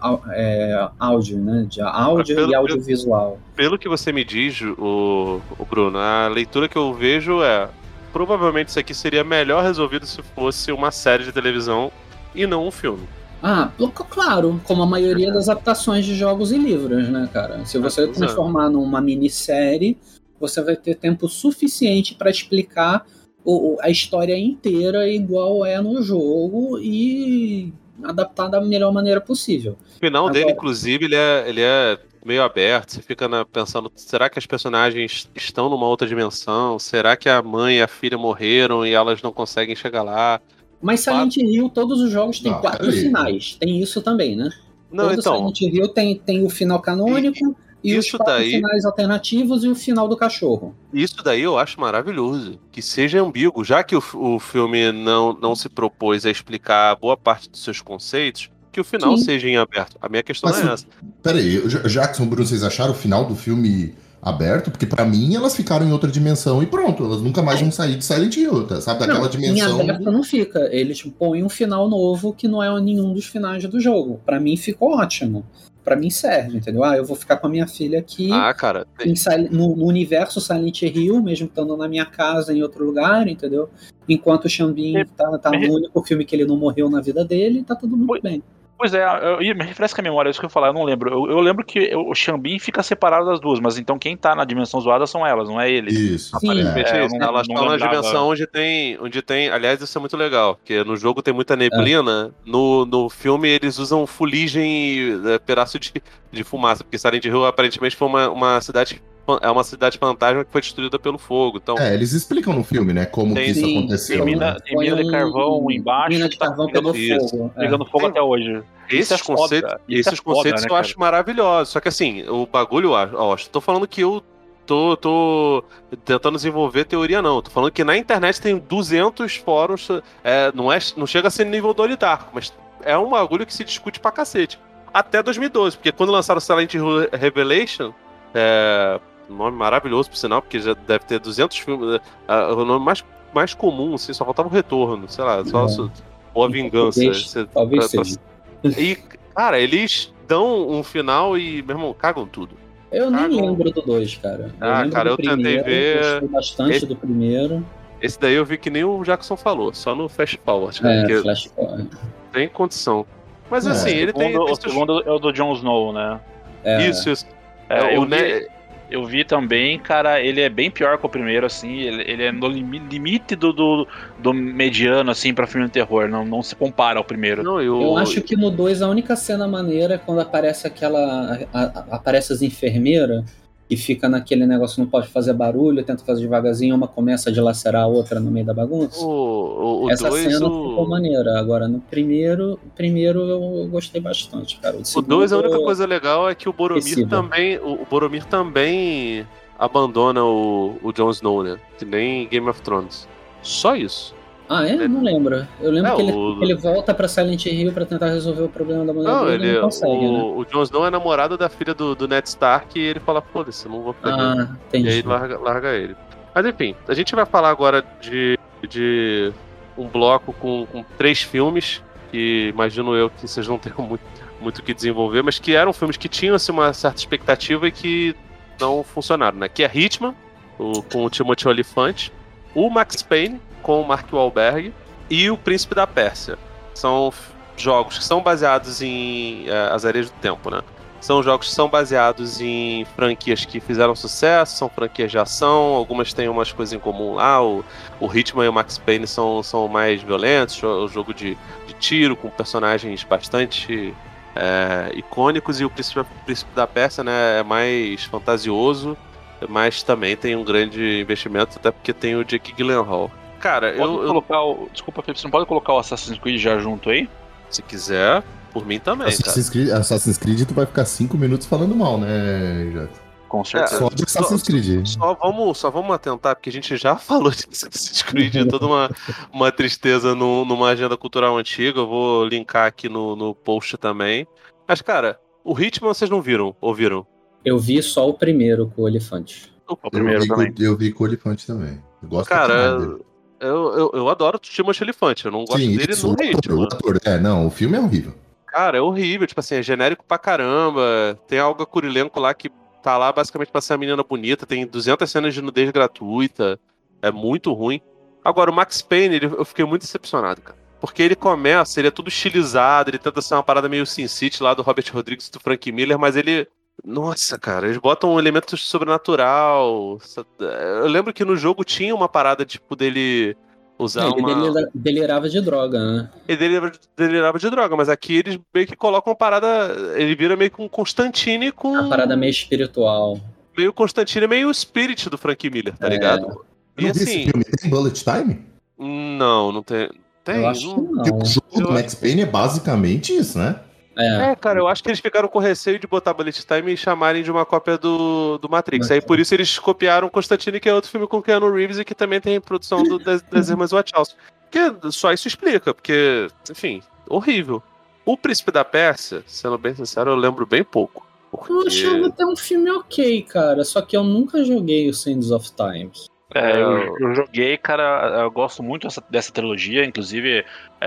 C: é, áudio, né? De áudio pelo, e audiovisual.
B: Pelo, pelo que você me diz, o, o Bruno, a leitura que eu vejo é, provavelmente isso aqui seria melhor resolvido se fosse uma série de televisão e não um filme.
C: Ah, claro, como a maioria das adaptações de jogos e livros, né, cara? Se você ah, transformar numa minissérie, você vai ter tempo suficiente para explicar o, a história inteira igual é no jogo e adaptar da melhor maneira possível.
B: O final Agora... dele, inclusive, ele é, ele é meio aberto. Você fica na, pensando, será que as personagens estão numa outra dimensão? Será que a mãe e a filha morreram e elas não conseguem chegar lá?
C: Mas Silent Hill, todos os jogos têm
E: Não,
C: quatro
E: peraí.
C: finais. Tem isso também, né?
B: Não,
C: Todo
B: então,
C: Silent Hill tem, tem o final canônico e, os
B: isso
C: quatro
B: daí-
C: finais alternativos e o final do cachorro.
B: isso daí eu acho maravilhoso. Que seja ambíguo, já que o, o filme não, não se propôs a explicar boa parte dos seus conceitos, que o final
C: Sim.
B: seja em aberto. A minha questão
E: Mas
B: não é
E: o-
B: essa.
E: Peraí, Ja- Jackson, Bruno, vocês acharam o final do filme aberto? Porque pra mim elas ficaram em outra dimensão e pronto, elas nunca mais vão sair de Silent Hill, tá? Sabe? Daquela
C: Não,
E: dimensão.
C: em aberto não fica. Eles põem um final novo que não é nenhum dos finais do jogo. Pra mim ficou ótimo. Pra mim serve, entendeu? Ah, eu vou ficar com a minha filha aqui
B: Ah, cara, tem-
C: em Sil- no, no universo Silent Hill, mesmo estando na minha casa em outro lugar, entendeu? Enquanto o Xambin tá, tá no único filme que ele não morreu na vida dele, tá tudo muito
D: Pois-
C: bem.
D: Pois é, eu, eu- me refresca a memória, é isso que eu ia falar, eu não lembro. Eu, eu lembro que o Xambin fica separado das duas, mas então quem tá na dimensão zoada são elas, não é ele.
E: Isso.
C: Sim.
E: é.
B: Aparentemente
D: É,
B: é
D: eu
B: isso.
D: não-
B: Elas
D: não
B: estão na
D: lembrava.
B: dimensão onde tem, onde tem. Aliás, isso é muito legal, porque no jogo tem muita neblina. No, no filme eles usam fuligem, é, pedaço de, de fumaça, porque Silent Hill aparentemente foi uma, uma cidade. É uma cidade fantasma que foi destruída pelo fogo. Então,
E: É, eles explicam no filme, né, como
B: Tem-
E: que isso
C: Sim,
E: aconteceu.
D: Tem
C: sim.
D: mina,
E: né?
D: tem mina de
C: Põe um-
D: carvão embaixo,
C: Mina de
D: que tá
C: carvão
D: pegando,
C: pegou
B: isso.
C: fogo. é.
D: pegando fogo
B: Tem-
D: até hoje.
B: esses
D: Isso é foda,
B: conceitos,
D: isso
B: esses
D: é foda,
B: conceitos
D: né,
B: eu
D: cara?
B: acho maravilhosos. Só que assim, o bagulho, ó, ó, tô falando que eu tô, tô tentando desenvolver teoria, não. Tô falando que na internet tem duzentos fóruns, é, não, é, não chega a ser nível do Dark, mas é um bagulho que se discute pra cacete. Até dois mil e doze, porque quando lançaram Silent Hill Revelation, é, um nome maravilhoso, por sinal, porque já deve ter duzentos filmes, é, o nome mais, mais comum, assim, só faltava o retorno, sei lá, só
C: É.
B: só- ou a vingança.
C: Talvez,
B: Você-
C: talvez
B: pra- pra-
C: seja.
B: E, cara, eles dão um final e, meu irmão, cagam tudo.
C: Eu nem
B: Ah, não.
C: lembro do dois, cara. Eu
B: Ah,
C: lembro
B: cara,
C: do
B: eu tentei
C: primeiro,
B: ver-
C: gostei bastante
B: Esse-
C: do primeiro.
B: Esse daí eu vi que nem o Jackson falou, só no Fast Forward, cara,
C: É,
B: porque
C: Flash Forward.
B: tem condição. Mas
E: É.
B: assim, ele
D: O
B: tem.
D: segundo,
B: tem
D: o
B: seus-
D: segundo é o do Jon Snow, né?
C: É,
B: Isso, isso.
D: É,
B: É,
D: eu,
B: o
D: vi,
B: ne-
D: eu vi também, cara, ele é bem pior que o primeiro, assim, ele, ele é no limi- limite do, do, do mediano, assim, pra filme de terror, não, não se compara ao primeiro.
B: Não, eu,
C: Eu acho que no dois a única cena maneira é quando aparece aquela. a- a- aparece as enfermeiras e fica naquele negócio, não pode fazer barulho, tenta fazer devagarzinho, uma começa a dilacerar a outra no meio da bagunça.
B: O, o, o
C: Essa
B: dois,
C: cena
B: o...
C: ficou maneira. Agora, no primeiro, o primeiro eu gostei bastante, cara. O
B: O dois, a
C: segundo-
B: única coisa legal é que o Boromir
C: Esquecível.
B: também. O, o Boromir também abandona o, o Jon Snow, né? Que nem Game of Thrones. Só isso.
C: Ah, é?
B: É.
C: Não lembro. Eu lembro
B: É,
C: que ele,
B: o-
C: que ele volta pra Silent Hill pra tentar resolver o problema da mulher
B: Não,
C: dele e
B: ele.
C: não consegue,
B: o,
C: né?
B: o Jon Snow é namorado da filha do, do Ned Stark e ele fala, foda-se, eu não vou ficar aqui.
C: Ah,
B: E aí
C: entendi.
B: larga, larga ele. Mas enfim, a gente vai falar agora de, de um bloco com, com três filmes, que imagino eu que vocês não tenham muito muito o que desenvolver, mas que eram filmes que tinham assim, uma certa expectativa e que não funcionaram, né? Que é Hitman, o, com o Timothée Olyphant, o Max Payne, com o Mark Wahlberg, e o Príncipe da Pérsia. São f- jogos que são baseados em é, As Areias do Tempo, né? São jogos que são baseados em franquias que fizeram sucesso, são franquias de ação, algumas têm umas coisas em comum lá, o, o Hitman e o Max Payne são, são mais violentos, o jogo de, de tiro, com personagens bastante é, icônicos, e o Príncipe, Príncipe da Pérsia, né, é mais fantasioso, mas também tem um grande investimento, até porque tem o Jake Gyllenhaal. Cara,
D: Pode
B: eu, eu-
D: colocar o. Desculpa, Felipe, você não pode colocar o Assassin's Creed já junto aí?
B: se quiser, por mim também, cara.
E: Assassin's Creed, Assassin's Creed, tu vai ficar cinco minutos falando mal, né, Jackson?
D: Com certeza.
E: Só de Assassin's Creed.
B: Só vamos, só vamos atentar, porque a gente já falou de Assassin's Creed, toda uma, uma tristeza no- numa agenda cultural antiga. Eu vou linkar aqui no, no post também. Mas, cara, o Hitman vocês não viram? Ouviram?
C: Eu vi só o primeiro com o Elefante.
D: O
E: Eu
D: primeiro
E: vi,
D: também.
E: com- eu vi com o Elefante também. Eu gosto pra
B: Cara,
E: caralho dele.
B: eu, eu, eu adoro o Timothée Olyphant, eu não gosto
E: Sim,
B: dele
E: isso,
B: no
E: o ator, o
B: Hitman.
E: ator. É, não, o filme é horrível.
B: Cara, é horrível, tipo assim, é genérico pra caramba. Tem algo Kurilenko lá que tá lá basicamente pra ser a menina bonita, tem duzentas cenas de nudez gratuita, é muito ruim. Agora, o Max Payne, ele- eu fiquei muito decepcionado, cara. Porque ele começa, ele é tudo estilizado, ele tenta ser uma parada meio Sin City lá do Robert Rodrigues e do Frank Miller, mas ele... Nossa, cara, eles botam um elemento sobrenatural. Eu lembro que no jogo tinha uma parada, tipo, dele usar
C: Ele
B: uma...
C: delira- delirava de droga, né?
B: Ele delirava, delirava de droga, mas aqui eles meio que colocam uma parada. Ele vira meio que um Constantine com.
C: Uma parada meio espiritual.
B: Meio Constantine, meio o Spirit do Frank Miller, tá
C: É.
B: ligado?
E: Eu
B: E
E: não vi
B: assim.
E: esse filme. Tem Bullet Time?
B: Não, não tem. tem?
C: Eu acho que
B: Não-
C: não.
E: O jogo do Max Payne é basicamente isso, né?
C: É,
B: É, cara, eu acho que eles ficaram com receio de botar Bullet Time e chamarem de uma cópia do, do Matrix.
C: Mas-
B: Aí por isso eles copiaram Constantine, que é outro filme com Keanu Reeves e que também tem produção do, das, das irmãs Wachowski. Porque só isso explica, porque, enfim, horrível. O Príncipe da Pérsia, sendo bem sincero, eu lembro bem pouco. Porque...
C: eu achava até um filme ok, cara. Só que eu nunca joguei o Sands of Times.
D: É,
B: É,
D: eu, eu joguei, cara, eu gosto muito dessa, dessa trilogia, inclusive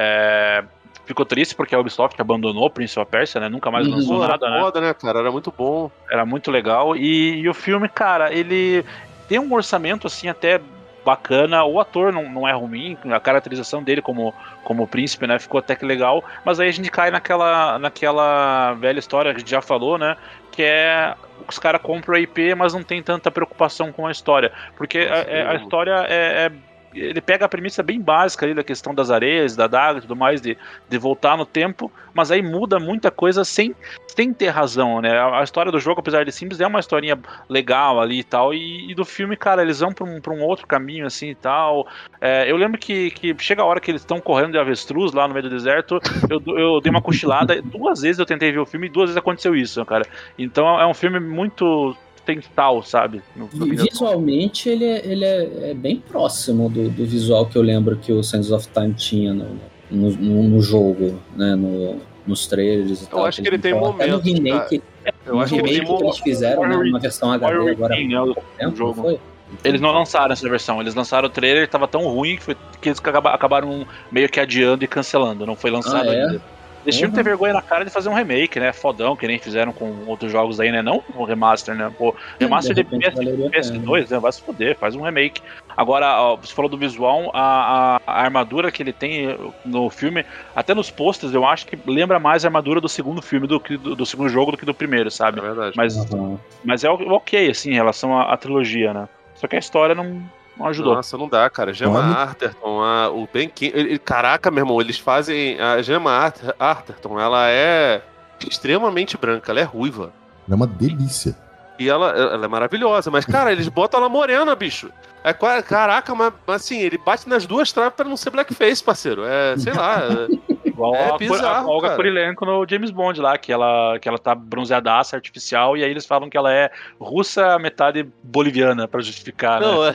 D: é, ficou triste porque a Ubisoft abandonou o Prince of Persia, né? Nunca mais
C: Uhum.
D: lançou
B: Pô, era
D: nada, né?
B: foda, né, cara? Era muito bom.
D: Era muito legal. E, e o filme, cara, ele tem um orçamento assim até bacana. O ator não, não é ruim, a caracterização dele como, como príncipe, né? Ficou até que legal. Mas aí a gente cai naquela, naquela velha história que a gente já falou, né? Que é os caras compram a I P, mas não tem tanta preocupação com a história. Porque a, é- a história é, é- ele pega a premissa bem básica ali da questão das areias, da daga e tudo mais, de, de voltar no tempo, mas aí muda muita coisa sem, sem ter razão, né? A, a história do jogo, apesar de simples, é uma historinha legal ali e tal, e, e do filme, cara, eles vão pra um, pra um outro caminho assim e tal. É, eu lembro que, que chega a hora que eles estão correndo de avestruz lá no meio do deserto, eu, eu dei uma cochilada, duas vezes eu tentei ver o filme e duas vezes aconteceu isso, cara. Então é um filme muito tental, sabe? No, no fim das
C: Visualmente, ele, é, ele é, é bem próximo do, do visual que eu lembro que o Sands of Time tinha no, no, no- no jogo, né? No, nos trailers e tal.
B: acho que ele tem
C: mostravam. Até no
B: momentos,
C: remake,
B: Eu
C: no
B: acho que ele
C: remake
B: tem
C: que eles fizeram, né? Uma versão H D
D: Warrior
C: agora
D: King, né,
C: há
D: o-
C: pouco tempo,
D: o jogo.
C: não foi?
D: Eles não lançaram essa versão, eles lançaram o trailer, tava tão ruim que, foi- que eles acaba- acabaram meio que adiando e cancelando, não foi lançado
C: Ah, é?
D: ainda. Eles tinham que ter vergonha na cara de fazer um remake, né? Fodão, que nem fizeram com outros jogos aí, né? Não um remaster, né? Pô, remaster de,
C: repente valeria a
D: P S
C: pena.
D: dois, né? Vai se fuder, faz um remake. Agora, ó, você falou do visual, a, a- a armadura que ele tem no filme, até nos posters, eu acho que lembra mais a armadura do segundo filme do que do, do segundo jogo do que do primeiro, sabe?
B: É verdade.
D: Mas,
C: Aham.
D: mas é o- ok, assim, em relação à, à trilogia, né? Só que a história não, não ajudou.
B: Nossa, não dá, cara. Gemma
E: Mano.
B: Arterton, a, o Ben King. ele- Caraca, meu irmão, eles fazem. A Gemma Arter- Arterton, ela é extremamente branca, ela é ruiva.
E: É uma delícia.
B: E ela, ela é maravilhosa, mas, cara, eles botam ela morena, bicho. É, qua- caraca, mas mas, assim, ele bate nas duas traves pra não ser blackface, parceiro. É, sei lá. é-
D: Igual
B: É
D: a,
B: bizarro,
D: a Olga
B: cara.
D: Kurilenko no James Bond lá, que ela, que ela tá bronzeadaça, artificial, e aí eles falam que ela é russa, metade boliviana, pra justificar, né?
B: Não, é.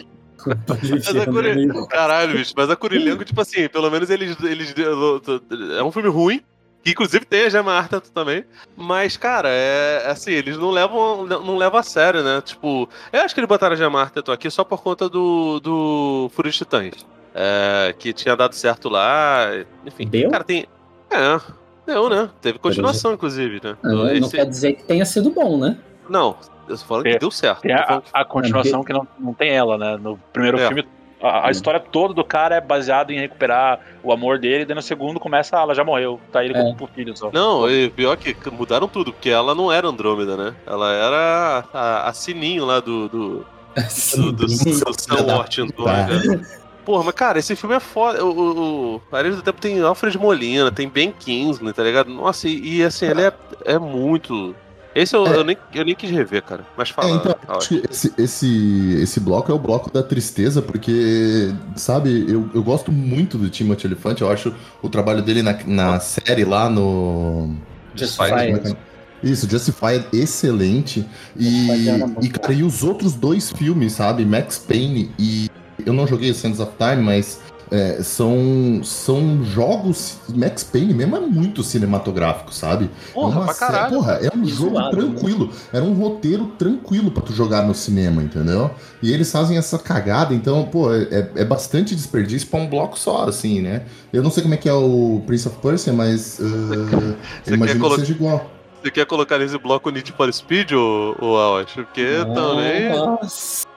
B: Mas a Curi... Caralho, bicho, mas a Kurilenko, tipo assim, pelo menos eles, eles. É um filme ruim. Que inclusive tem a Gemma Arterton também. Mas, cara, é assim, eles não levam, não levam a sério, né? Tipo, eu acho que eles botaram a Gemma Arterton aqui só por conta do, do Fúria de Titãs. É, que tinha dado certo lá. Enfim,
C: Deu?
B: cara, tem. É, deu, né? Teve continuação, inclusive, né?
C: Ah, não
B: Esse-
C: quer dizer que tenha sido bom, né?
B: Não, eu tô falando que
D: Tem-
B: deu certo.
D: Tem
B: Tô
D: a,
B: falando que-
D: a continuação que não, não tem ela, né? No primeiro
B: É.
D: filme, a, a história toda do cara é baseada em recuperar o amor dele, e daí no segundo começa, ah, ela já morreu, tá ele
C: É.
D: com o filho só.
B: Não, e pior que mudaram tudo, porque ela não era Andrômeda, né? Ela era a, a Sininho lá do. do, do, do Sam Washington,
E: Tá.
B: né? Porra, mas cara, esse filme é foda. O, o, o Areias do Tempo tem Alfred Molina, tem Ben Kingsley, tá ligado? Nossa, e, e assim, ele é, é muito. Esse eu,
E: É.
B: eu, nem, eu nem quis rever, cara. Mas fala.
E: É, então,
B: fala.
E: acho que esse, esse, esse bloco é o bloco da tristeza, porque, sabe, eu, eu gosto muito do Timothy Olyphant, eu acho o trabalho dele na, na série lá no...
C: Justified.
E: Isso, Justified, excelente. E,
C: Justified era muito
E: e, cara, e os outros dois filmes, sabe, Max Payne e... Eu não joguei Sands of Time, mas é, são, são jogos... Max Payne mesmo é muito cinematográfico, sabe?
B: Porra,
E: é uma
B: pra
E: sé-
B: caralho.
E: Porra, é um jogo
C: Zoado, né?
E: tranquilo. Era um roteiro tranquilo pra tu jogar no cinema, entendeu? E eles fazem essa cagada, então, pô, é, é bastante desperdício pra um bloco só, assim, né? Eu não sei como é que é o Prince of Persia, mas uh, eu
B: quer
E: imagino
B: colo-
E: que seja igual.
B: Você quer colocar nesse bloco Need for Speed, ou, ou Awash? Porque também.
C: Nossa.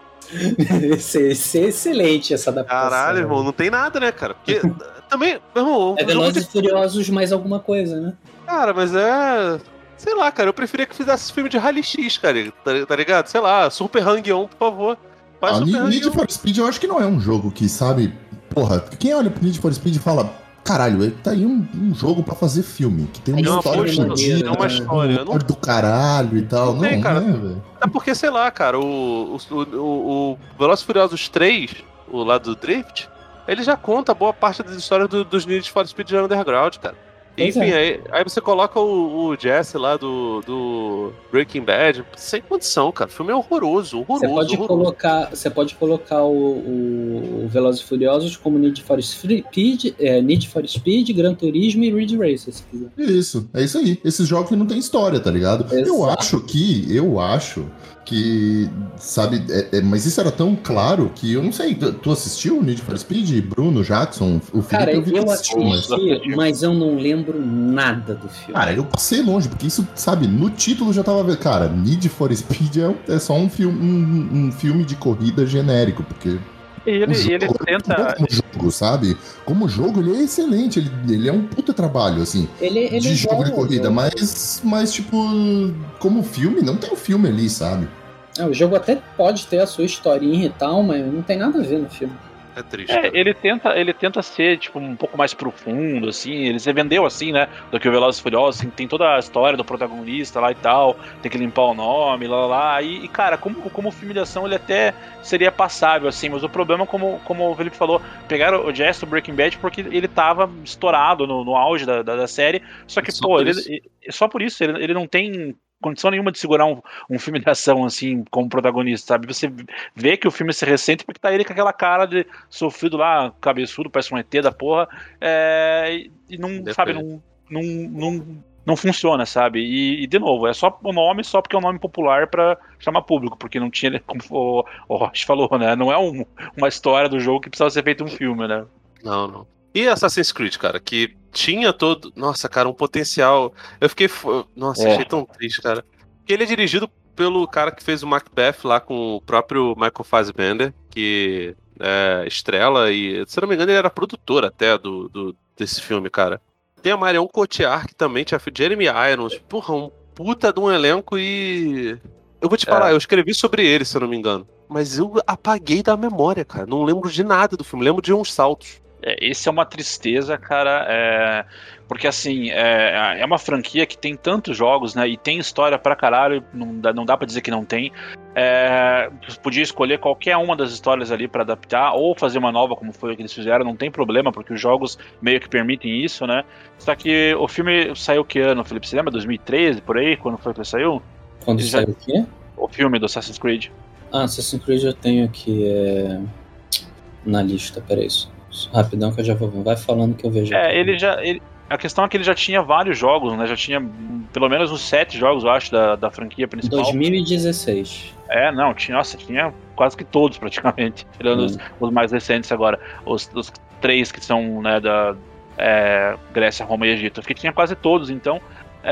C: Esse, esse é excelente essa adaptação.
B: Caralho, irmão, não tem nada, né, cara? Porque também, meu irmão,
C: É
B: o jogo
C: Velozes
B: de-
C: e Furiosos mais alguma coisa, né?
B: cara, mas é. Sei lá, cara, eu preferia que fizesse filme de Rally X, cara, tá, tá ligado? Sei lá, Super Hang-On, por favor. Faz
E: Ah,
B: Super
E: Need
B: Hang-On.
E: for Speed eu acho que não é um jogo que, sabe... Porra, quem olha pro Need for Speed e fala... Caralho, tá aí um, um jogo pra fazer filme, que tem uma
C: Tem uma
E: história
C: poxa,
E: fodida,
C: tem uma
B: história,
E: um
B: não-
E: lore do caralho e tal.
B: Não
E: Não,
B: tem,
E: não
B: cara.
E: é, velho.
B: É porque, sei lá, cara, o, o, o, o Velozes e Furiosos três, o lado do Drift, ele já conta boa parte das histórias do, dos Need for Speed Underground, cara.
C: Pois
B: Enfim,
C: é.
B: aí, aí você coloca o, o Jesse lá do, do Breaking Bad, sem condição, cara. O filme é horroroso, horroroso.
C: Você pode
B: horroroso.
C: colocar, você pode colocar o, o, o Velozes e Furiosos como Need for Speed, é, Need for Speed, Gran Turismo e Ridge Racer, se quiser.
E: Isso, é isso aí. Esses jogos que não tem história, tá ligado?
C: Exato.
E: Eu acho que, eu acho que, sabe, é, é, mas isso era tão claro que eu não sei. Tu, tu assistiu o Need for Speed, Bruno, Jackson, o Felipe?
C: Cara,
E: eu vi que
C: eu
E: assistiu, mas...
C: assisti, mas eu não lembro nada do filme.
E: Cara, eu passei longe, porque isso, sabe, no título já tava vendo. Cara, Need for Speed é, é só um filme, um, um filme de corrida genérico, porque.
D: E ele,
E: o jogo,
D: e ele tenta.
E: é como jogo, sabe? Como jogo, ele é excelente. Ele, ele é um puta trabalho, assim.
C: Ele, ele
E: de
C: é
E: jogo
C: igual,
E: de corrida,
C: né?
E: mas, mas, tipo, como filme, não tem um filme ali, sabe?
C: É, o jogo até pode ter a sua historinha e tal, mas não tem nada a ver no filme.
B: É triste,
D: É,
B: cara.
D: ele tenta, ele tenta ser, tipo, um pouco mais profundo, assim, ele se vendeu assim, né, do que o Velozes e Furiosos, assim, tem toda a história do protagonista lá e tal, tem que limpar o nome, lá, lá, lá, e, e cara, como, como filme de ação ele até seria passável, assim, mas o problema, como, como o Felipe falou, pegaram o Jesse do Breaking Bad porque ele tava estourado no, no auge da, da, da série, só que,
B: Só
D: pô,
B: por
D: ele,
B: isso.
D: ele- só por isso, ele, ele não tem condição nenhuma de segurar um, um filme de ação, assim, como protagonista, sabe? Você vê que o filme se ressente porque tá ele com aquela cara de sofrido lá, cabeçudo, parece um E T da porra, é, e- e não,
B: Depende.
D: sabe, não, não, não, não funciona, sabe? E, e, de novo, é só o nome, só porque é um nome popular pra chamar público, porque não tinha, como o, o Roche falou, né? Não é um, uma história do jogo que precisava ser feito um filme, né?
B: Não, não. E Assassin's Creed, cara, que tinha todo. Nossa, cara, um potencial. Eu fiquei. fo- Nossa,
D: É.
B: achei tão triste, cara. Porque ele é dirigido pelo cara que fez o Macbeth lá com o próprio Michael Fassbender, que é estrela e, se eu não me engano, ele era produtor até do, do- desse filme, cara. Tem a Marion Cotillard, que também tinha feito Jeremy Irons. Porra, um puta de um elenco e. Eu vou te falar,
D: É.
B: eu escrevi sobre ele, se eu não me engano. Mas eu apaguei da memória, cara. Não lembro de nada do filme, lembro de uns saltos.
D: É, esse é uma tristeza, cara, é, porque assim, é, é uma franquia que tem tantos jogos, né, e tem história pra caralho, não dá, não dá pra dizer que não tem. É, você podia escolher qualquer uma das histórias ali pra adaptar, ou fazer uma nova, como foi o que eles fizeram, não tem problema, porque os jogos meio que permitem isso, né. Só que o filme saiu que ano, Felipe? Você lembra? dois mil e treze, por aí? Quando foi que ele saiu?
C: Quando
D: Ele já-
C: saiu o quê?
D: O filme do Assassin's Creed.
C: Ah, Assassin's Creed eu tenho aqui é... na lista, peraí. Só- só Rapidão que eu já vou. Vai falando que eu vejo.
D: É,
C: aqui.
D: ele já. Ele, a questão é que ele já tinha vários jogos, né? Já tinha hum, pelo menos uns sete jogos, eu acho, da, da franquia principal.
C: dois mil e dezesseis.
D: É, não, tinha, nossa, tinha quase que todos praticamente, tirando
C: Hum.
D: os, os mais recentes agora. Os, os três que são, né, da é, Grécia, Roma e Egito. Porque tinha quase todos, então.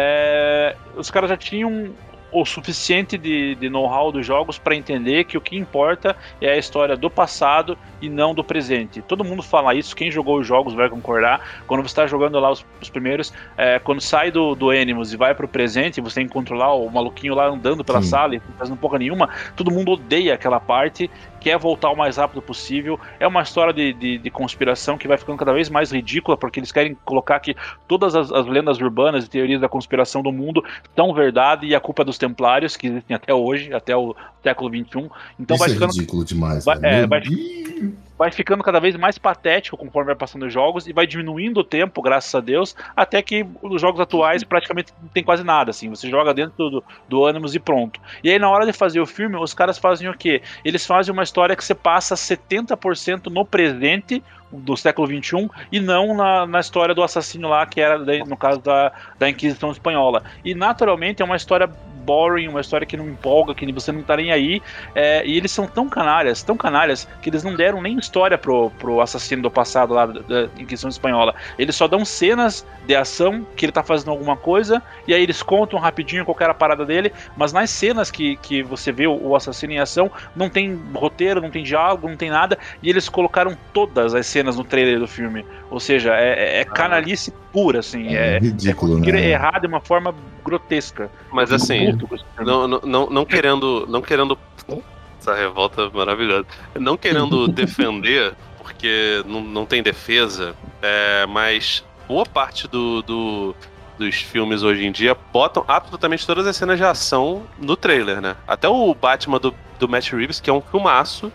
D: É, os caras já tinham o suficiente de, de know-how dos jogos para entender que o que importa é a história do passado e não do presente. Todo mundo fala isso, quem jogou os jogos vai concordar. Quando você está jogando lá os, os primeiros, é, quando sai do, do Animus e vai pro presente, você tem que controlar o maluquinho lá andando pela
E: Sim.
D: sala e fazendo porra nenhuma, todo mundo odeia aquela parte, quer voltar o mais rápido possível. É uma história de, de, de conspiração que vai ficando cada vez mais ridícula, porque eles querem colocar que todas as, as lendas urbanas e teorias da conspiração do mundo são verdade e a culpa é dos templários, que existem até hoje, até o século vinte e um. Então
E: Isso
D: vai
E: é
D: ficando,
E: ridículo demais,
D: vai-
E: velho.
D: é,
E: Meu
D: vai-
E: Deus.
D: vai ficando cada vez mais patético conforme vai passando os jogos e vai diminuindo o tempo, graças a Deus, até que os jogos atuais praticamente não tem quase nada, assim, você joga dentro do, do Animus e pronto. E aí na hora de fazer o filme, os caras fazem o quê? Eles fazem uma história que você passa setenta por cento no presente do século vinte e um e não na, na história do assassino lá, que era da- no caso da, da Inquisição Espanhola. E naturalmente é uma história boring, uma história que não empolga, que você não tá nem aí, é, e eles são tão canalhas, tão canalhas, que eles não deram nem história pro, pro assassino do passado lá da, da Inquisição Espanhola. Eles só dão cenas de ação, que ele tá fazendo alguma coisa, e aí eles contam rapidinho qual que era a parada dele, mas nas cenas que, que você vê o, o assassino em ação, não tem roteiro, não tem diálogo, não tem nada, e eles colocaram todas as cenas no trailer do filme. Ou seja, é, é canalice pura, assim,
E: É,
D: é,
E: ridículo,
D: conseguir
E: né?
D: errar de uma forma grotesca.
B: Mas
D: Eu fico
B: assim,
D: puto com esse filme.
B: não, não, não, não querendo. Não querendo. Essa revolta maravilhosa. Não querendo defender, porque não, não tem defesa, é, mas boa parte do, do- dos filmes hoje em dia botam absolutamente todas as cenas de ação no trailer, né? Até o Batman do, do Matt Reeves, que é um filmaço,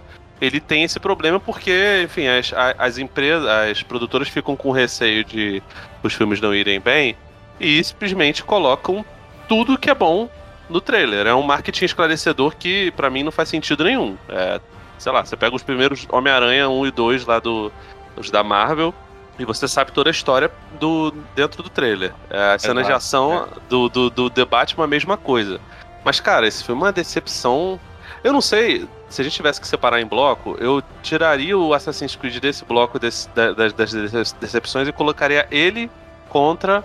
B: ele tem esse problema porque, enfim, as, as empresas, as produtoras ficam com receio de os filmes não irem bem e simplesmente colocam tudo que é bom no trailer. É um marketing esclarecedor que, pra mim, não faz sentido nenhum. É, sei lá, você pega os primeiros Homem-Aranha um e dois lá do, dos da Marvel e você sabe toda a história do, dentro do trailer. É, a cena
D: Exato,
B: de ação
D: é.
B: do, do, do The Batman, a mesma coisa. Mas, cara, esse filme é uma decepção. Eu não sei, se a gente tivesse que separar em bloco, eu tiraria o Assassin's Creed desse bloco desse, das, das decepções e colocaria ele contra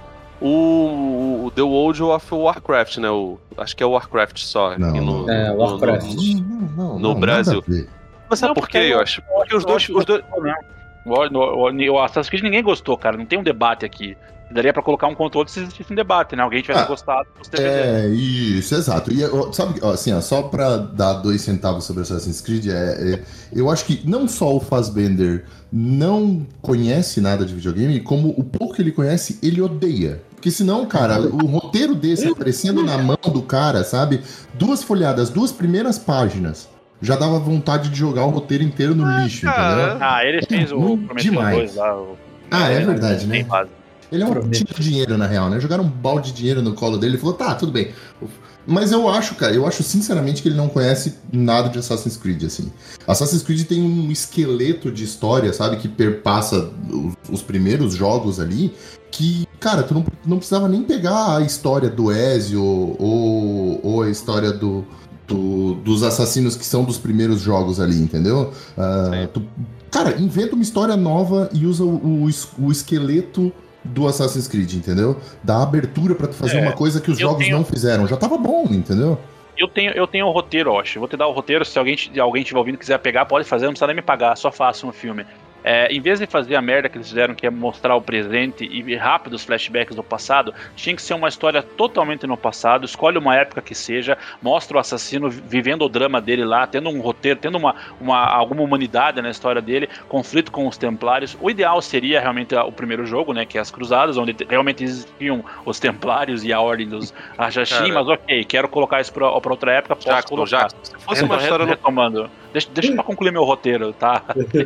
B: o, o The World of Warcraft, né? O, acho que é o Warcraft só.
E: Não,
B: aqui no,
E: não.
C: É,
B: no-
C: Warcraft.
B: no-
E: Não, não,
B: no
E: não, nada
B: Brasil.
E: a ver.
B: Mas sabe
D: Não,
B: por quê,
D: porque
B: eu acho? Porque os dois, os dois,
D: O, o, o, o Assassin's Creed ninguém gostou, cara. Não tem um debate aqui. Daria pra colocar um contra o outro se existisse um debate, né? Alguém tivesse
E: Ah,
D: gostado, você deveria.
E: É, isso, exato. E ó, sabe, ó, assim, ó, só pra dar dois centavos sobre Assassin's Creed, é, é, eu acho que não só o Fassbender não conhece nada de videogame, como o pouco que ele conhece, ele odeia. Porque senão, cara, o roteiro desse aparecendo na mão do cara, sabe? Duas folhadas, duas primeiras páginas, já dava vontade de jogar o roteiro inteiro no lixo,
B: cara.
E: entendeu?
D: Ah, ele fez o
E: Hum,
D: Prometheus
E: demais.
D: dois lá. O...
E: Ah, é verdade,
D: Tem
E: né?
D: base.
E: Ele é um
C: Prometo.
E: tipo de dinheiro, na real, né? Jogaram um balde de dinheiro no colo dele e falou, tá, tudo bem. Mas eu acho, cara, eu acho sinceramente que ele não conhece nada de Assassin's Creed, assim. Assassin's Creed tem um esqueleto de história, sabe, que perpassa os, os primeiros jogos ali, que, cara, tu não, não precisava nem pegar a história do Ezio ou, ou a história do, do- dos assassinos que são dos primeiros jogos ali, entendeu? Ah,
B: Sim.
E: tu- cara, inventa uma história nova e usa o, o es- o esqueleto do Assassin's Creed, entendeu? Dá abertura pra tu fazer
D: É,
E: uma coisa que os
D: eu
E: jogos
D: tenho-
E: não fizeram. Já tava bom, entendeu?
D: Eu tenho, eu tenho o roteiro, Osh. Vou te dar o roteiro. Se alguém, se alguém estiver ouvindo e quiser pegar, pode fazer. Não precisa nem me pagar, só faça um filme. É, em vez de fazer a merda que eles fizeram, que é mostrar o presente e ver rápidos flashbacks do passado, tinha que ser uma história totalmente no passado. Escolhe uma época que seja, mostra o assassino vivendo o drama dele lá, tendo um roteiro, tendo uma, uma, alguma humanidade na história dele, conflito com os templários. O ideal seria realmente o primeiro jogo, né, que é as Cruzadas, onde realmente existiam os templários e a ordem dos Rajashim,
B: Cara.
D: mas ok, quero colocar isso pra, pra outra época, posso
B: Jackson,
D: colocar.
B: Jackson, se fosse uma história no
D: Retomando. Deixa, deixa eu só concluir meu roteiro, tá?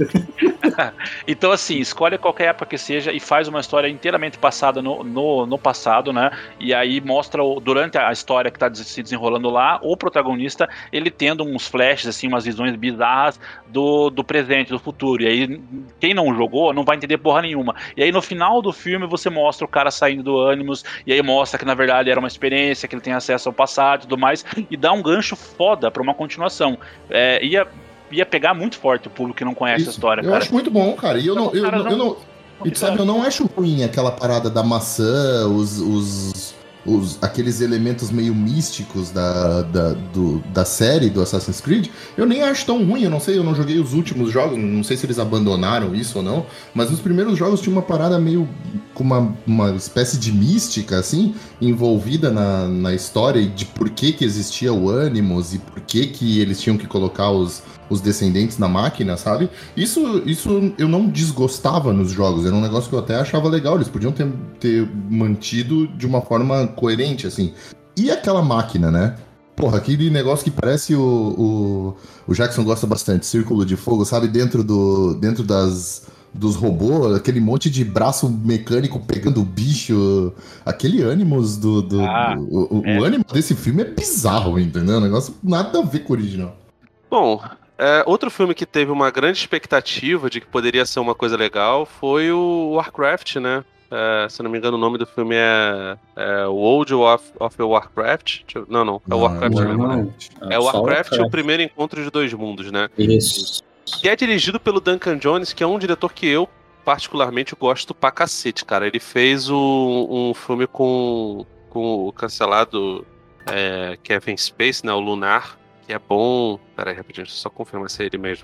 D: Então, assim, escolhe qualquer época que seja e faz uma história inteiramente passada no, no, no passado, né? E aí mostra, o, durante a história que tá se desenrolando lá, o protagonista, ele tendo uns flashes, assim, umas visões bizarras do, do presente, do futuro. E aí, quem não jogou não vai entender porra nenhuma. E aí, no final do filme, você mostra o cara saindo do Animus, e aí mostra que, na verdade, era uma experiência, que ele tem acesso ao passado e tudo mais, e dá um gancho foda pra uma continuação. É, ia... ia pegar muito forte o público que não conhece
E: Isso.
D: a história,
E: Eu
D: eu
E: acho muito bom, cara. E eu não. Eu,
D: Cara,
E: não, eu não e tu sabe, eu não acho ruim aquela parada da maçã, os. os, os aqueles elementos meio místicos da, da, do, da série do Assassin's Creed. Eu nem acho tão ruim, eu não sei, eu não joguei os últimos jogos, não sei se eles abandonaram isso ou não, mas nos primeiros jogos tinha uma parada meio. Com uma, uma espécie de mística, assim, envolvida na, na história e de por que que existia o Animus e por que que eles tinham que colocar os, os descendentes na máquina, sabe? Isso, isso eu não desgostava nos jogos, era um negócio que eu até achava legal, eles podiam ter, ter mantido de uma forma coerente, assim. E aquela máquina, né? Porra, aquele negócio que parece o, o, o Jackson gosta bastante, círculo de fogo, sabe? Dentro, do, dentro das... dos robôs, aquele monte de braço mecânico pegando o bicho, aquele Animus do... do,
D: Ah,
E: do o o
D: é.
E: Animus desse filme é bizarro, entendeu? Um negócio nada a ver com o original.
B: Bom, é, outro filme que teve uma grande expectativa de que poderia ser uma coisa legal foi o Warcraft, né? É, se não me engano, o nome do filme é, é World of, of Warcraft. Deixa eu- Não, não, é o Warcraft
E: não,
B: mesmo, né?
C: Não,
B: É o
C: só
B: Warcraft, o primeiro encontro de dois mundos, né?
C: Isso.
B: Que é dirigido pelo Duncan Jones, que é um diretor que eu particularmente gosto pra cacete, cara. Ele fez o, um filme com, com o cancelado é, Kevin Spacey, né? O Lunar, que é bom. Pera aí, rapidinho, deixa eu só confirmar se é ele mesmo.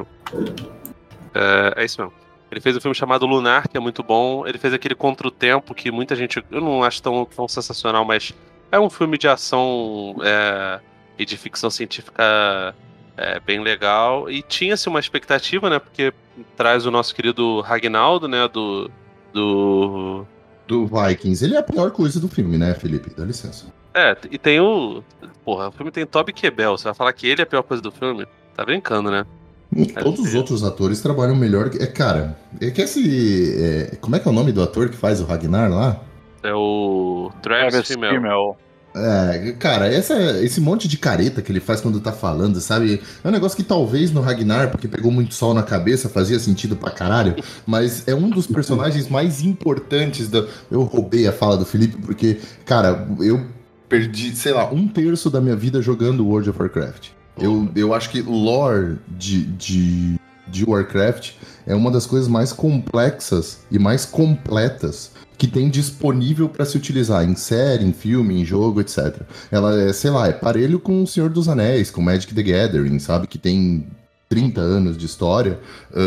B: É, é isso mesmo. Ele fez um filme chamado Lunar, que é muito bom. Ele fez aquele Contra o Tempo, que muita gente... Eu não acho tão, tão sensacional, mas é um filme de ação é, e de ficção científica é, bem legal. E tinha-se uma expectativa, né? Porque traz o nosso querido Ragnaldo, né? Do... do...
E: Do Vikings. Ele é a pior coisa do filme, né, Felipe? Dá licença.
B: É, e tem o... Porra, o filme tem Toby Kebbell. Você vai falar que ele é a pior coisa do filme? Tá brincando, né?
E: Todos os outros atores trabalham melhor. que- É, cara, é que esse. é, como é que é o nome do ator que faz o Ragnar lá?
B: É o Travis
D: Travis
B: Fimmel.
D: Fimmel.
E: É, cara, essa, esse monte de careta que ele faz quando tá falando, sabe? É um negócio que talvez no Ragnar, porque pegou muito sol na cabeça, fazia sentido pra caralho, mas é um dos personagens mais importantes da. Eu roubei a fala do Felipe, porque, cara, eu perdi, sei lá, um terço da minha vida jogando World of Warcraft. Eu, eu acho que lore de, de, de Warcraft é uma das coisas mais complexas e mais completas que tem disponível para se utilizar em série, em filme, em jogo, etcétera. Ela é, sei lá, é parelho com o Senhor dos Anéis, com Magic the Gathering, sabe? Que tem trinta anos de história.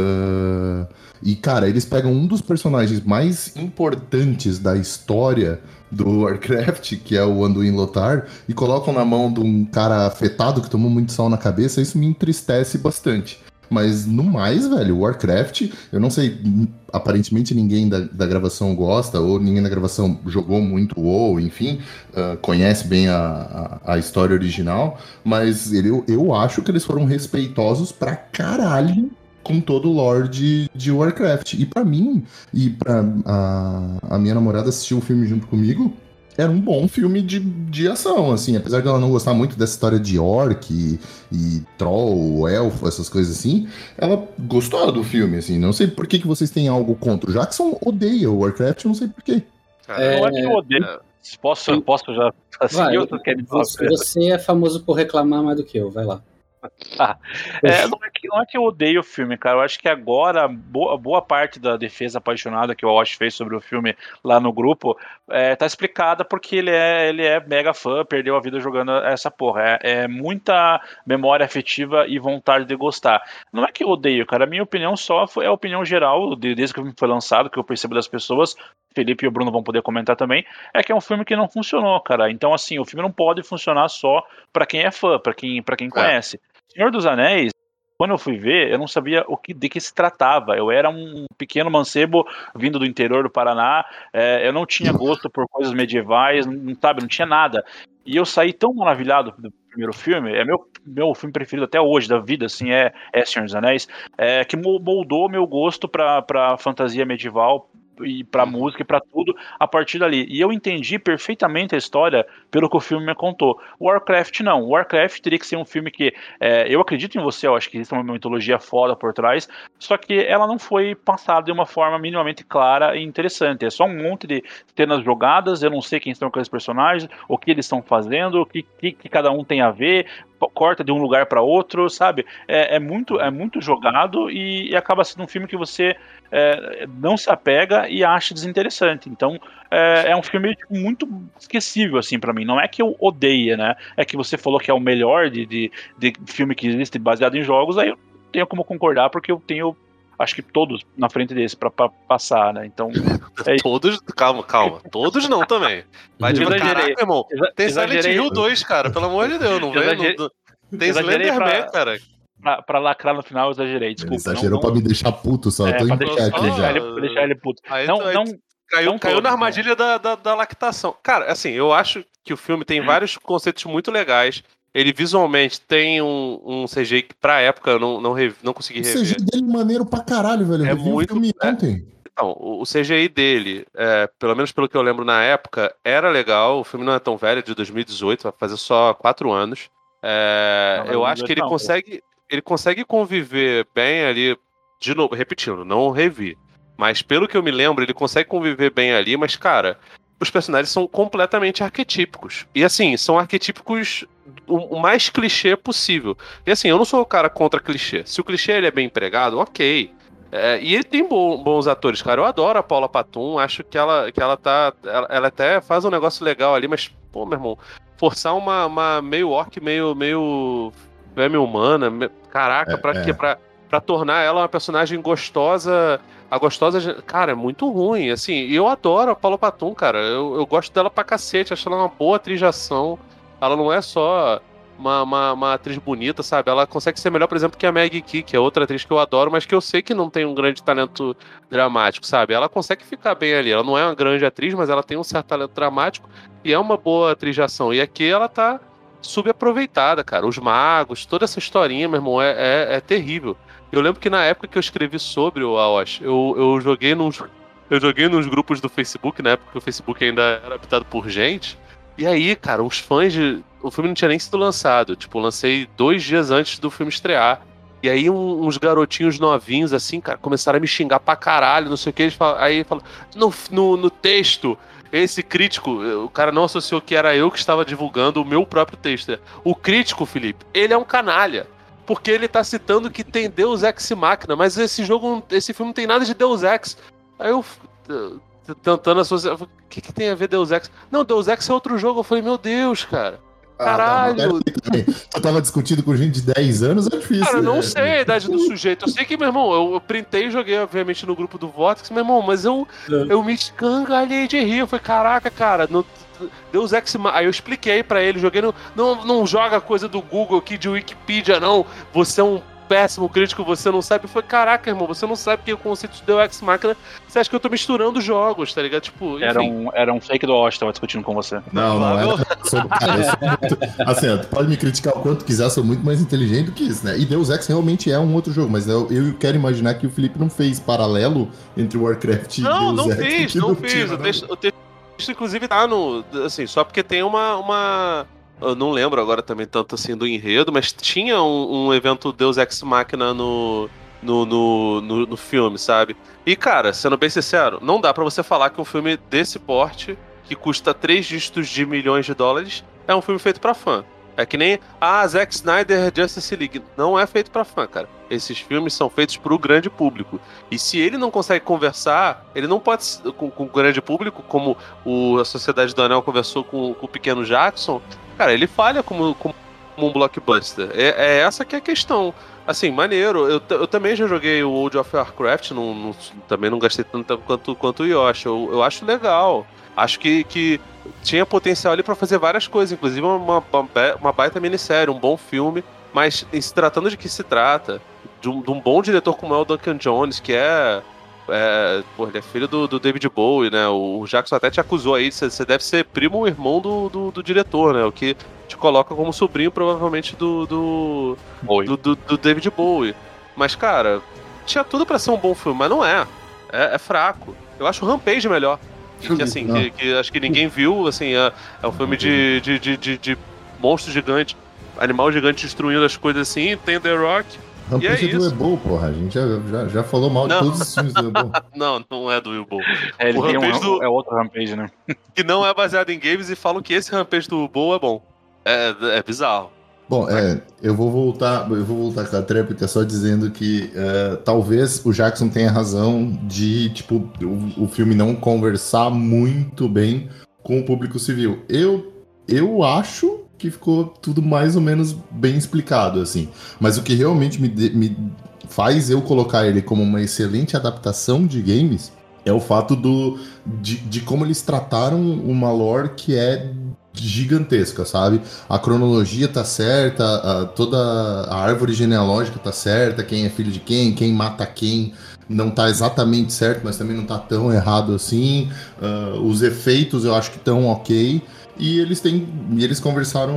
E: Uh, E, cara, eles pegam um dos personagens mais importantes da história do Warcraft, que é o Anduin Lothar, e colocam na mão de um cara afetado que tomou muito sol na cabeça. Isso me entristece bastante. Mas no mais, velho, Warcraft, eu não sei, aparentemente ninguém da, da gravação gosta, ou ninguém da gravação jogou muito WoW, enfim, uh, conhece bem a, a, a história original, mas ele, eu, eu acho que eles foram respeitosos pra caralho com todo o lore de, de Warcraft. E pra mim, e pra a, a minha namorada assistiu o filme junto comigo, era um bom filme de, de ação, assim, apesar de ela não gostar muito dessa história de orc e, e troll, elfo, essas coisas assim, ela gostou do filme, assim, não sei por que, que vocês têm algo contra. O Jackson odeia o Warcraft, eu não sei por quê.
D: Cara, não é que eu odeio. Posso, posso já assim,
C: Vai,
D: eu quero falar
C: você, você é famoso por reclamar mais do que eu, vai lá.
D: Ah, é, não, é que, não é que eu odeio o filme, cara. Eu acho que agora, boa, boa parte da defesa apaixonada que o Wash fez sobre o filme lá no grupo é, tá explicada porque ele é, ele é mega fã, perdeu a vida jogando essa porra. É, é muita memória afetiva e vontade de gostar. Não é que eu odeio, cara. A minha opinião só foi, é a opinião geral, desde que o filme foi lançado, que eu percebo das pessoas. Felipe e o Bruno vão poder comentar também, é que é um filme que não funcionou, cara. Então, assim, o filme não pode funcionar só pra quem é fã, pra quem, pra quem conhece. Senhor dos Anéis, quando eu fui ver, eu não sabia o que, de que se tratava. Eu era um pequeno mancebo vindo do interior do Paraná, é, eu não tinha gosto por coisas medievais, não, sabe, não tinha nada. E eu saí tão maravilhado do primeiro filme, é meu, meu filme preferido até hoje da vida, assim, é, é Senhor dos Anéis, é, que moldou meu gosto pra, pra fantasia medieval, e pra música e pra tudo a partir dali. E eu entendi perfeitamente a história pelo que o filme me contou. Warcraft não. Warcraft teria que ser um filme que é, eu acredito em você, eu acho que existe uma mitologia foda por trás, só que ela não foi passada de uma forma minimamente clara e interessante. É só um monte de cenas jogadas, eu não sei quem são aqueles personagens, o que eles estão fazendo, o que, que, que cada um tem a ver, corta de um lugar para outro, sabe? É, é, muito, é muito jogado e, e acaba sendo um filme que você é, não se apega e acha desinteressante. Então, é, é um filme tipo, muito esquecível, assim, para mim. Não é que eu odeia, né? É que você falou que é o melhor de, de, de filme que existe baseado em jogos, aí eu não tenho como concordar, porque eu tenho, acho que todos na frente desse pra, pra passar, né? Então. É
B: todos, calma, calma. Todos não também. Vai de caraca, irmão. Tem Silent Hill dois, cara, pelo amor de Deus, não vem. Não... Tem Slenderman, cara.
D: Pra, pra lacrar no final, eu exagerei, desculpa.
E: Ele exagerou não, não... pra me deixar puto, só.
D: É,
E: tô
D: pra
E: em
D: deixar,
E: aqui
D: deixar,
E: já.
D: Ele, pra deixar ele puto.
B: Aí,
D: não,
B: aí,
D: não,
B: caiu
D: não
B: caiu
D: todos,
B: na armadilha
D: né?
B: da, da, da lactação. Cara, assim, eu acho que o filme tem vários conceitos muito legais. Ele visualmente tem um, um C G que pra época eu não, não, revi, não consegui rever.
E: O C G dele é maneiro pra caralho, velho. Eu
B: é
E: revi
B: muito,
E: o filme
B: é,
E: ontem.
B: Então, o C G I dele, é, pelo menos pelo que eu lembro na época, era legal. O filme não é tão velho, é de dois mil e dezoito, vai fazer só quatro anos. É, não, eu acho que ele não, consegue, ele consegue conviver bem ali, de novo, repetindo, não revi. Mas pelo que eu me lembro, ele consegue conviver bem ali, mas, cara, os personagens são completamente arquetípicos. E assim, são arquetípicos o, o mais clichê possível. E assim, eu não sou o cara contra clichê. Se o clichê ele é bem empregado, ok. É, e ele tem bom, bons atores, cara. Eu adoro a Paula Patton, acho que ela, que ela tá. Ela, ela até faz um negócio legal ali, mas, pô, meu irmão, forçar uma, uma meio orc, meio, meio fêmea humana, me, caraca, é, pra é. quê? Pra, pra tornar ela uma personagem gostosa. A gostosa, cara, é muito ruim, assim. E eu adoro a Paula Patton, cara. Eu, eu gosto dela pra cacete, acho ela uma boa atriz de ação. Ela não é só. Uma, uma, uma atriz bonita, sabe? Ela consegue ser melhor, por exemplo, que a Maggie Key, que é outra atriz que eu adoro, mas que eu sei que não tem um grande talento dramático, sabe? Ela consegue ficar bem ali. Ela não é uma grande atriz, mas ela tem um certo talento dramático e é uma boa atriz de ação. E aqui ela tá subaproveitada, cara. Os magos, toda essa historinha, meu irmão, é, é, é terrível. Eu lembro que na época que eu escrevi sobre o Aoshi, eu, eu joguei nos eu joguei nos grupos do Facebook, na época que o Facebook ainda era habitado por gente. E aí, cara, os fãs de... O filme não tinha nem sido lançado. Tipo, eu lancei dois dias antes do filme estrear. E aí um, uns garotinhos novinhos, assim, cara, começaram a me xingar pra caralho, não sei o que. Eles falam, aí falam, no, no, no texto, esse crítico, o cara não associou que era eu que estava divulgando o meu próprio texto. O crítico, Felipe, ele é um canalha. Porque ele tá citando que tem Deus Ex Machina, mas esse jogo, esse filme não tem nada de Deus Ex. Aí eu, tentando associar, o que, que tem a ver Deus Ex? Não, Deus Ex é outro jogo. Eu falei, meu Deus, cara. Caralho!
E: Ah, eu tava discutindo com gente de dez anos, é difícil.
B: Cara, eu não
E: né?
B: sei a idade do sujeito. Eu sei que, meu irmão, eu, eu printei e joguei, obviamente, no grupo do Vortex, meu irmão, mas eu, eu me escangalhei de rir. Eu falei, caraca, cara, no, Deus Ex Machina. Aí eu expliquei pra ele, joguei no. Não, não joga coisa do Google aqui, de Wikipedia, não. Você é um péssimo crítico, você não sabe. Eu falei, caraca, irmão, você não sabe que o conceito de Deus Ex Machina. Você acha que eu tô misturando jogos, tá ligado? Tipo, enfim.
D: Era um, era um fake do Osh, tava discutindo com você.
E: Não, não, não é. Sou, cara, eu sou muito, assim, ó, tu pode me criticar o quanto quiser, sou muito mais inteligente do que isso, né? E Deus Ex realmente é um outro jogo, mas eu, eu quero imaginar que o Felipe não fez paralelo entre Warcraft e
B: não,
E: Deus
B: não
E: Ex.
B: Fiz, não, não fiz, não fiz. O texto, o texto, inclusive, tá no. Assim, só porque tem uma. uma... Eu não lembro agora também tanto assim do enredo, mas tinha um, um evento Deus Ex Machina no, no, no, no, no filme, sabe? E, cara, sendo bem sincero, não dá pra você falar que um filme desse porte, que custa três dígitos de milhões de dólares, é um filme feito pra fã. É que nem, ah, Zack Snyder Justice League. Não é feito pra fã, cara. Esses filmes são feitos pro grande público. E se ele não consegue conversar, ele não pode, com, com o grande público, como o, a Sociedade do Anel conversou com, com o pequeno Jackson, cara, ele falha como, como um blockbuster. É, é essa que é a questão. Assim, maneiro. Eu, eu também já joguei o World of Warcraft, não, não, também não gastei tanto quanto, quanto o Yoshi. Eu, eu acho legal. Acho que, que tinha potencial ali pra fazer várias coisas, inclusive uma, uma, uma baita minissérie, um bom filme, mas em se tratando de que se trata, de um, de um bom diretor como é o Duncan Jones, que é... É, pô, ele é filho do, do David Bowie, né? O Jackson até te acusou aí, você deve ser primo ou irmão do, do, do diretor, né? O que te coloca como sobrinho, provavelmente, do do, do, do, do David Bowie. Mas, cara, tinha tudo pra ser um bom filme, mas não é. É, é fraco. Eu acho o Rampage melhor. Que, assim, que, que acho que ninguém viu, assim, é, é um filme de, de, de, de, de monstro gigante, animal gigante destruindo as coisas assim, tem The Rock.
E: Rampage
B: é
E: é do Ebo, porra. A gente já, já, já falou mal
B: não.
E: de todos os filmes do Ebo.
B: Não, não é do Ebo.
D: É, ele
B: o
D: tem um,
B: do...
D: é outro Rampage, né?
B: Que não é baseado em games e falam que esse Rampage do Ebo é bom. É, é bizarro.
E: Bom, é, eu vou voltar, eu vou voltar com a tréplica só dizendo que uh, talvez o Jackson tenha razão de, tipo, o, o filme não conversar muito bem com o público civil. Eu, eu acho que ficou tudo mais ou menos bem explicado, assim. Mas o que realmente me, de, me faz eu colocar ele como uma excelente adaptação de games é o fato do, de, de como eles trataram uma lore que é gigantesca, sabe? A cronologia tá certa, a, toda a árvore genealógica tá certa, quem é filho de quem, quem mata quem, não tá exatamente certo, mas também não tá tão errado assim. Uh, os efeitos eu acho que estão ok. E eles têm. E eles conversaram.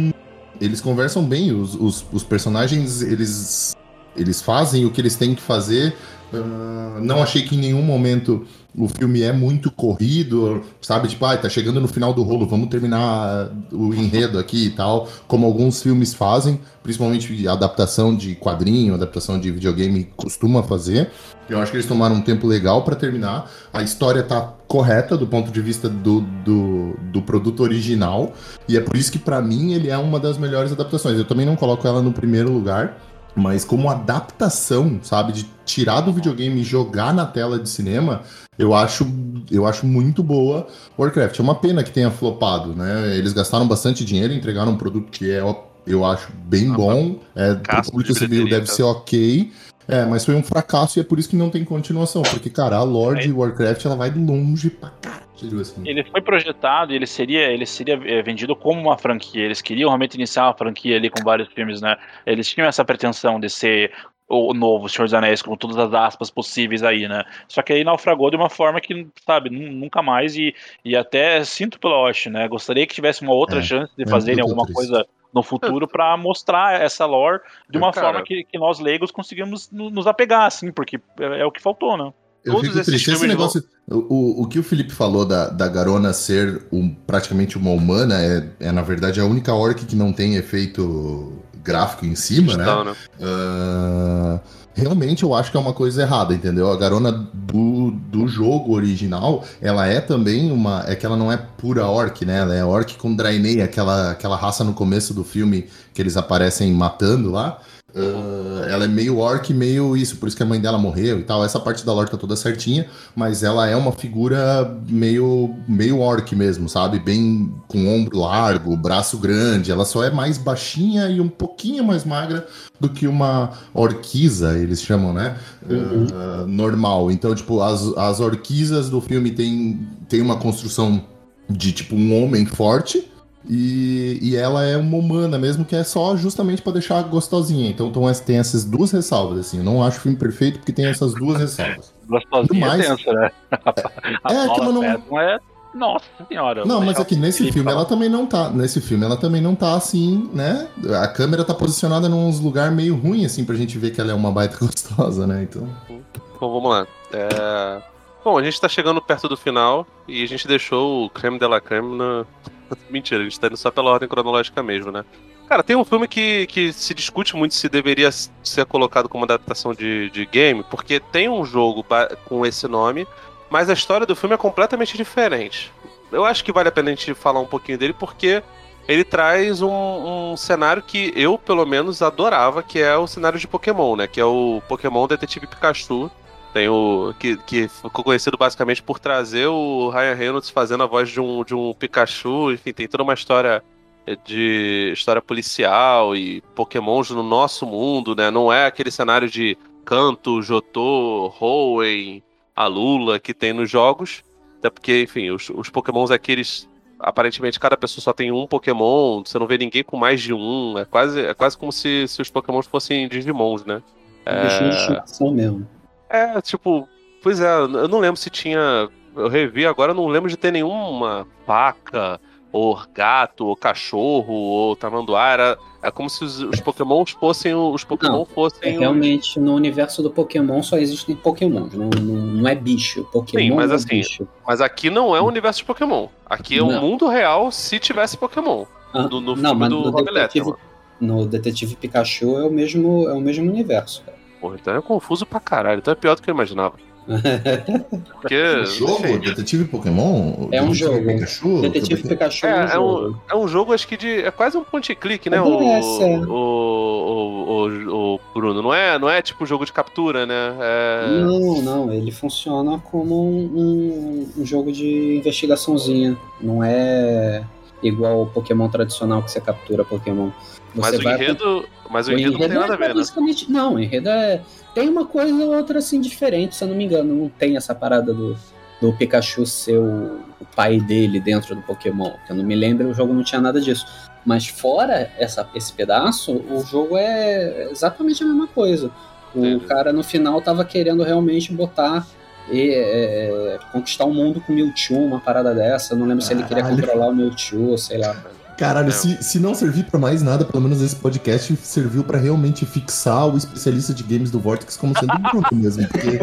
E: Eles conversam bem. Os, os, os personagens, eles. Eles fazem o que eles têm que fazer. Uh, não achei que em nenhum momento o filme é muito corrido, sabe? Tipo, ah, tá chegando no final do rolo, vamos terminar o enredo aqui e tal. Como alguns filmes fazem, principalmente adaptação de quadrinho, adaptação de videogame costuma fazer. Eu acho que eles tomaram um tempo legal pra terminar. A história tá correta do ponto de vista do, do, do produto original. E é por isso que pra mim ele é uma das melhores adaptações. Eu também não coloco ela no primeiro lugar. Mas como adaptação, sabe, de tirar do videogame e jogar na tela de cinema, eu acho, eu acho muito boa Warcraft. É uma pena que tenha flopado, né? Eles gastaram bastante dinheiro, entregaram um produto que é, eu acho, bem ah, bom. É, pro público civil deve ser ok. É, mas foi um fracasso e é por isso que não tem continuação. Porque, cara, a lore de Warcraft, ela vai longe pra caralho. Assim.
D: Ele foi projetado e ele seria, ele seria é, vendido como uma franquia. Eles queriam realmente iniciar uma franquia ali com vários filmes, né? Eles tinham essa pretensão de ser o novo Senhor dos Anéis, com todas as aspas possíveis aí, né? Só que aí naufragou de uma forma que, sabe, nunca mais, e, e até sinto pela Osh, né? Gostaria que tivesse uma outra
E: É,
D: chance de
E: eu
D: fazerem
E: tô
D: alguma
E: triste.
D: coisa no futuro pra mostrar essa lore de uma
B: Cara,
D: forma que, que nós leigos conseguimos no- nos apegar, assim, porque é, é o que faltou, né?
E: Eu
B: Todos
E: fico
B: esses
E: triste. Esse
B: filmes
E: negócio. O, o, o que o Felipe falou da, da Garona ser um, praticamente uma humana é, é, na verdade, a única orc que não tem efeito gráfico em cima, né?
B: Então, né?
E: Ah, realmente eu acho que é uma coisa errada, entendeu? A Garona do, do jogo original, ela é também uma. É que ela não é pura orc, né? Ela é orc com Draenei, aquela, aquela raça no começo do filme que eles aparecem matando lá. Uh, ela é meio orc, meio isso, por isso que a mãe dela morreu e tal. Essa parte da lore tá toda certinha, mas ela é uma figura meio, meio orc mesmo, sabe? Bem com ombro largo, braço grande. Ela só é mais baixinha e um pouquinho mais magra do que uma orquiza, eles chamam, né?
C: Uhum.
E: Uh, normal. Então, tipo, as, as orquizas do filme tem, tem uma construção de tipo um homem forte. E, e ela é uma humana mesmo, que é só justamente pra deixar gostosinha. Então, então ess- tem essas duas ressalvas, assim. Eu não acho o filme perfeito porque tem essas duas ressalvas.
D: Gostosinha
E: mais-
D: é tenso, né? A
E: É, que
D: Paula
E: não-
D: Patton é... Nossa senhora. eu
E: Não,
D: vou
E: mas
D: deixar
E: aqui
D: o
E: nesse
D: Felipe
E: filme
D: falar.
E: ela também não tá. Nesse filme ela também não tá assim, né? A câmera tá posicionada num lugar meio ruim, assim, pra gente ver que ela é uma baita gostosa, né? Então.
B: Bom, vamos lá. É... Bom, a gente tá chegando perto do final e a gente deixou o creme de la creme na... Mentira, a gente tá indo só pela ordem cronológica mesmo, né? Cara, tem um filme que, que se discute muito se deveria ser colocado como adaptação de, de game, porque tem um jogo ba- com esse nome, mas a história do filme é completamente diferente. Eu acho que vale a pena a gente falar um pouquinho dele, porque ele traz um, um cenário que eu, pelo menos, adorava, que é o cenário de Pokémon, né? Que é o Pokémon Detetive Pikachu. Tem o. Que, que ficou conhecido basicamente por trazer o Ryan Reynolds fazendo a voz de um, de um Pikachu. Enfim, tem toda uma história de história policial e Pokémons no nosso mundo, né? Não é aquele cenário de Kanto, Jotô, Hoenn, Alola que tem nos jogos. Até porque, enfim, os, os Pokémons aqueles. Aparentemente cada pessoa só tem um Pokémon, você não vê ninguém com mais de um. É quase, é quase como se, se os Pokémons fossem Digimons, né?
C: Um bichinho de estimação mesmo.
B: É, tipo, pois é, eu não lembro se tinha. Eu revi agora, eu não lembro de ter nenhuma vaca, ou gato, ou cachorro, ou tamanduá. Era, é como se os, os Pokémons fossem. Os Pokémon
C: Não,
B: fossem.
C: É,
B: os-
C: realmente, no universo do Pokémon só existem Pokémons, não, não, não é bicho. Pokémon
B: Sim, mas
C: não é
B: assim,
C: bicho.
B: Mas aqui não é o universo de Pokémon. Aqui é o
C: Não.
B: mundo real se tivesse Pokémon.
C: Ah,
B: No, no
C: não,
B: filme
C: mas
B: do
C: no
B: Rob
C: detetive,
B: Letterman.
C: no Detetive Pikachu é o mesmo, é o mesmo universo, cara.
B: Porra, então é confuso pra caralho. Então é pior do que eu imaginava. Porque.
E: O jogo,
B: enfim,
E: Detetive Pokémon?
C: É um
E: Detetive
C: jogo.
E: Pikachu?
C: Detetive Pikachu é, um
B: É, é
C: jogo.
B: um, é um jogo, acho que de. É quase um point and click, né? O,
C: Parece, é.
B: o, o, o, o Bruno. Não é, não é tipo jogo de captura, né? É...
C: Não, não, ele funciona como um, um, um jogo de investigaçãozinha. Não é igual o Pokémon tradicional que você captura Pokémon.
B: Mas o
C: vai
B: enredo. Mas o
C: O
B: enredo não tem nada a
C: é
B: ver, né?
C: basicamente. Não, o enredo é. Tem uma coisa ou outra assim diferente, se eu não me engano. Não tem essa parada do, do Pikachu ser o, o pai dele dentro do Pokémon. Que eu não me lembro, o jogo não tinha nada disso. Mas fora essa, esse pedaço, o jogo é exatamente a mesma coisa. O
B: Entendi.
C: cara no final tava querendo realmente botar. E, é, conquistar o mundo com o Mewtwo, uma parada dessa. Eu não lembro se ele queria
E: Caralho.
C: controlar o Mewtwo, sei lá.
E: Caralho,
B: É.
E: se, se não servir pra mais nada, pelo menos esse podcast serviu pra realmente fixar o especialista de games do Vortex como sendo um grupo mesmo. Porque,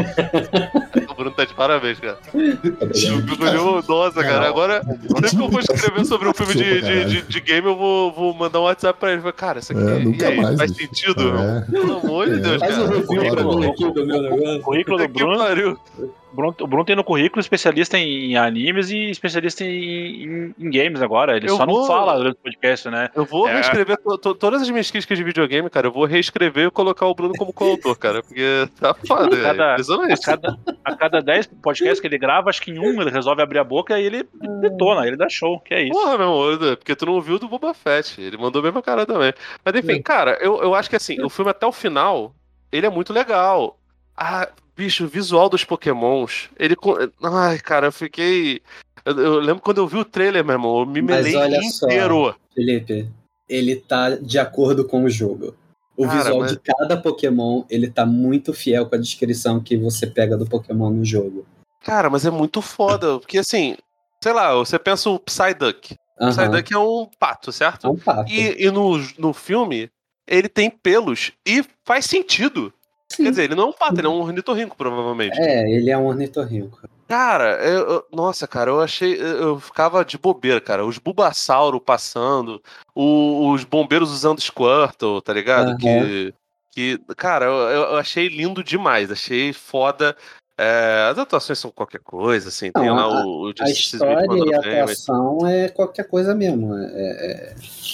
B: O Bruno tá de parabéns, cara.
C: Obrigado.
B: Ficou nossa, cara. Agora, sempre que eu for escrever sobre um filme de, de, de, de game, eu vou, vou mandar um WhatsApp pra ele. Falar, cara, isso aqui
E: É, nunca
B: e aí,
E: mais,
B: faz
E: bicho.
B: sentido?
E: É.
B: Pelo amor de
E: É.
B: Deus,
C: Faz um
B: cara.
C: review pra
E: Foda,
C: mim
E: né?
C: aqui do meu negócio.
D: O currículo do
B: Que
D: Bruno,
B: pariu.
D: Bruno, o Bruno tem no currículo especialista em animes e especialista em, em- em games agora. Ele
B: Eu
D: só
B: vou-
D: não fala durante o podcast, né?
B: Eu vou
D: É.
B: reescrever to- to- todas as minhas críticas de videogame, cara. Eu vou reescrever e colocar o Bruno como coautor, cara. Porque tá foda, é
D: Cada- A
B: impressionante.
D: cada, a cada dez podcasts que ele grava, acho que em um ele resolve abrir a boca e ele detona, ele dá show, que é isso.
B: Porra, meu amor, porque tu não viu do Boba Fett. Ele mandou bem pra cara também. Mas enfim, cara, eu, eu acho que assim, o filme até o final, ele é muito legal. Ah, bicho, o visual dos Pokémons, ele. co- Ai, cara, eu fiquei. Eu, eu lembro quando eu vi o trailer, meu irmão, eu me
C: Mas
B: melei
C: olha só.
B: inteiro.
C: Felipe, ele tá de acordo com o jogo. O
B: Cara,
C: visual
B: mas-
C: de cada Pokémon, ele tá muito fiel com a descrição que você pega do Pokémon no jogo.
B: Cara, mas é muito foda, porque assim, sei lá, você pensa o Psyduck. O
C: Aham,
B: Psyduck é um pato,
C: é
B: certo?
C: um pato.
B: E, e no, no filme, ele tem pelos e faz sentido.
C: Sim.
B: Quer dizer, ele não é um pato, ele é um ornitorrinco, provavelmente.
C: É, ele é um ornitorrinco.
B: Cara, eu, eu- nossa, cara, eu achei. Eu eu ficava de bobeira, cara. Os Bulbasauro passando, o- os bombeiros usando Squirtle, tá ligado?
C: Aham.
B: Que, que. Cara, eu, eu achei lindo demais, achei foda. É, as atuações são qualquer coisa, assim. Tem
C: Não,
B: lá
C: a-
B: o, o
C: A
B: Justice Smith
C: história e
B: mandando
C: a
B: bem, mas.
C: atuação é qualquer coisa mesmo. é- é-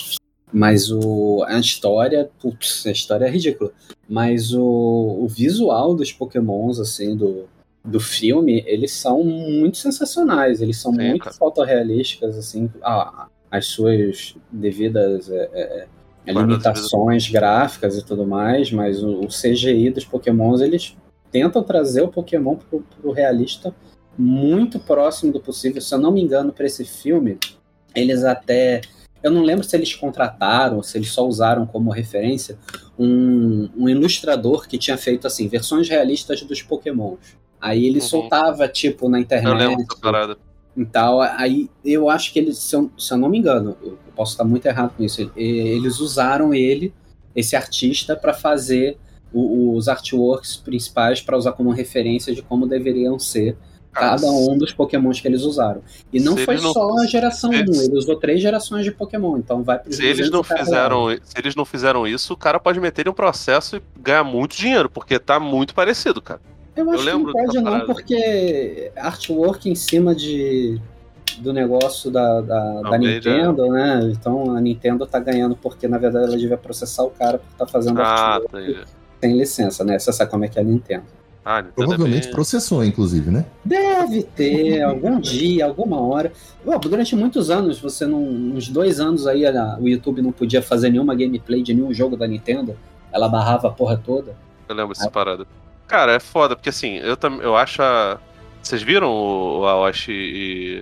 C: Mas o, a história, putz, a história é ridícula. Mas o, o visual dos Pokémons, assim, do, do filme, eles são muito sensacionais. Eles são
B: Sim,
C: muito
B: cara.
C: fotorrealísticas, assim. Ah, as suas devidas é, é, é,
B: Claro,
C: limitações gráficas e tudo mais, mas o, o C G I dos Pokémons, eles tentam trazer o Pokémon pro, pro realista muito próximo do possível. Se eu não me engano, para esse filme, eles até... Eu não lembro se eles contrataram, se eles só usaram como referência um, um ilustrador que tinha feito assim versões realistas dos Pokémons. Aí ele
B: Uhum.
C: soltava, tipo, na
B: Eu lembro
C: internet
B: dessa parada.
C: e tal. Aí eu acho que eles, se eu, se eu não me engano, eu posso estar muito errado com isso, e- eles usaram ele, esse artista, para fazer o- os artworks principais, para usar como referência de como deveriam ser
B: Cara,
C: cada um dos Pokémons que eles usaram. E não
B: se
C: foi
B: eles não-
C: só a geração
B: se-
C: um, ele usou três gerações de Pokémon, então vai para os
B: Se eles, não fizeram, se eles não fizeram isso, o cara pode meter em um processo e ganhar muito dinheiro, porque tá muito parecido, cara.
C: Eu acho
B: eu
C: que não
B: lembro
C: pode
B: dessa
C: não,
B: parada.
C: porque artwork em cima de, do negócio da, da, da
B: Talvez,
C: Nintendo, né? Então a Nintendo tá ganhando porque, na verdade, ela devia processar o cara por tá fazendo
B: Ah,
C: artwork
B: tá aí.
C: sem licença, né? Você sabe como é que é a Nintendo.
B: Ah, Nintendo
E: Provavelmente
B: é bem...
E: processou, inclusive, né?
C: Deve ter, algum dia, alguma hora. Ué, durante muitos anos, você não. Uns dois anos aí, a- o YouTube não podia fazer nenhuma gameplay de nenhum jogo da Nintendo. Ela barrava a porra toda.
B: Eu lembro dessa parada. Cara, é foda, porque assim, eu, tam... eu acho a... Vocês viram o Aoshi e...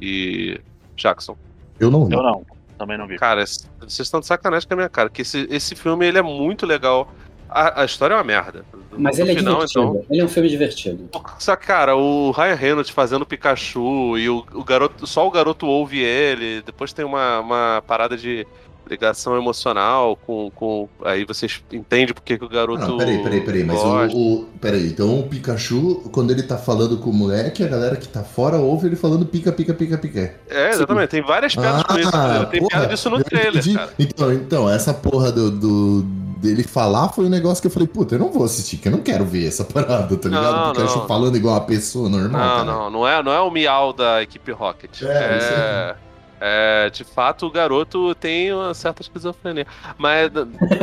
B: e Jackson?
E: Eu não vi.
D: Eu não, também não vi.
B: Cara, es- vocês estão de sacanagem com a minha cara, que esse, esse filme ele é muito legal. A, a história é uma merda.
C: Mas
B: No
C: ele é
B: final,
C: divertido.
B: então-
C: Ele é um filme divertido.
B: Só que, cara, o Ryan Reynolds fazendo Pikachu e o, o garoto, só o garoto ouve ele. Depois tem uma, uma parada de ligação emocional com, com. Aí vocês entendem porque que o
E: Ah,
B: garoto.
E: não, peraí, peraí, peraí. Mas
B: gosta.
E: o, o. Peraí, então o Pikachu, quando ele tá falando com o moleque, a galera que tá fora ouve ele falando pica, pica, pica, pica.
B: É, exatamente. Tem várias piadas com isso. Tem
E: porra,
B: piada disso no
E: eu
B: trailer,
E: entendi.
B: cara.
E: Então, então, essa porra do, do- dele falar foi um negócio que eu falei, puta, eu não vou assistir, que eu não quero ver essa parada, tá ligado?
B: Não,
E: O Pikachu
B: não.
E: falando igual uma pessoa normal.
B: Não,
E: cara.
B: não, não é, não é o miau da equipe Rocket.
E: É,
B: É,
E: isso
B: é, é, de fato, o garoto tem uma certa esquizofrenia. Mas.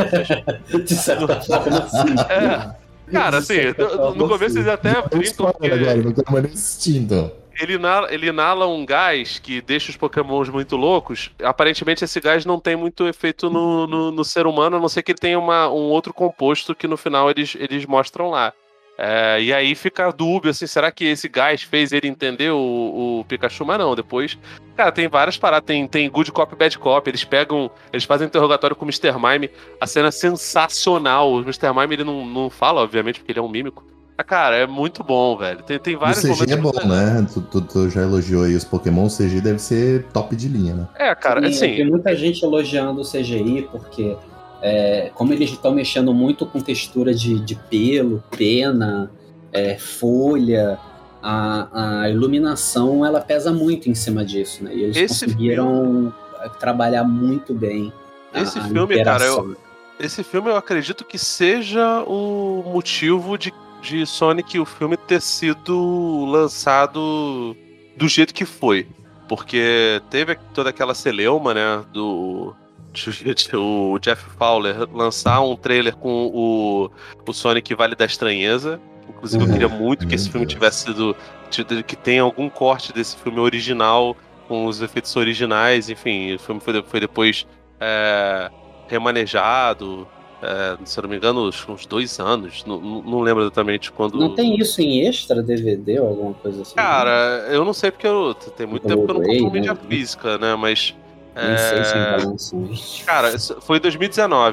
C: De certa forma, sim.
B: É, cara, assim, no, no começo eles até
E: Deu um
B: brincam
E: spoiler agora,
B: porque
E: não quero mais nem assistir, então.
B: ele inala, ele inala um gás que deixa os pokémons muito loucos. Aparentemente esse gás não tem muito efeito no, no, no ser humano, a não ser que ele tenha uma, um outro composto que no final eles, eles mostram lá. É, e aí fica a dúvida, assim, será que esse gás fez ele entender o, o Pikachu? Mas não, depois... Cara, tem várias paradas, tem, tem Good Cop, Bad Cop, eles pegam, eles fazem interrogatório com o mister Mime, a cena é sensacional, o mister Mime ele não, não fala, obviamente, porque ele é um mímico. Ah, cara, é muito bom, velho, tem, tem
E: O
B: vários
E: C G
B: momentos...
E: é bom,
B: muito-
E: né? Tu, tu- tu já elogiou aí os Pokémon, o C G deve ser top de linha, né?
B: É, cara,
C: Sim,
B: assim...
C: tem muita gente elogiando o C G I, porque é, como eles estão mexendo muito com textura de, de pelo, pena, é, folha, a, a iluminação ela pesa muito em cima disso, né? E eles
B: Esse
C: conseguiram trabalhar muito bem a,
B: Esse
C: a
B: filme, cara,
C: interação.
B: Esse filme eu acredito que seja o motivo de, de Sonic, o filme, ter sido lançado do jeito que foi. Porque teve toda aquela celeuma, né, do... de o Jeff Fowler lançar um trailer com o, o Sonic Vale da Estranheza. Inclusive eu
C: Uhum.
B: queria muito que
E: Meu
B: esse filme
E: Deus.
B: tivesse sido... tido- que tenha algum corte desse filme original, com os efeitos originais, enfim. O filme foi, foi depois é, remanejado, é, se eu não me engano, uns, uns dois anos. Não, não não lembro exatamente quando...
C: Não tem isso em extra D V D ou alguma coisa assim?
B: Cara, eu não sei porque eu, tem muito
C: No
B: tempo que eu não
C: Blu-ray,
B: compro mídia
C: né?
B: física, né? Mas...
C: Nem sei se
B: é,
C: vai lançar.
B: Cara, isso foi em dois mil e dezenove.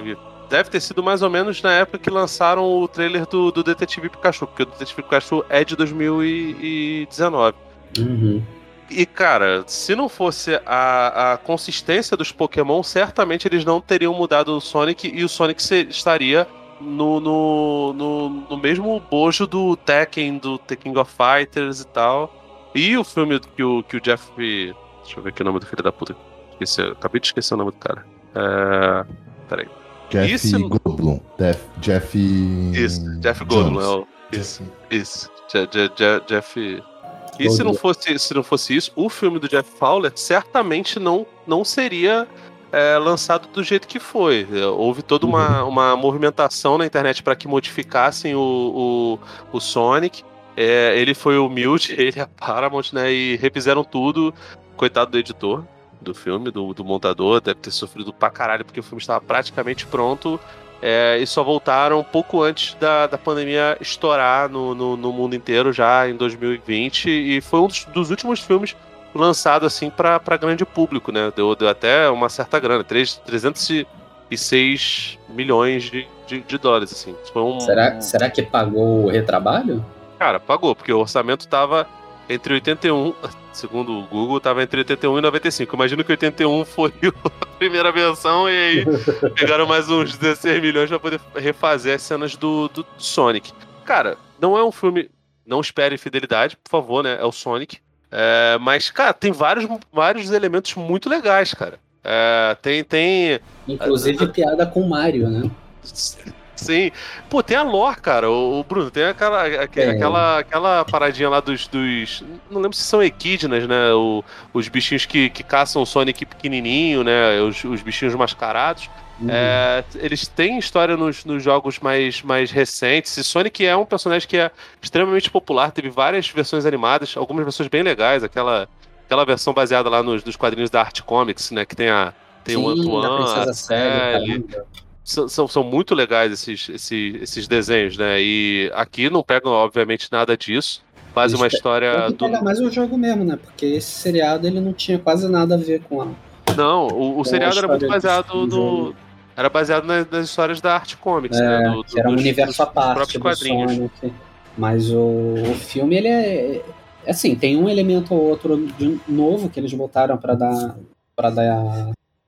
B: deve ter sido mais ou menos na época que lançaram o trailer do, do Detetive Pikachu, porque o Detetive Pikachu é de dois mil e dezenove.
C: Uhum.
B: E, cara, se não fosse a, a consistência dos Pokémon, certamente eles não teriam mudado o Sonic e o Sonic se, estaria no, no, no, no mesmo bojo do Tekken, do The King of Fighters e tal. E o filme que o, que o Jeff... Deixa eu ver aqui o nome do filho da puta. Esqueci, acabei de esquecer o nome do cara. É... Peraí.
G: Jeff
B: Isso-
G: Goldblum. Jeff... Jeff...
B: Isso, Jeff Goldblum. É o... Isso, isso. Je- Je- Je- Jeff... E se não, fosse, se não fosse isso, o filme do Jeff Fowler certamente não, não seria é, lançado do jeito que foi. É, houve toda uma, uma movimentação na internet para que modificassem o, o, o Sonic. É, ele foi humilde, ele e a Paramount, né? E refizeram tudo. Coitado do editor do filme, do, do montador, deve ter sofrido pra caralho, porque o filme estava praticamente pronto. É, e só voltaram pouco antes da, da pandemia estourar no, no, no mundo inteiro, já em dois mil e vinte, e foi um dos, dos últimos filmes lançado assim para grande público, né? Deu, deu até uma certa grana, trezentos e seis milhões de, de, de dólares, assim. Foi um,
C: Será, será que pagou o retrabalho?
B: Cara, pagou, porque o orçamento tava entre oitenta e um, segundo o Google, tava entre oitenta e um e noventa e cinco. Imagino que oitenta e um foi a primeira versão e aí pegaram mais uns dezesseis milhões pra poder refazer as cenas do, do, do Sonic. Cara, não é um filme... Não espere fidelidade, por favor, né? É o Sonic. É, mas, cara, tem vários, vários elementos muito legais, cara. É, tem... tem
C: Inclusive piada com o Mario, né?
B: Sim. Pô, tem a lore, cara. O, o Bruno, tem aquela, aque-
C: É.
B: aquela, aquela paradinha lá dos, dos... Não lembro se são equidnas, né? O- os bichinhos que, que caçam o Sonic pequenininho, né? Os, os bichinhos mascarados.
C: Uhum.
B: É, eles têm história nos, nos jogos mais, mais recentes. E Sonic é um personagem que é extremamente popular. Teve várias versões animadas, algumas versões bem legais. Aquela, aquela versão baseada lá nos, nos quadrinhos da Art Comics, né? Que tem a... Tem o
C: Sim,
B: Antoine,
C: a Princesa
B: a
C: Célia,
B: Ellie.
C: caramba.
B: São, são, são muito legais esses, esses, esses desenhos, né? E aqui não pegam, obviamente, nada disso. Fazem uma
C: Eles pe-
B: história
C: Tem que
B: do.
C: pegar mais o jogo mesmo, né? Porque esse seriado ele não tinha quase nada a ver com a.
B: Não, o, o
C: a
B: seriado era muito
C: história
B: baseado
C: do
B: no.
C: jogo.
B: Era baseado nas, nas histórias da Art Comics,
C: É,
B: né? Do, do,
C: que era um
B: dos-
C: universo
B: dos-
C: à
B: dos
C: parte
B: próprios
C: do
B: quadrinhos.
C: Sonic. Mas o, o filme, ele é, é. Assim, tem um elemento ou outro de novo que eles botaram pra dar. Para dar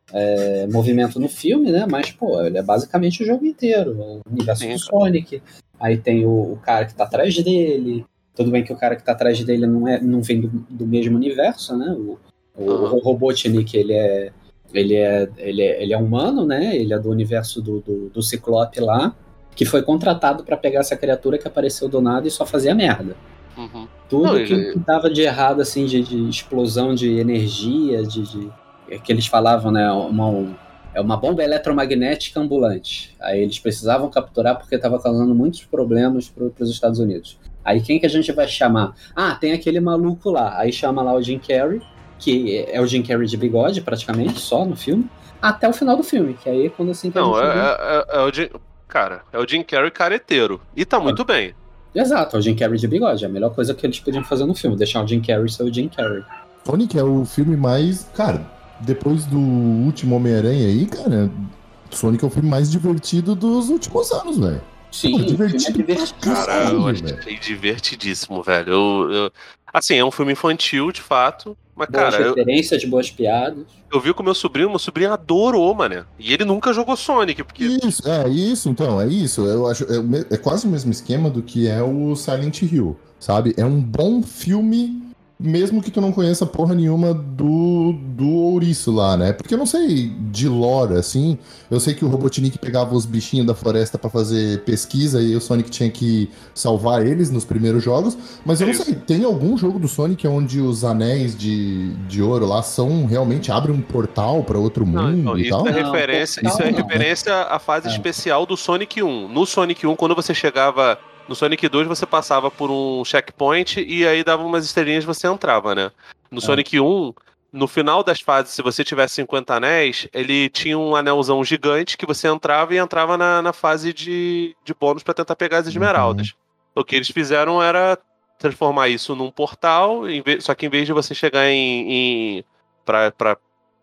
C: é, movimento no filme, né? Mas, pô, ele é basicamente o jogo inteiro. O universo
B: Sim,
C: do Sonic. Aí tem o, o cara que tá atrás dele. Tudo bem que o cara que tá atrás dele não, é, não vem do, do mesmo universo, né? O, o,
B: Aham.
C: o Robotnik, ele é, ele, é, ele, é, ele é humano, né? Ele é do universo do, do, do Ciclope lá, que foi contratado pra pegar essa criatura que apareceu do nada e só fazia merda.
B: Uhum.
C: Tudo
B: Não,
C: que,
B: ele-
C: que dava de errado, assim, de, de explosão de energia, de, de é que eles falavam, né? Uma, um- é uma bomba eletromagnética ambulante. Aí eles precisavam capturar porque estava causando muitos problemas para os Estados Unidos. Aí quem que a gente vai chamar? Ah, tem aquele maluco lá. Aí chama lá o Jim Carrey, que é o Jim Carrey de bigode, praticamente, só no filme, até o final do filme, que aí é quando assim que
B: Não,
C: a
B: é,
C: gente vê.
B: é, é- é o Jim. Cara, é o Jim Carrey careteiro. E tá muito bem.
C: Exato, é o Jim Carrey de bigode. É a melhor coisa que eles podiam fazer no filme, deixar o Jim Carrey ser o Jim Carrey.
G: Sonic é o filme mais. Cara, depois do último Homem-Aranha aí, cara, Sonic é o filme mais divertido dos últimos anos, velho.
C: Sim,
G: Pô,
C: o filme é
G: divertido pra
C: divertido.
B: Cara, eu
G: caralho,
B: achei
G: velho.
B: divertidíssimo, velho. Eu, eu- Assim, é um filme infantil, de fato. Mas,
C: Boas
B: cara, eu,
C: referências, boas piadas.
B: eu vi com meu sobrinho, meu sobrinho adorou, mané. E ele nunca jogou Sonic, porque.
G: Isso, é isso, então, é isso. Eu acho, é, o me- é quase o mesmo esquema do que é o Silent Hill, sabe? É um bom filme, mesmo que tu não conheça porra nenhuma do, do ouriço lá, né? Porque eu não sei de lore, assim. Eu sei que o Robotnik pegava os bichinhos da floresta pra fazer pesquisa e o Sonic tinha que salvar eles nos primeiros jogos. Mas eu não
B: Isso.
G: sei, tem algum jogo do Sonic onde os anéis de, de ouro lá são realmente abrem um portal pra outro
B: Não,
G: mundo
B: então,
G: e
B: isso
G: tal?
B: é
C: Não,
B: referência,
C: portal
B: isso é
C: não.
B: referência à fase
C: É.
B: especial do Sonic um. No Sonic um, quando você chegava no Sonic dois, você passava por um checkpoint e aí dava umas estrelinhas e você entrava, né? No
C: É.
B: Sonic um, no final das fases, se você tivesse cinquenta anéis, ele tinha um anelzão gigante que você entrava e entrava na, na fase de, de bônus pra tentar pegar as esmeraldas. O que eles fizeram era transformar isso num portal, em vez- só que em vez de você chegar em, em pra, pra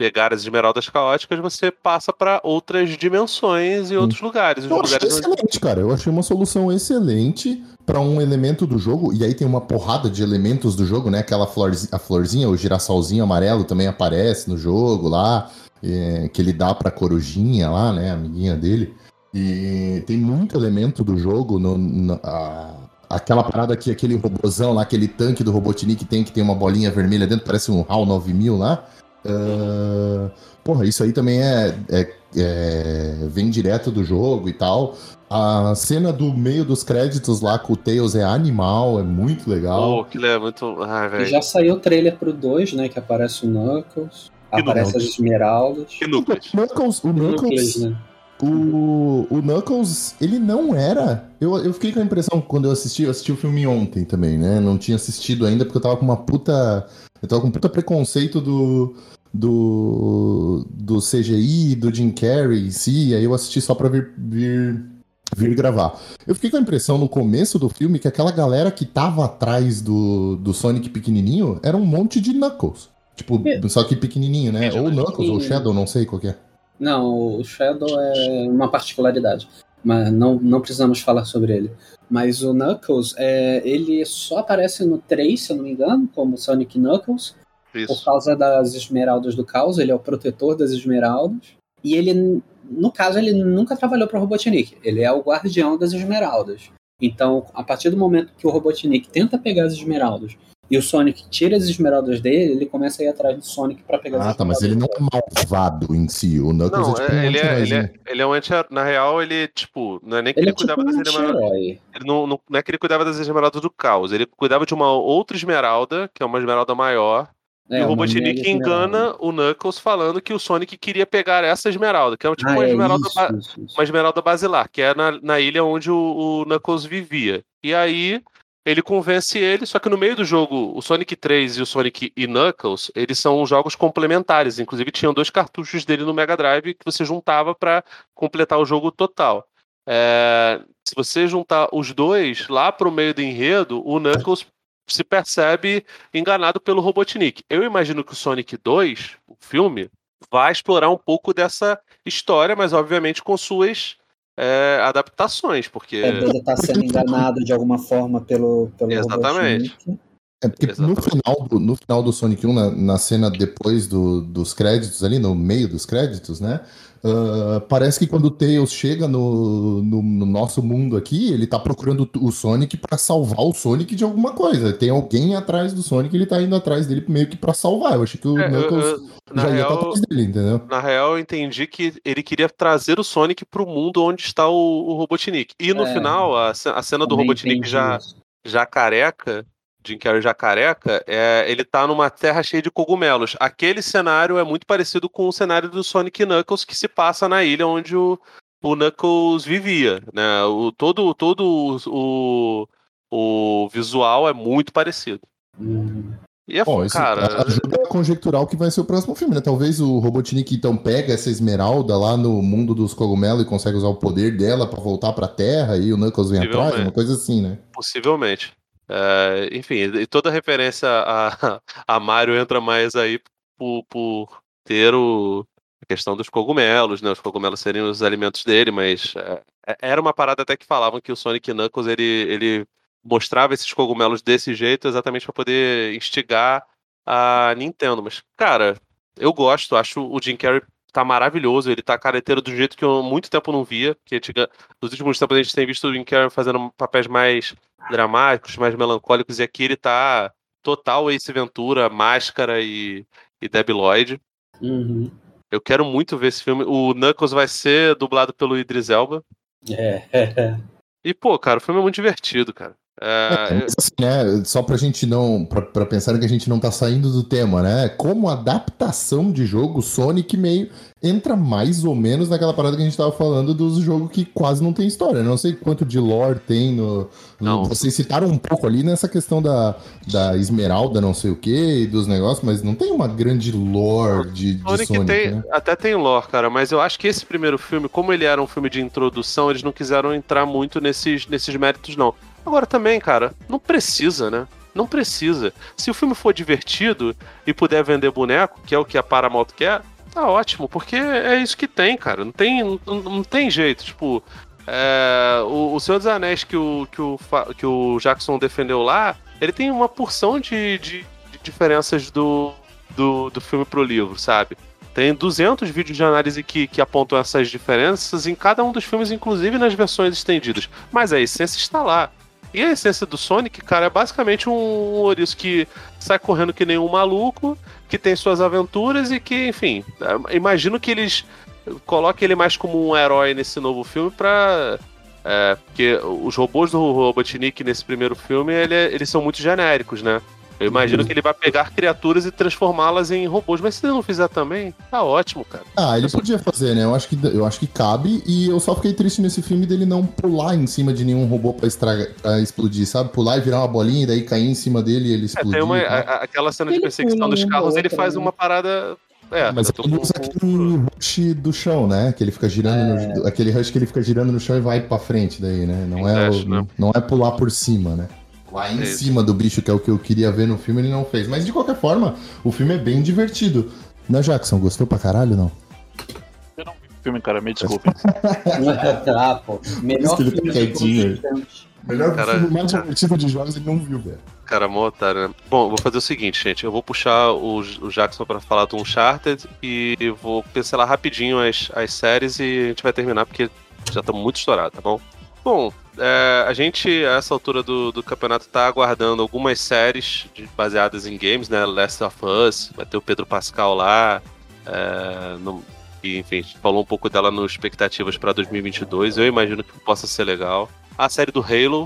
B: pegar as esmeraldas caóticas, você passa pra outras dimensões e outros lugares. Os
G: Eu achei
B: lugares onde-
G: excelente, cara. Eu achei uma solução excelente pra um elemento do jogo. E aí tem uma porrada de elementos do jogo, né? Aquela florzinha, a florzinha, o girassolzinho amarelo também aparece no jogo lá. é, que ele dá pra corujinha lá, né? A amiguinha dele. E tem muito elemento do jogo. No, no- a- aquela parada que aquele robozão lá, aquele tanque do Robotnik tem, que tem uma bolinha vermelha dentro, parece um HAL nove mil lá. Ah, porra, isso aí também é, é- é- vem direto do jogo e tal. A cena do meio dos créditos lá com o Tails é animal, é muito legal.
B: Pô, aquilo é muito. Ai,
C: E
B: velho.
C: já saiu o trailer pro dois, né? Que aparece o Knuckles, aparece as esmeraldas.
B: Que núcleos.
G: O Knuckles, o
C: O
G: Knuckles,
C: Knuckles, né?
G: o, o Knuckles, ele não era. Eu, eu fiquei com a impressão quando eu assisti, eu assisti o filme ontem também, né? Não tinha assistido ainda porque eu tava com uma puta. Eu tava com um puta preconceito do. Do, do C G I, do Jim Carrey em si, aí eu assisti só pra vir, vir, vir gravar. Eu fiquei com a impressão no começo do filme que aquela galera que tava atrás do, do Sonic pequenininho era um monte de Knuckles. Tipo, só que pequenininho, né? Ou Knuckles, ou Shadow, não sei qual que é.
C: Não, o Shadow é uma particularidade, mas não, não precisamos falar sobre ele. Mas o Knuckles, é, ele só aparece no três, se eu não me engano, como Sonic Knuckles, por
B: Isso.
C: causa das esmeraldas do caos. Ele é o protetor das esmeraldas. E ele, no caso, ele nunca trabalhou para o Robotnik. Ele é o guardião das esmeraldas. Então, a partir do momento que o Robotnik tenta pegar as esmeraldas e o Sonic tira as esmeraldas dele, ele começa a ir atrás do Sonic para pegar as
G: Ah, tá,
C: esmeraldas.
G: mas ele não é malvado em si. O Knuckles
B: Não,
G: é tipo um
B: é- ele, é, ele,
G: anti-heróizinho.
B: é, ele é um anti. Na real, ele, tipo, não é nem que
C: Ele
B: ele,
C: é tipo
B: cuidava
C: um
B: das esmeraldas.
C: anti-herói.
B: Ele não, não, não é que ele cuidava das esmeraldas do caos, ele cuidava de uma outra esmeralda, que é uma esmeralda maior.
C: É,
B: e o
C: uma
B: Robotnik
C: mega esmeralda.
B: engana o Knuckles falando que o Sonic queria pegar essa esmeralda, que é tipo
C: Ah,
B: uma,
C: é
B: esmeralda
C: isso,
B: ba-
C: isso, isso.
B: uma esmeralda basilar, que é na, na ilha onde o, o Knuckles vivia. E aí ele convence ele, só que no meio do jogo, o Sonic três e o Sonic e Knuckles, eles são jogos complementares. Inclusive tinham dois cartuchos dele no Mega Drive que você juntava pra completar o jogo total. É, se você juntar os dois lá pro meio do enredo, o Knuckles se percebe enganado pelo Robotnik. Eu imagino que o Sonic dois, o filme, vai explorar um pouco dessa história, mas obviamente com suas é, adaptações, porque...
C: É dele tá sendo enganado de alguma forma pelo, pelo
B: Exatamente.
C: Robotnik.
G: É porque no
B: Exatamente.
G: final, do, no final do Sonic um, na, na cena depois do- dos créditos, ali no meio dos créditos, né? ah, parece que quando o Tails chega no, no, no nosso mundo aqui, ele tá procurando o Sonic pra salvar o Sonic de alguma coisa. Tem alguém atrás do Sonic, ele tá indo atrás dele meio que pra salvar. Eu achei que o
B: É, eu-
G: Knuckles
B: eu- na,
G: já ia tá
B: real,
G: atrás dele, entendeu?
B: na real, eu entendi que ele queria trazer o Sonic pro mundo onde está o, o Robotnik. E no
C: É,
B: final, a, ce- a cena do
C: Também
B: Robotnik
C: entendi
B: já,
C: isso.
B: já careca, Jim Carrey já careca, é, ele tá numa terra cheia de cogumelos. Aquele cenário é muito parecido com o cenário do Sonic e Knuckles, que se passa na ilha onde o, o Knuckles vivia, né? O, todo todo o, o visual é muito parecido.
C: Hum.
B: E é,
G: Bom, isso
B: cara...
G: ajuda a conjecturar o que vai ser o próximo filme, né? Talvez o Robotnik então pega essa esmeralda lá no mundo dos cogumelos e consegue usar o poder dela pra voltar pra Terra e o Knuckles vem atrás,
B: Possivelmente.
G: uma coisa assim, né?
B: Possivelmente. É, enfim, e toda referência a, a Mario entra mais aí por, por ter o, a questão dos cogumelos, né? Os cogumelos seriam os alimentos dele, mas é, era uma parada até que falavam que o Sonic Knuckles ele, ele mostrava esses cogumelos desse jeito exatamente para poder instigar a Nintendo. Mas, cara, eu gosto, acho o Jim Carrey tá maravilhoso, ele tá careteiro do jeito que eu há muito tempo não via, que antiga, nos últimos tempos a gente tem visto o Jim Carrey fazendo papéis mais dramáticos, mais melancólicos, e aqui ele tá total Ace Ventura, Máscara e, e Debi Lloyd.
C: Uhum.
B: Eu quero muito ver esse filme. O Knuckles vai ser dublado pelo Idris Elba.
C: É.
B: E, pô, cara, o filme é muito divertido, cara.
G: É,
B: É,
G: mas assim, né? Só pra gente não. Pra, pra pensar que a gente não tá saindo do tema, né? Como adaptação de jogo, Sonic meio entra mais ou menos naquela parada que a gente tava falando dos jogos que quase não tem história. Eu não sei quanto de lore tem no. no-
B: Não.
G: Vocês citaram um pouco ali nessa questão da, da Esmeralda, não sei o que, e dos negócios, mas não tem uma grande lore de, de
B: Sonic,
G: Sonic,
B: tem,
G: né?
B: até tem lore, cara, mas eu acho que esse primeiro filme, como ele era um filme de introdução, eles não quiseram entrar muito nesses, nesses méritos, não. Agora também, cara, não precisa, né? Não precisa. Se o filme for divertido e puder vender boneco, que é o que a Paramount quer, Tá ótimo, porque é isso que tem, cara. Não tem, não, não tem jeito. Tipo, é, o, o Senhor dos Anéis que o, que, o, que o Jackson defendeu lá, ele tem uma porção de, de, de diferenças do, do, do filme pro livro, sabe? Tem duzentos vídeos de análise que, que apontam essas diferenças em cada um dos filmes, inclusive nas versões estendidas. Mas a essência está lá. E a essência do Sonic, cara, é basicamente um ouriço que sai correndo que nem um maluco, que tem suas aventuras e que, enfim, imagino que eles coloquem ele mais como um herói nesse novo filme pra... É, porque os robôs do Robotnik nesse primeiro filme, ele, eles são muito genéricos, né? Eu imagino uhum. que ele vai pegar criaturas e transformá-las em robôs, mas se ele não fizer também, tá ótimo, cara.
G: Ah, ele podia fazer, né? Eu acho que, eu acho que cabe, e eu só fiquei triste nesse filme dele não pular em cima de nenhum robô pra, estragar, pra explodir, sabe? Pular e virar uma bolinha e daí cair em cima dele e ele explodir.
B: É, tem uma, a, aquela cena de perseguição dos carros, ele faz uma parada... É,
G: mas ele usa aquele rush do chão, né? Que ele fica girando é... no, aquele rush que ele fica girando no chão e vai pra frente daí, né? Não, é, o, né? não é pular por cima, né? Lá em é cima do bicho, que é o que eu queria ver no filme, ele não fez. Mas de qualquer forma, o filme é bem divertido. Né, Jackson? Gostou pra caralho, não?
D: Eu não vi o filme, cara, me desculpe.
C: Ah, pô. Melhor
G: filme
C: filme
G: quietinho. Melhor
B: cara,
G: filme mais divertido de jogos ele não viu, velho.
B: Cara, mó otário, né? Bom, vou fazer o seguinte, gente. Eu vou puxar o, o Jackson pra falar do Uncharted e vou pincelar rapidinho as, as séries e a gente vai terminar porque já estamos muito estourados, tá bom? Bom, é, a gente, a essa altura do, do campeonato, tá aguardando algumas séries de, baseadas em games, né? Last of Us, vai ter o Pedro Pascal lá, é, no, e, enfim, a gente falou um pouco dela nos expectativas para dois mil e vinte e dois, eu imagino que possa ser legal. A série do Halo,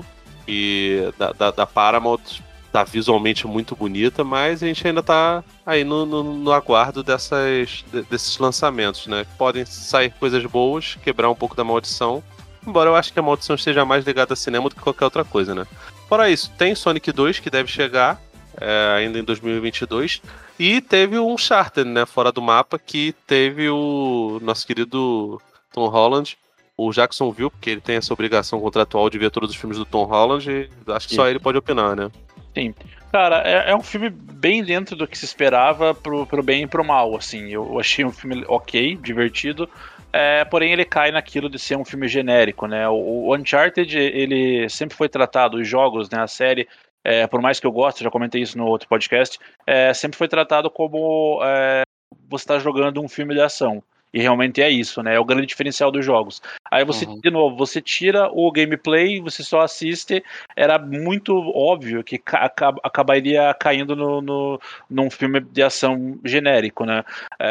B: e da, da, da Paramount, tá visualmente muito bonita, mas a gente ainda tá aí no, no, no aguardo dessas, desses lançamentos, né? Podem sair coisas boas, quebrar um pouco da maldição, embora eu acho que a maldição esteja mais ligada a cinema do que qualquer outra coisa, né? Fora isso, tem Sonic dois, que deve chegar é, ainda em dois mil e vinte e dois, e teve o Uncharted, né? Fora do mapa, que teve o nosso querido Tom Holland. O Jackson viu, porque ele tem essa obrigação contratual de ver todos os filmes do Tom Holland, e acho que só ele pode opinar, né?
D: Sim. Cara, é, é um filme bem dentro do que se esperava pro, pro bem e pro mal, assim. Eu achei um filme ok, divertido, é, porém ele cai naquilo de ser um filme genérico, né? O, o Uncharted, ele sempre foi tratado, os jogos, né, a série, é, por mais que eu goste, já comentei isso no outro podcast, é, sempre foi tratado como é, você tá jogando um filme de ação. E realmente é isso, né? É o grande diferencial dos jogos. Aí você, uhum. de novo, você tira o gameplay, você só assiste. Era muito óbvio que ca- acabaria caindo no, no, num filme de ação genérico, né?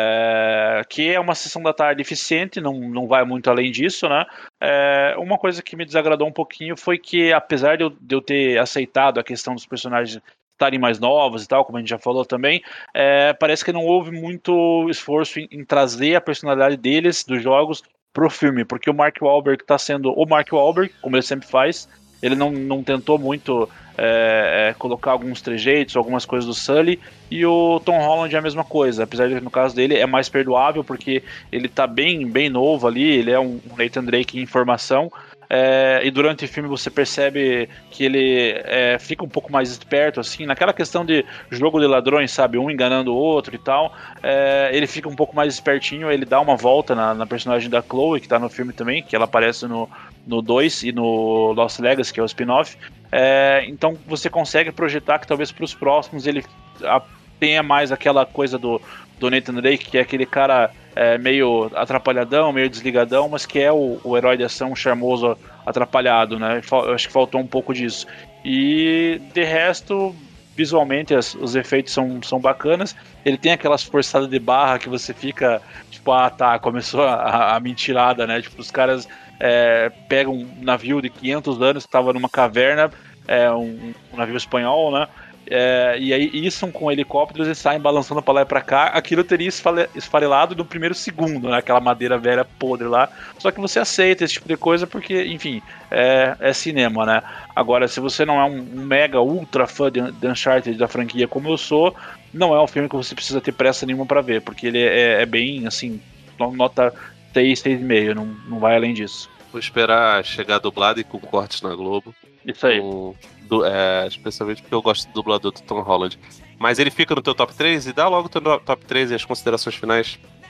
D: É, que é uma sessão da tarde eficiente, não, não vai muito além disso, né? É, uma coisa que me desagradou um pouquinho foi que, apesar de eu, de eu ter aceitado a questão dos personagens estarem mais novos e tal, como a gente já falou também, é, parece que não houve muito esforço em, em trazer a personalidade deles, dos jogos, pro filme, porque o Mark Wahlberg tá sendo o Mark Wahlberg, como ele sempre faz, ele não, não tentou muito é, é, colocar alguns trejeitos, algumas coisas do Sully, e o Tom Holland é a mesma coisa, apesar de que no caso dele é mais perdoável, porque ele tá bem, bem novo ali, ele é um Nathan Drake em formação. É, e durante o filme você percebe que ele é, fica um pouco mais esperto, assim, naquela questão de jogo de ladrões, sabe, um enganando o outro e tal, é, ele fica um pouco mais espertinho, ele dá uma volta na, na personagem da Chloe, que tá no filme também, que ela aparece no, no dois e no Lost Legacy, que é o spin-off, é, então você consegue projetar que talvez pros próximos ele a, tenha mais aquela coisa do, do Nathan Drake, que é aquele cara é, meio atrapalhadão, meio desligadão, mas que é o, o herói de ação charmoso atrapalhado, né? Eu acho que faltou um pouco disso. E de resto, visualmente as, os efeitos são, são bacanas. Ele tem aquelas forçadas de barra que você fica tipo, ah tá, começou a, a mentirada, né? Tipo, os caras é, pegam um navio de quinhentos anos que estava numa caverna, é, um, um navio espanhol, né? É, e aí isso com helicópteros e saem balançando pra lá e pra cá, aquilo teria esfarelado no primeiro segundo, né? Aquela madeira velha podre lá, só que você aceita esse tipo de coisa porque, enfim, é, é cinema, né? Agora, se você não é um, um mega ultra fã de, de Uncharted da franquia como eu sou, não é um filme que você precisa ter pressa nenhuma pra ver, porque ele é, é bem, assim, nota seis, seis vírgula cinco, não, não vai além disso.
B: Vou esperar chegar dublado e com cortes na Globo.
D: Isso aí.
B: Com, do, é, especialmente porque eu gosto do dublador do Tom Holland. Mas ele fica no teu top três? E dá logo o teu top três e as considerações finais.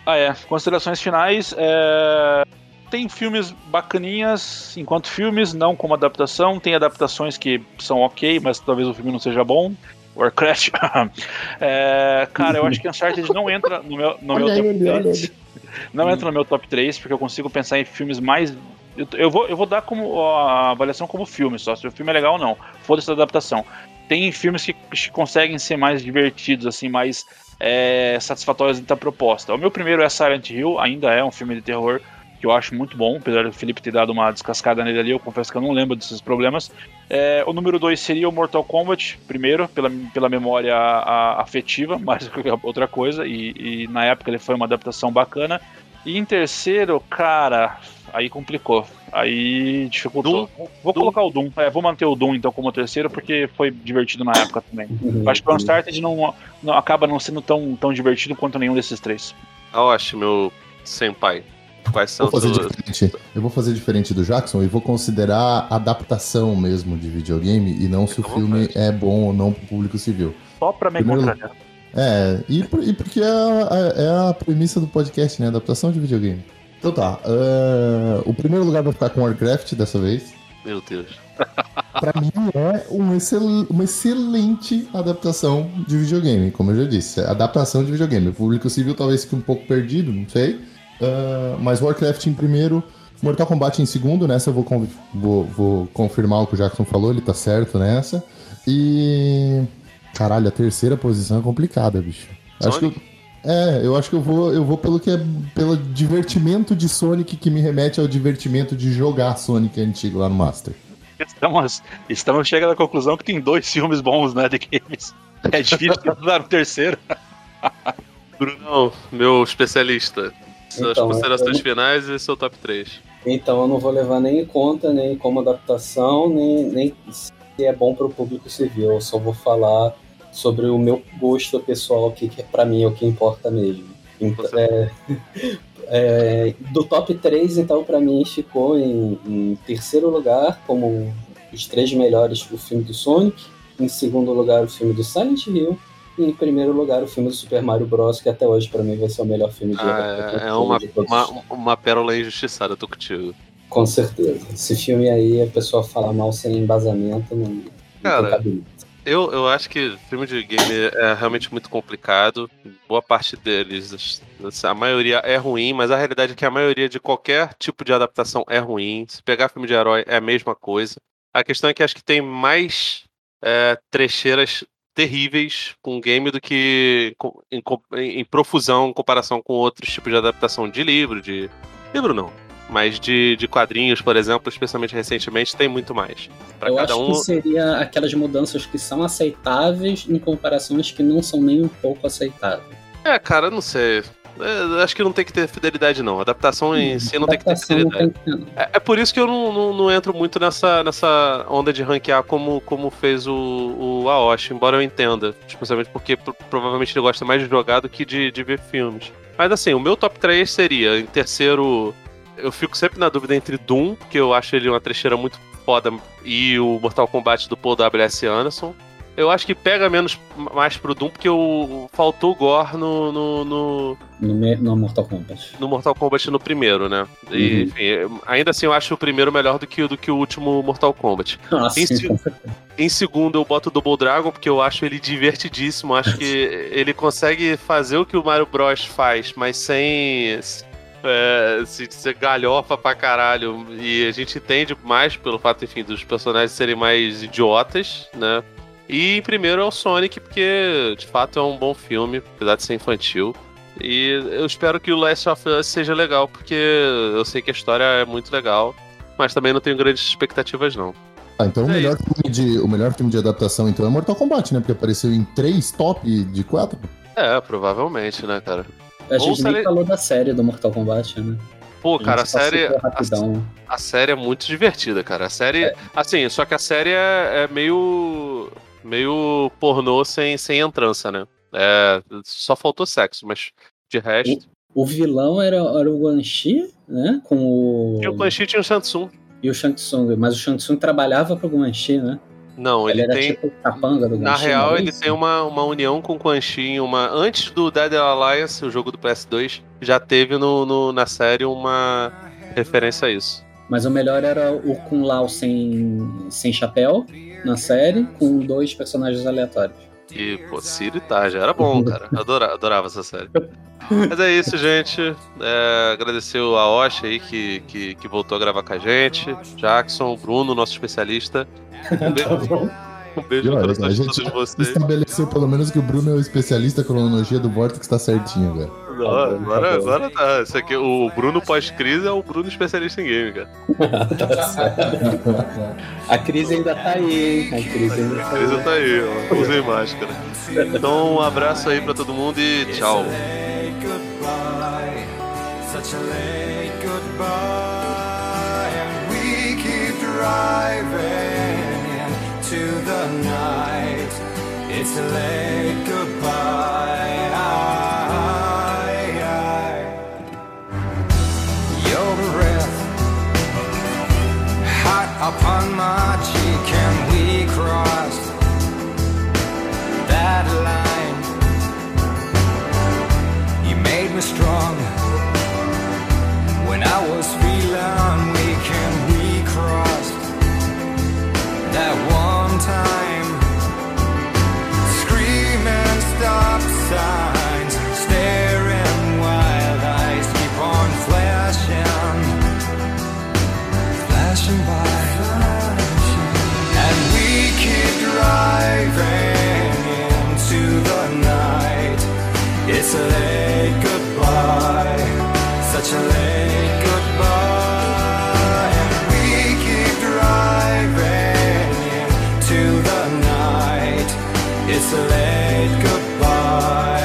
D: Ah, é. Considerações finais. É... Tem filmes bacaninhas enquanto filmes, não como adaptação. Tem adaptações que são ok, mas talvez o filme não seja bom. Warcraft. é... Cara, eu acho que Uncharted não entra no meu, no meu top três. Não entra no meu top três, porque eu consigo pensar em filmes mais... Eu, eu, vou, eu vou dar como a avaliação como filme, só se o filme é legal ou não. Foda-se a adaptação. Tem filmes que, que conseguem ser mais divertidos, assim, mais é, satisfatórios da proposta. O meu primeiro é Silent Hill, ainda é um filme de terror que eu acho muito bom, apesar do Felipe ter dado uma descascada nele ali, eu confesso que eu não lembro desses problemas. É, o número dois seria o Mortal Kombat, primeiro, pela, pela memória a, afetiva, mais do que outra coisa, e, e na época ele foi uma adaptação bacana. E em terceiro, cara, aí complicou, aí dificultou.
B: Doom?
D: Vou, vou
B: Doom.
D: colocar o Doom, é, vou manter o Doom então como terceiro, porque foi divertido na época também. Eu acho que o Uncharted não, não, acaba não sendo tão, tão divertido quanto nenhum desses três.
B: Aoshi, meu senpai. Quais são
G: Vou fazer
B: os...
G: diferente. Eu vou fazer diferente do Jackson e vou considerar adaptação mesmo de videogame e não se o
B: Fica à
G: filme
B: vontade.
G: é bom ou não pro público civil.
D: Só pra me
G: Primeiro-
D: contrariar.
G: É, e, por- e porque é a, é a premissa do podcast, né? Adaptação de videogame. Então tá. ah, o primeiro lugar vai ficar com Warcraft dessa vez.
B: Meu Deus.
G: Pra mim é um excel- uma excelente adaptação de videogame, como eu já disse. Adaptação de videogame. O público civil talvez fique um pouco perdido, não sei. Ah, mas Warcraft em primeiro, Mortal Kombat em segundo. Nessa eu vou, con- vou, vou confirmar o que o Jackson falou, ele tá certo nessa. E. Caralho, a terceira posição é complicada, bicho. Acho que eu, é, eu acho que eu vou, eu vou pelo que é pelo divertimento de Sonic que me remete ao divertimento de jogar Sonic antigo lá no Master.
D: Estamos, estamos chegando à conclusão que tem dois filmes bons, né, de games. É difícil dar um terceiro.
B: Brunão, meu especialista. Suas
C: Então,
B: considerações
C: eu-
B: finais e seu top três.
C: Então eu não vou levar nem em conta, nem como adaptação, nem, nem se é bom para o público civil. Eu só vou falar sobre o meu gosto pessoal, que, que para mim é o que importa mesmo. Então, é, é, do top três, então, para mim ficou em, em terceiro lugar, como os três melhores, o filme do Sonic. Em segundo lugar, o filme do Silent Hill. E em primeiro lugar, o filme do Super Mario Bros, que até hoje para mim vai ser o melhor filme de
B: Ah, é uma,
C: de todos os
B: uma,
C: tempos.
B: uma pérola injustiçada, eu tô contigo.
C: Com certeza. Esse filme aí, a pessoa falar mal sem embasamento, não, não
B: Cara,
C: tem cabimento.
B: Eu, eu acho que filme de game é realmente muito complicado. Boa parte deles, a maioria é ruim, mas a realidade é que a maioria de qualquer tipo de adaptação é ruim. Se pegar filme de herói é a mesma coisa. A questão é que acho que tem mais é, trecheiras terríveis com game do que com- em, co- em- em profusão em comparação com outros tipos de adaptação de livro, de... Livro não, mas de, de quadrinhos, por exemplo, especialmente recentemente, tem muito mais. Pra
C: Eu
B: cada
C: acho
B: um...
C: que seria aquelas mudanças que são aceitáveis em comparações que não são nem um pouco aceitáveis.
B: É, cara, não sei. É, acho que não tem que ter fidelidade, não. A adaptação em si não tem que ter
C: Adaptação não
B: fidelidade.
C: tem que ter, não.
B: É, é por isso que eu não, não, não entro muito nessa, nessa onda de ranquear como, como fez o, o Aoshi, embora eu entenda. Especialmente porque pro- provavelmente ele gosta mais de jogar do que de, de ver filmes. Mas assim, o meu top três seria, em terceiro, eu fico sempre na dúvida entre Doom, que eu acho ele uma trecheira muito foda, e o Mortal Kombat do Paul W S. Anderson. Eu acho que pega menos mais pro Doom, porque o, faltou gore no, no, no,
C: No, me- no Mortal Kombat.
B: no Mortal Kombat no primeiro, né? E,
C: Uhum.
B: enfim, ainda assim eu acho o primeiro melhor do que, do que o último Mortal Kombat.
C: Nossa,
B: Em
C: sim,
B: si-
C: com certeza.
B: Em segundo eu boto o Double Dragon, porque eu acho ele divertidíssimo. Acho que ele consegue fazer o que o Mario Bros faz, mas sem é, se ser galhofa pra caralho. E a gente entende mais pelo fato, enfim, dos personagens serem mais idiotas, né? E em primeiro é o Sonic, porque de fato é um bom filme, apesar de ser infantil. E eu espero que o Last of Us seja legal, porque eu sei que a história é muito legal, mas também não tenho grandes expectativas, não.
G: Ah, então o
B: É
G: melhor, filme de, o melhor filme de adaptação então é Mortal Kombat, né? Porque apareceu em três top de quatro.
B: É, provavelmente, né, cara?
C: A gente
B: Ou
C: nem
B: se-
C: falou da série do Mortal Kombat, né?
B: Pô, cara, a
C: gente só
B: série.
C: citou
B: A,
C: rapidão.
B: a série é muito divertida, cara. A série. Assim, só que a série é, é meio. meio pornô sem, sem entrança, né? É, só faltou sexo, mas de resto.
C: O vilão era, era o Quan Chi, né? Com o...
B: E o Quan Chi tinha o Shang Tsung.
C: E o Shang Tsung. Mas o Shang Tsung trabalhava pro Quan Chi, né?
B: Não, ele,
C: Ele, era
B: tem.
C: tipo capanga do
B: Na
C: Genshin,
B: real,
C: não é
B: ele
C: isso?
B: tem uma, uma união com o Quan Chi, uma. Antes do Dead Alliance, o jogo do P S dois, já teve no, no- na série uma referência a isso.
C: Mas o melhor era o Kung Lao sem, sem chapéu na série, com dois personagens aleatórios.
B: E, pô, Ciro e Tarja, era bom, cara. Adorava, adorava essa série. Mas é isso, gente. É, agradecer o Aoshi aí que, que, que voltou a gravar com a gente. Jackson, Bruno, nosso especialista. Um beijo,
C: Tá bom?
B: um beijo
G: E
B: no
G: olha,
B: coração
G: a
B: de
G: gente
B: todos vocês.
G: estabeleceu pelo menos que o Bruno é o especialista, a cronologia do Vortex tá certinho, velho.
B: Não, agora, agora tá. Esse aqui, o Bruno pós-crise é o Bruno especialista em game, cara.
C: Tá certo. A crise ainda tá aí, hein? A crise ainda
B: A
C: tá
B: crise
C: aí.
B: tá aí, ó. Usem máscara. Então, um abraço aí pra todo mundo e tchau.
H: Such a late goodbye, and we keep driving into the night. It's a late goodbye. Your breath hot upon my cheek, and we crossed that line. You made me strong when I was feeling weak, and we crossed that one time. Screaming stop signs, staring wild eyes keep on flashing, flashing by, and we keep driving into the night. It's a late goodbye, such a late goodbye, and we keep driving into the night. It's a late goodbye.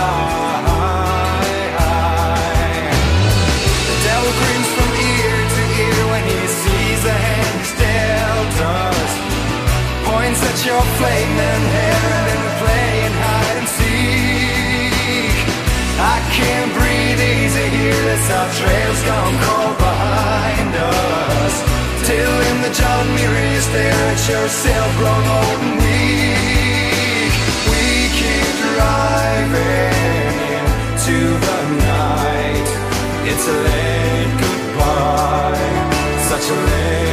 H: The devil grins from ear to ear when he sees the hand he's dealt us. Points at your flaming hair and then we're playing hide and seek. I can't breathe easy here, this our trail's gone cold behind us. Till in the John mirror you stare at yourself grown old and weak. We keep driving into the night. It's a late goodbye, such a late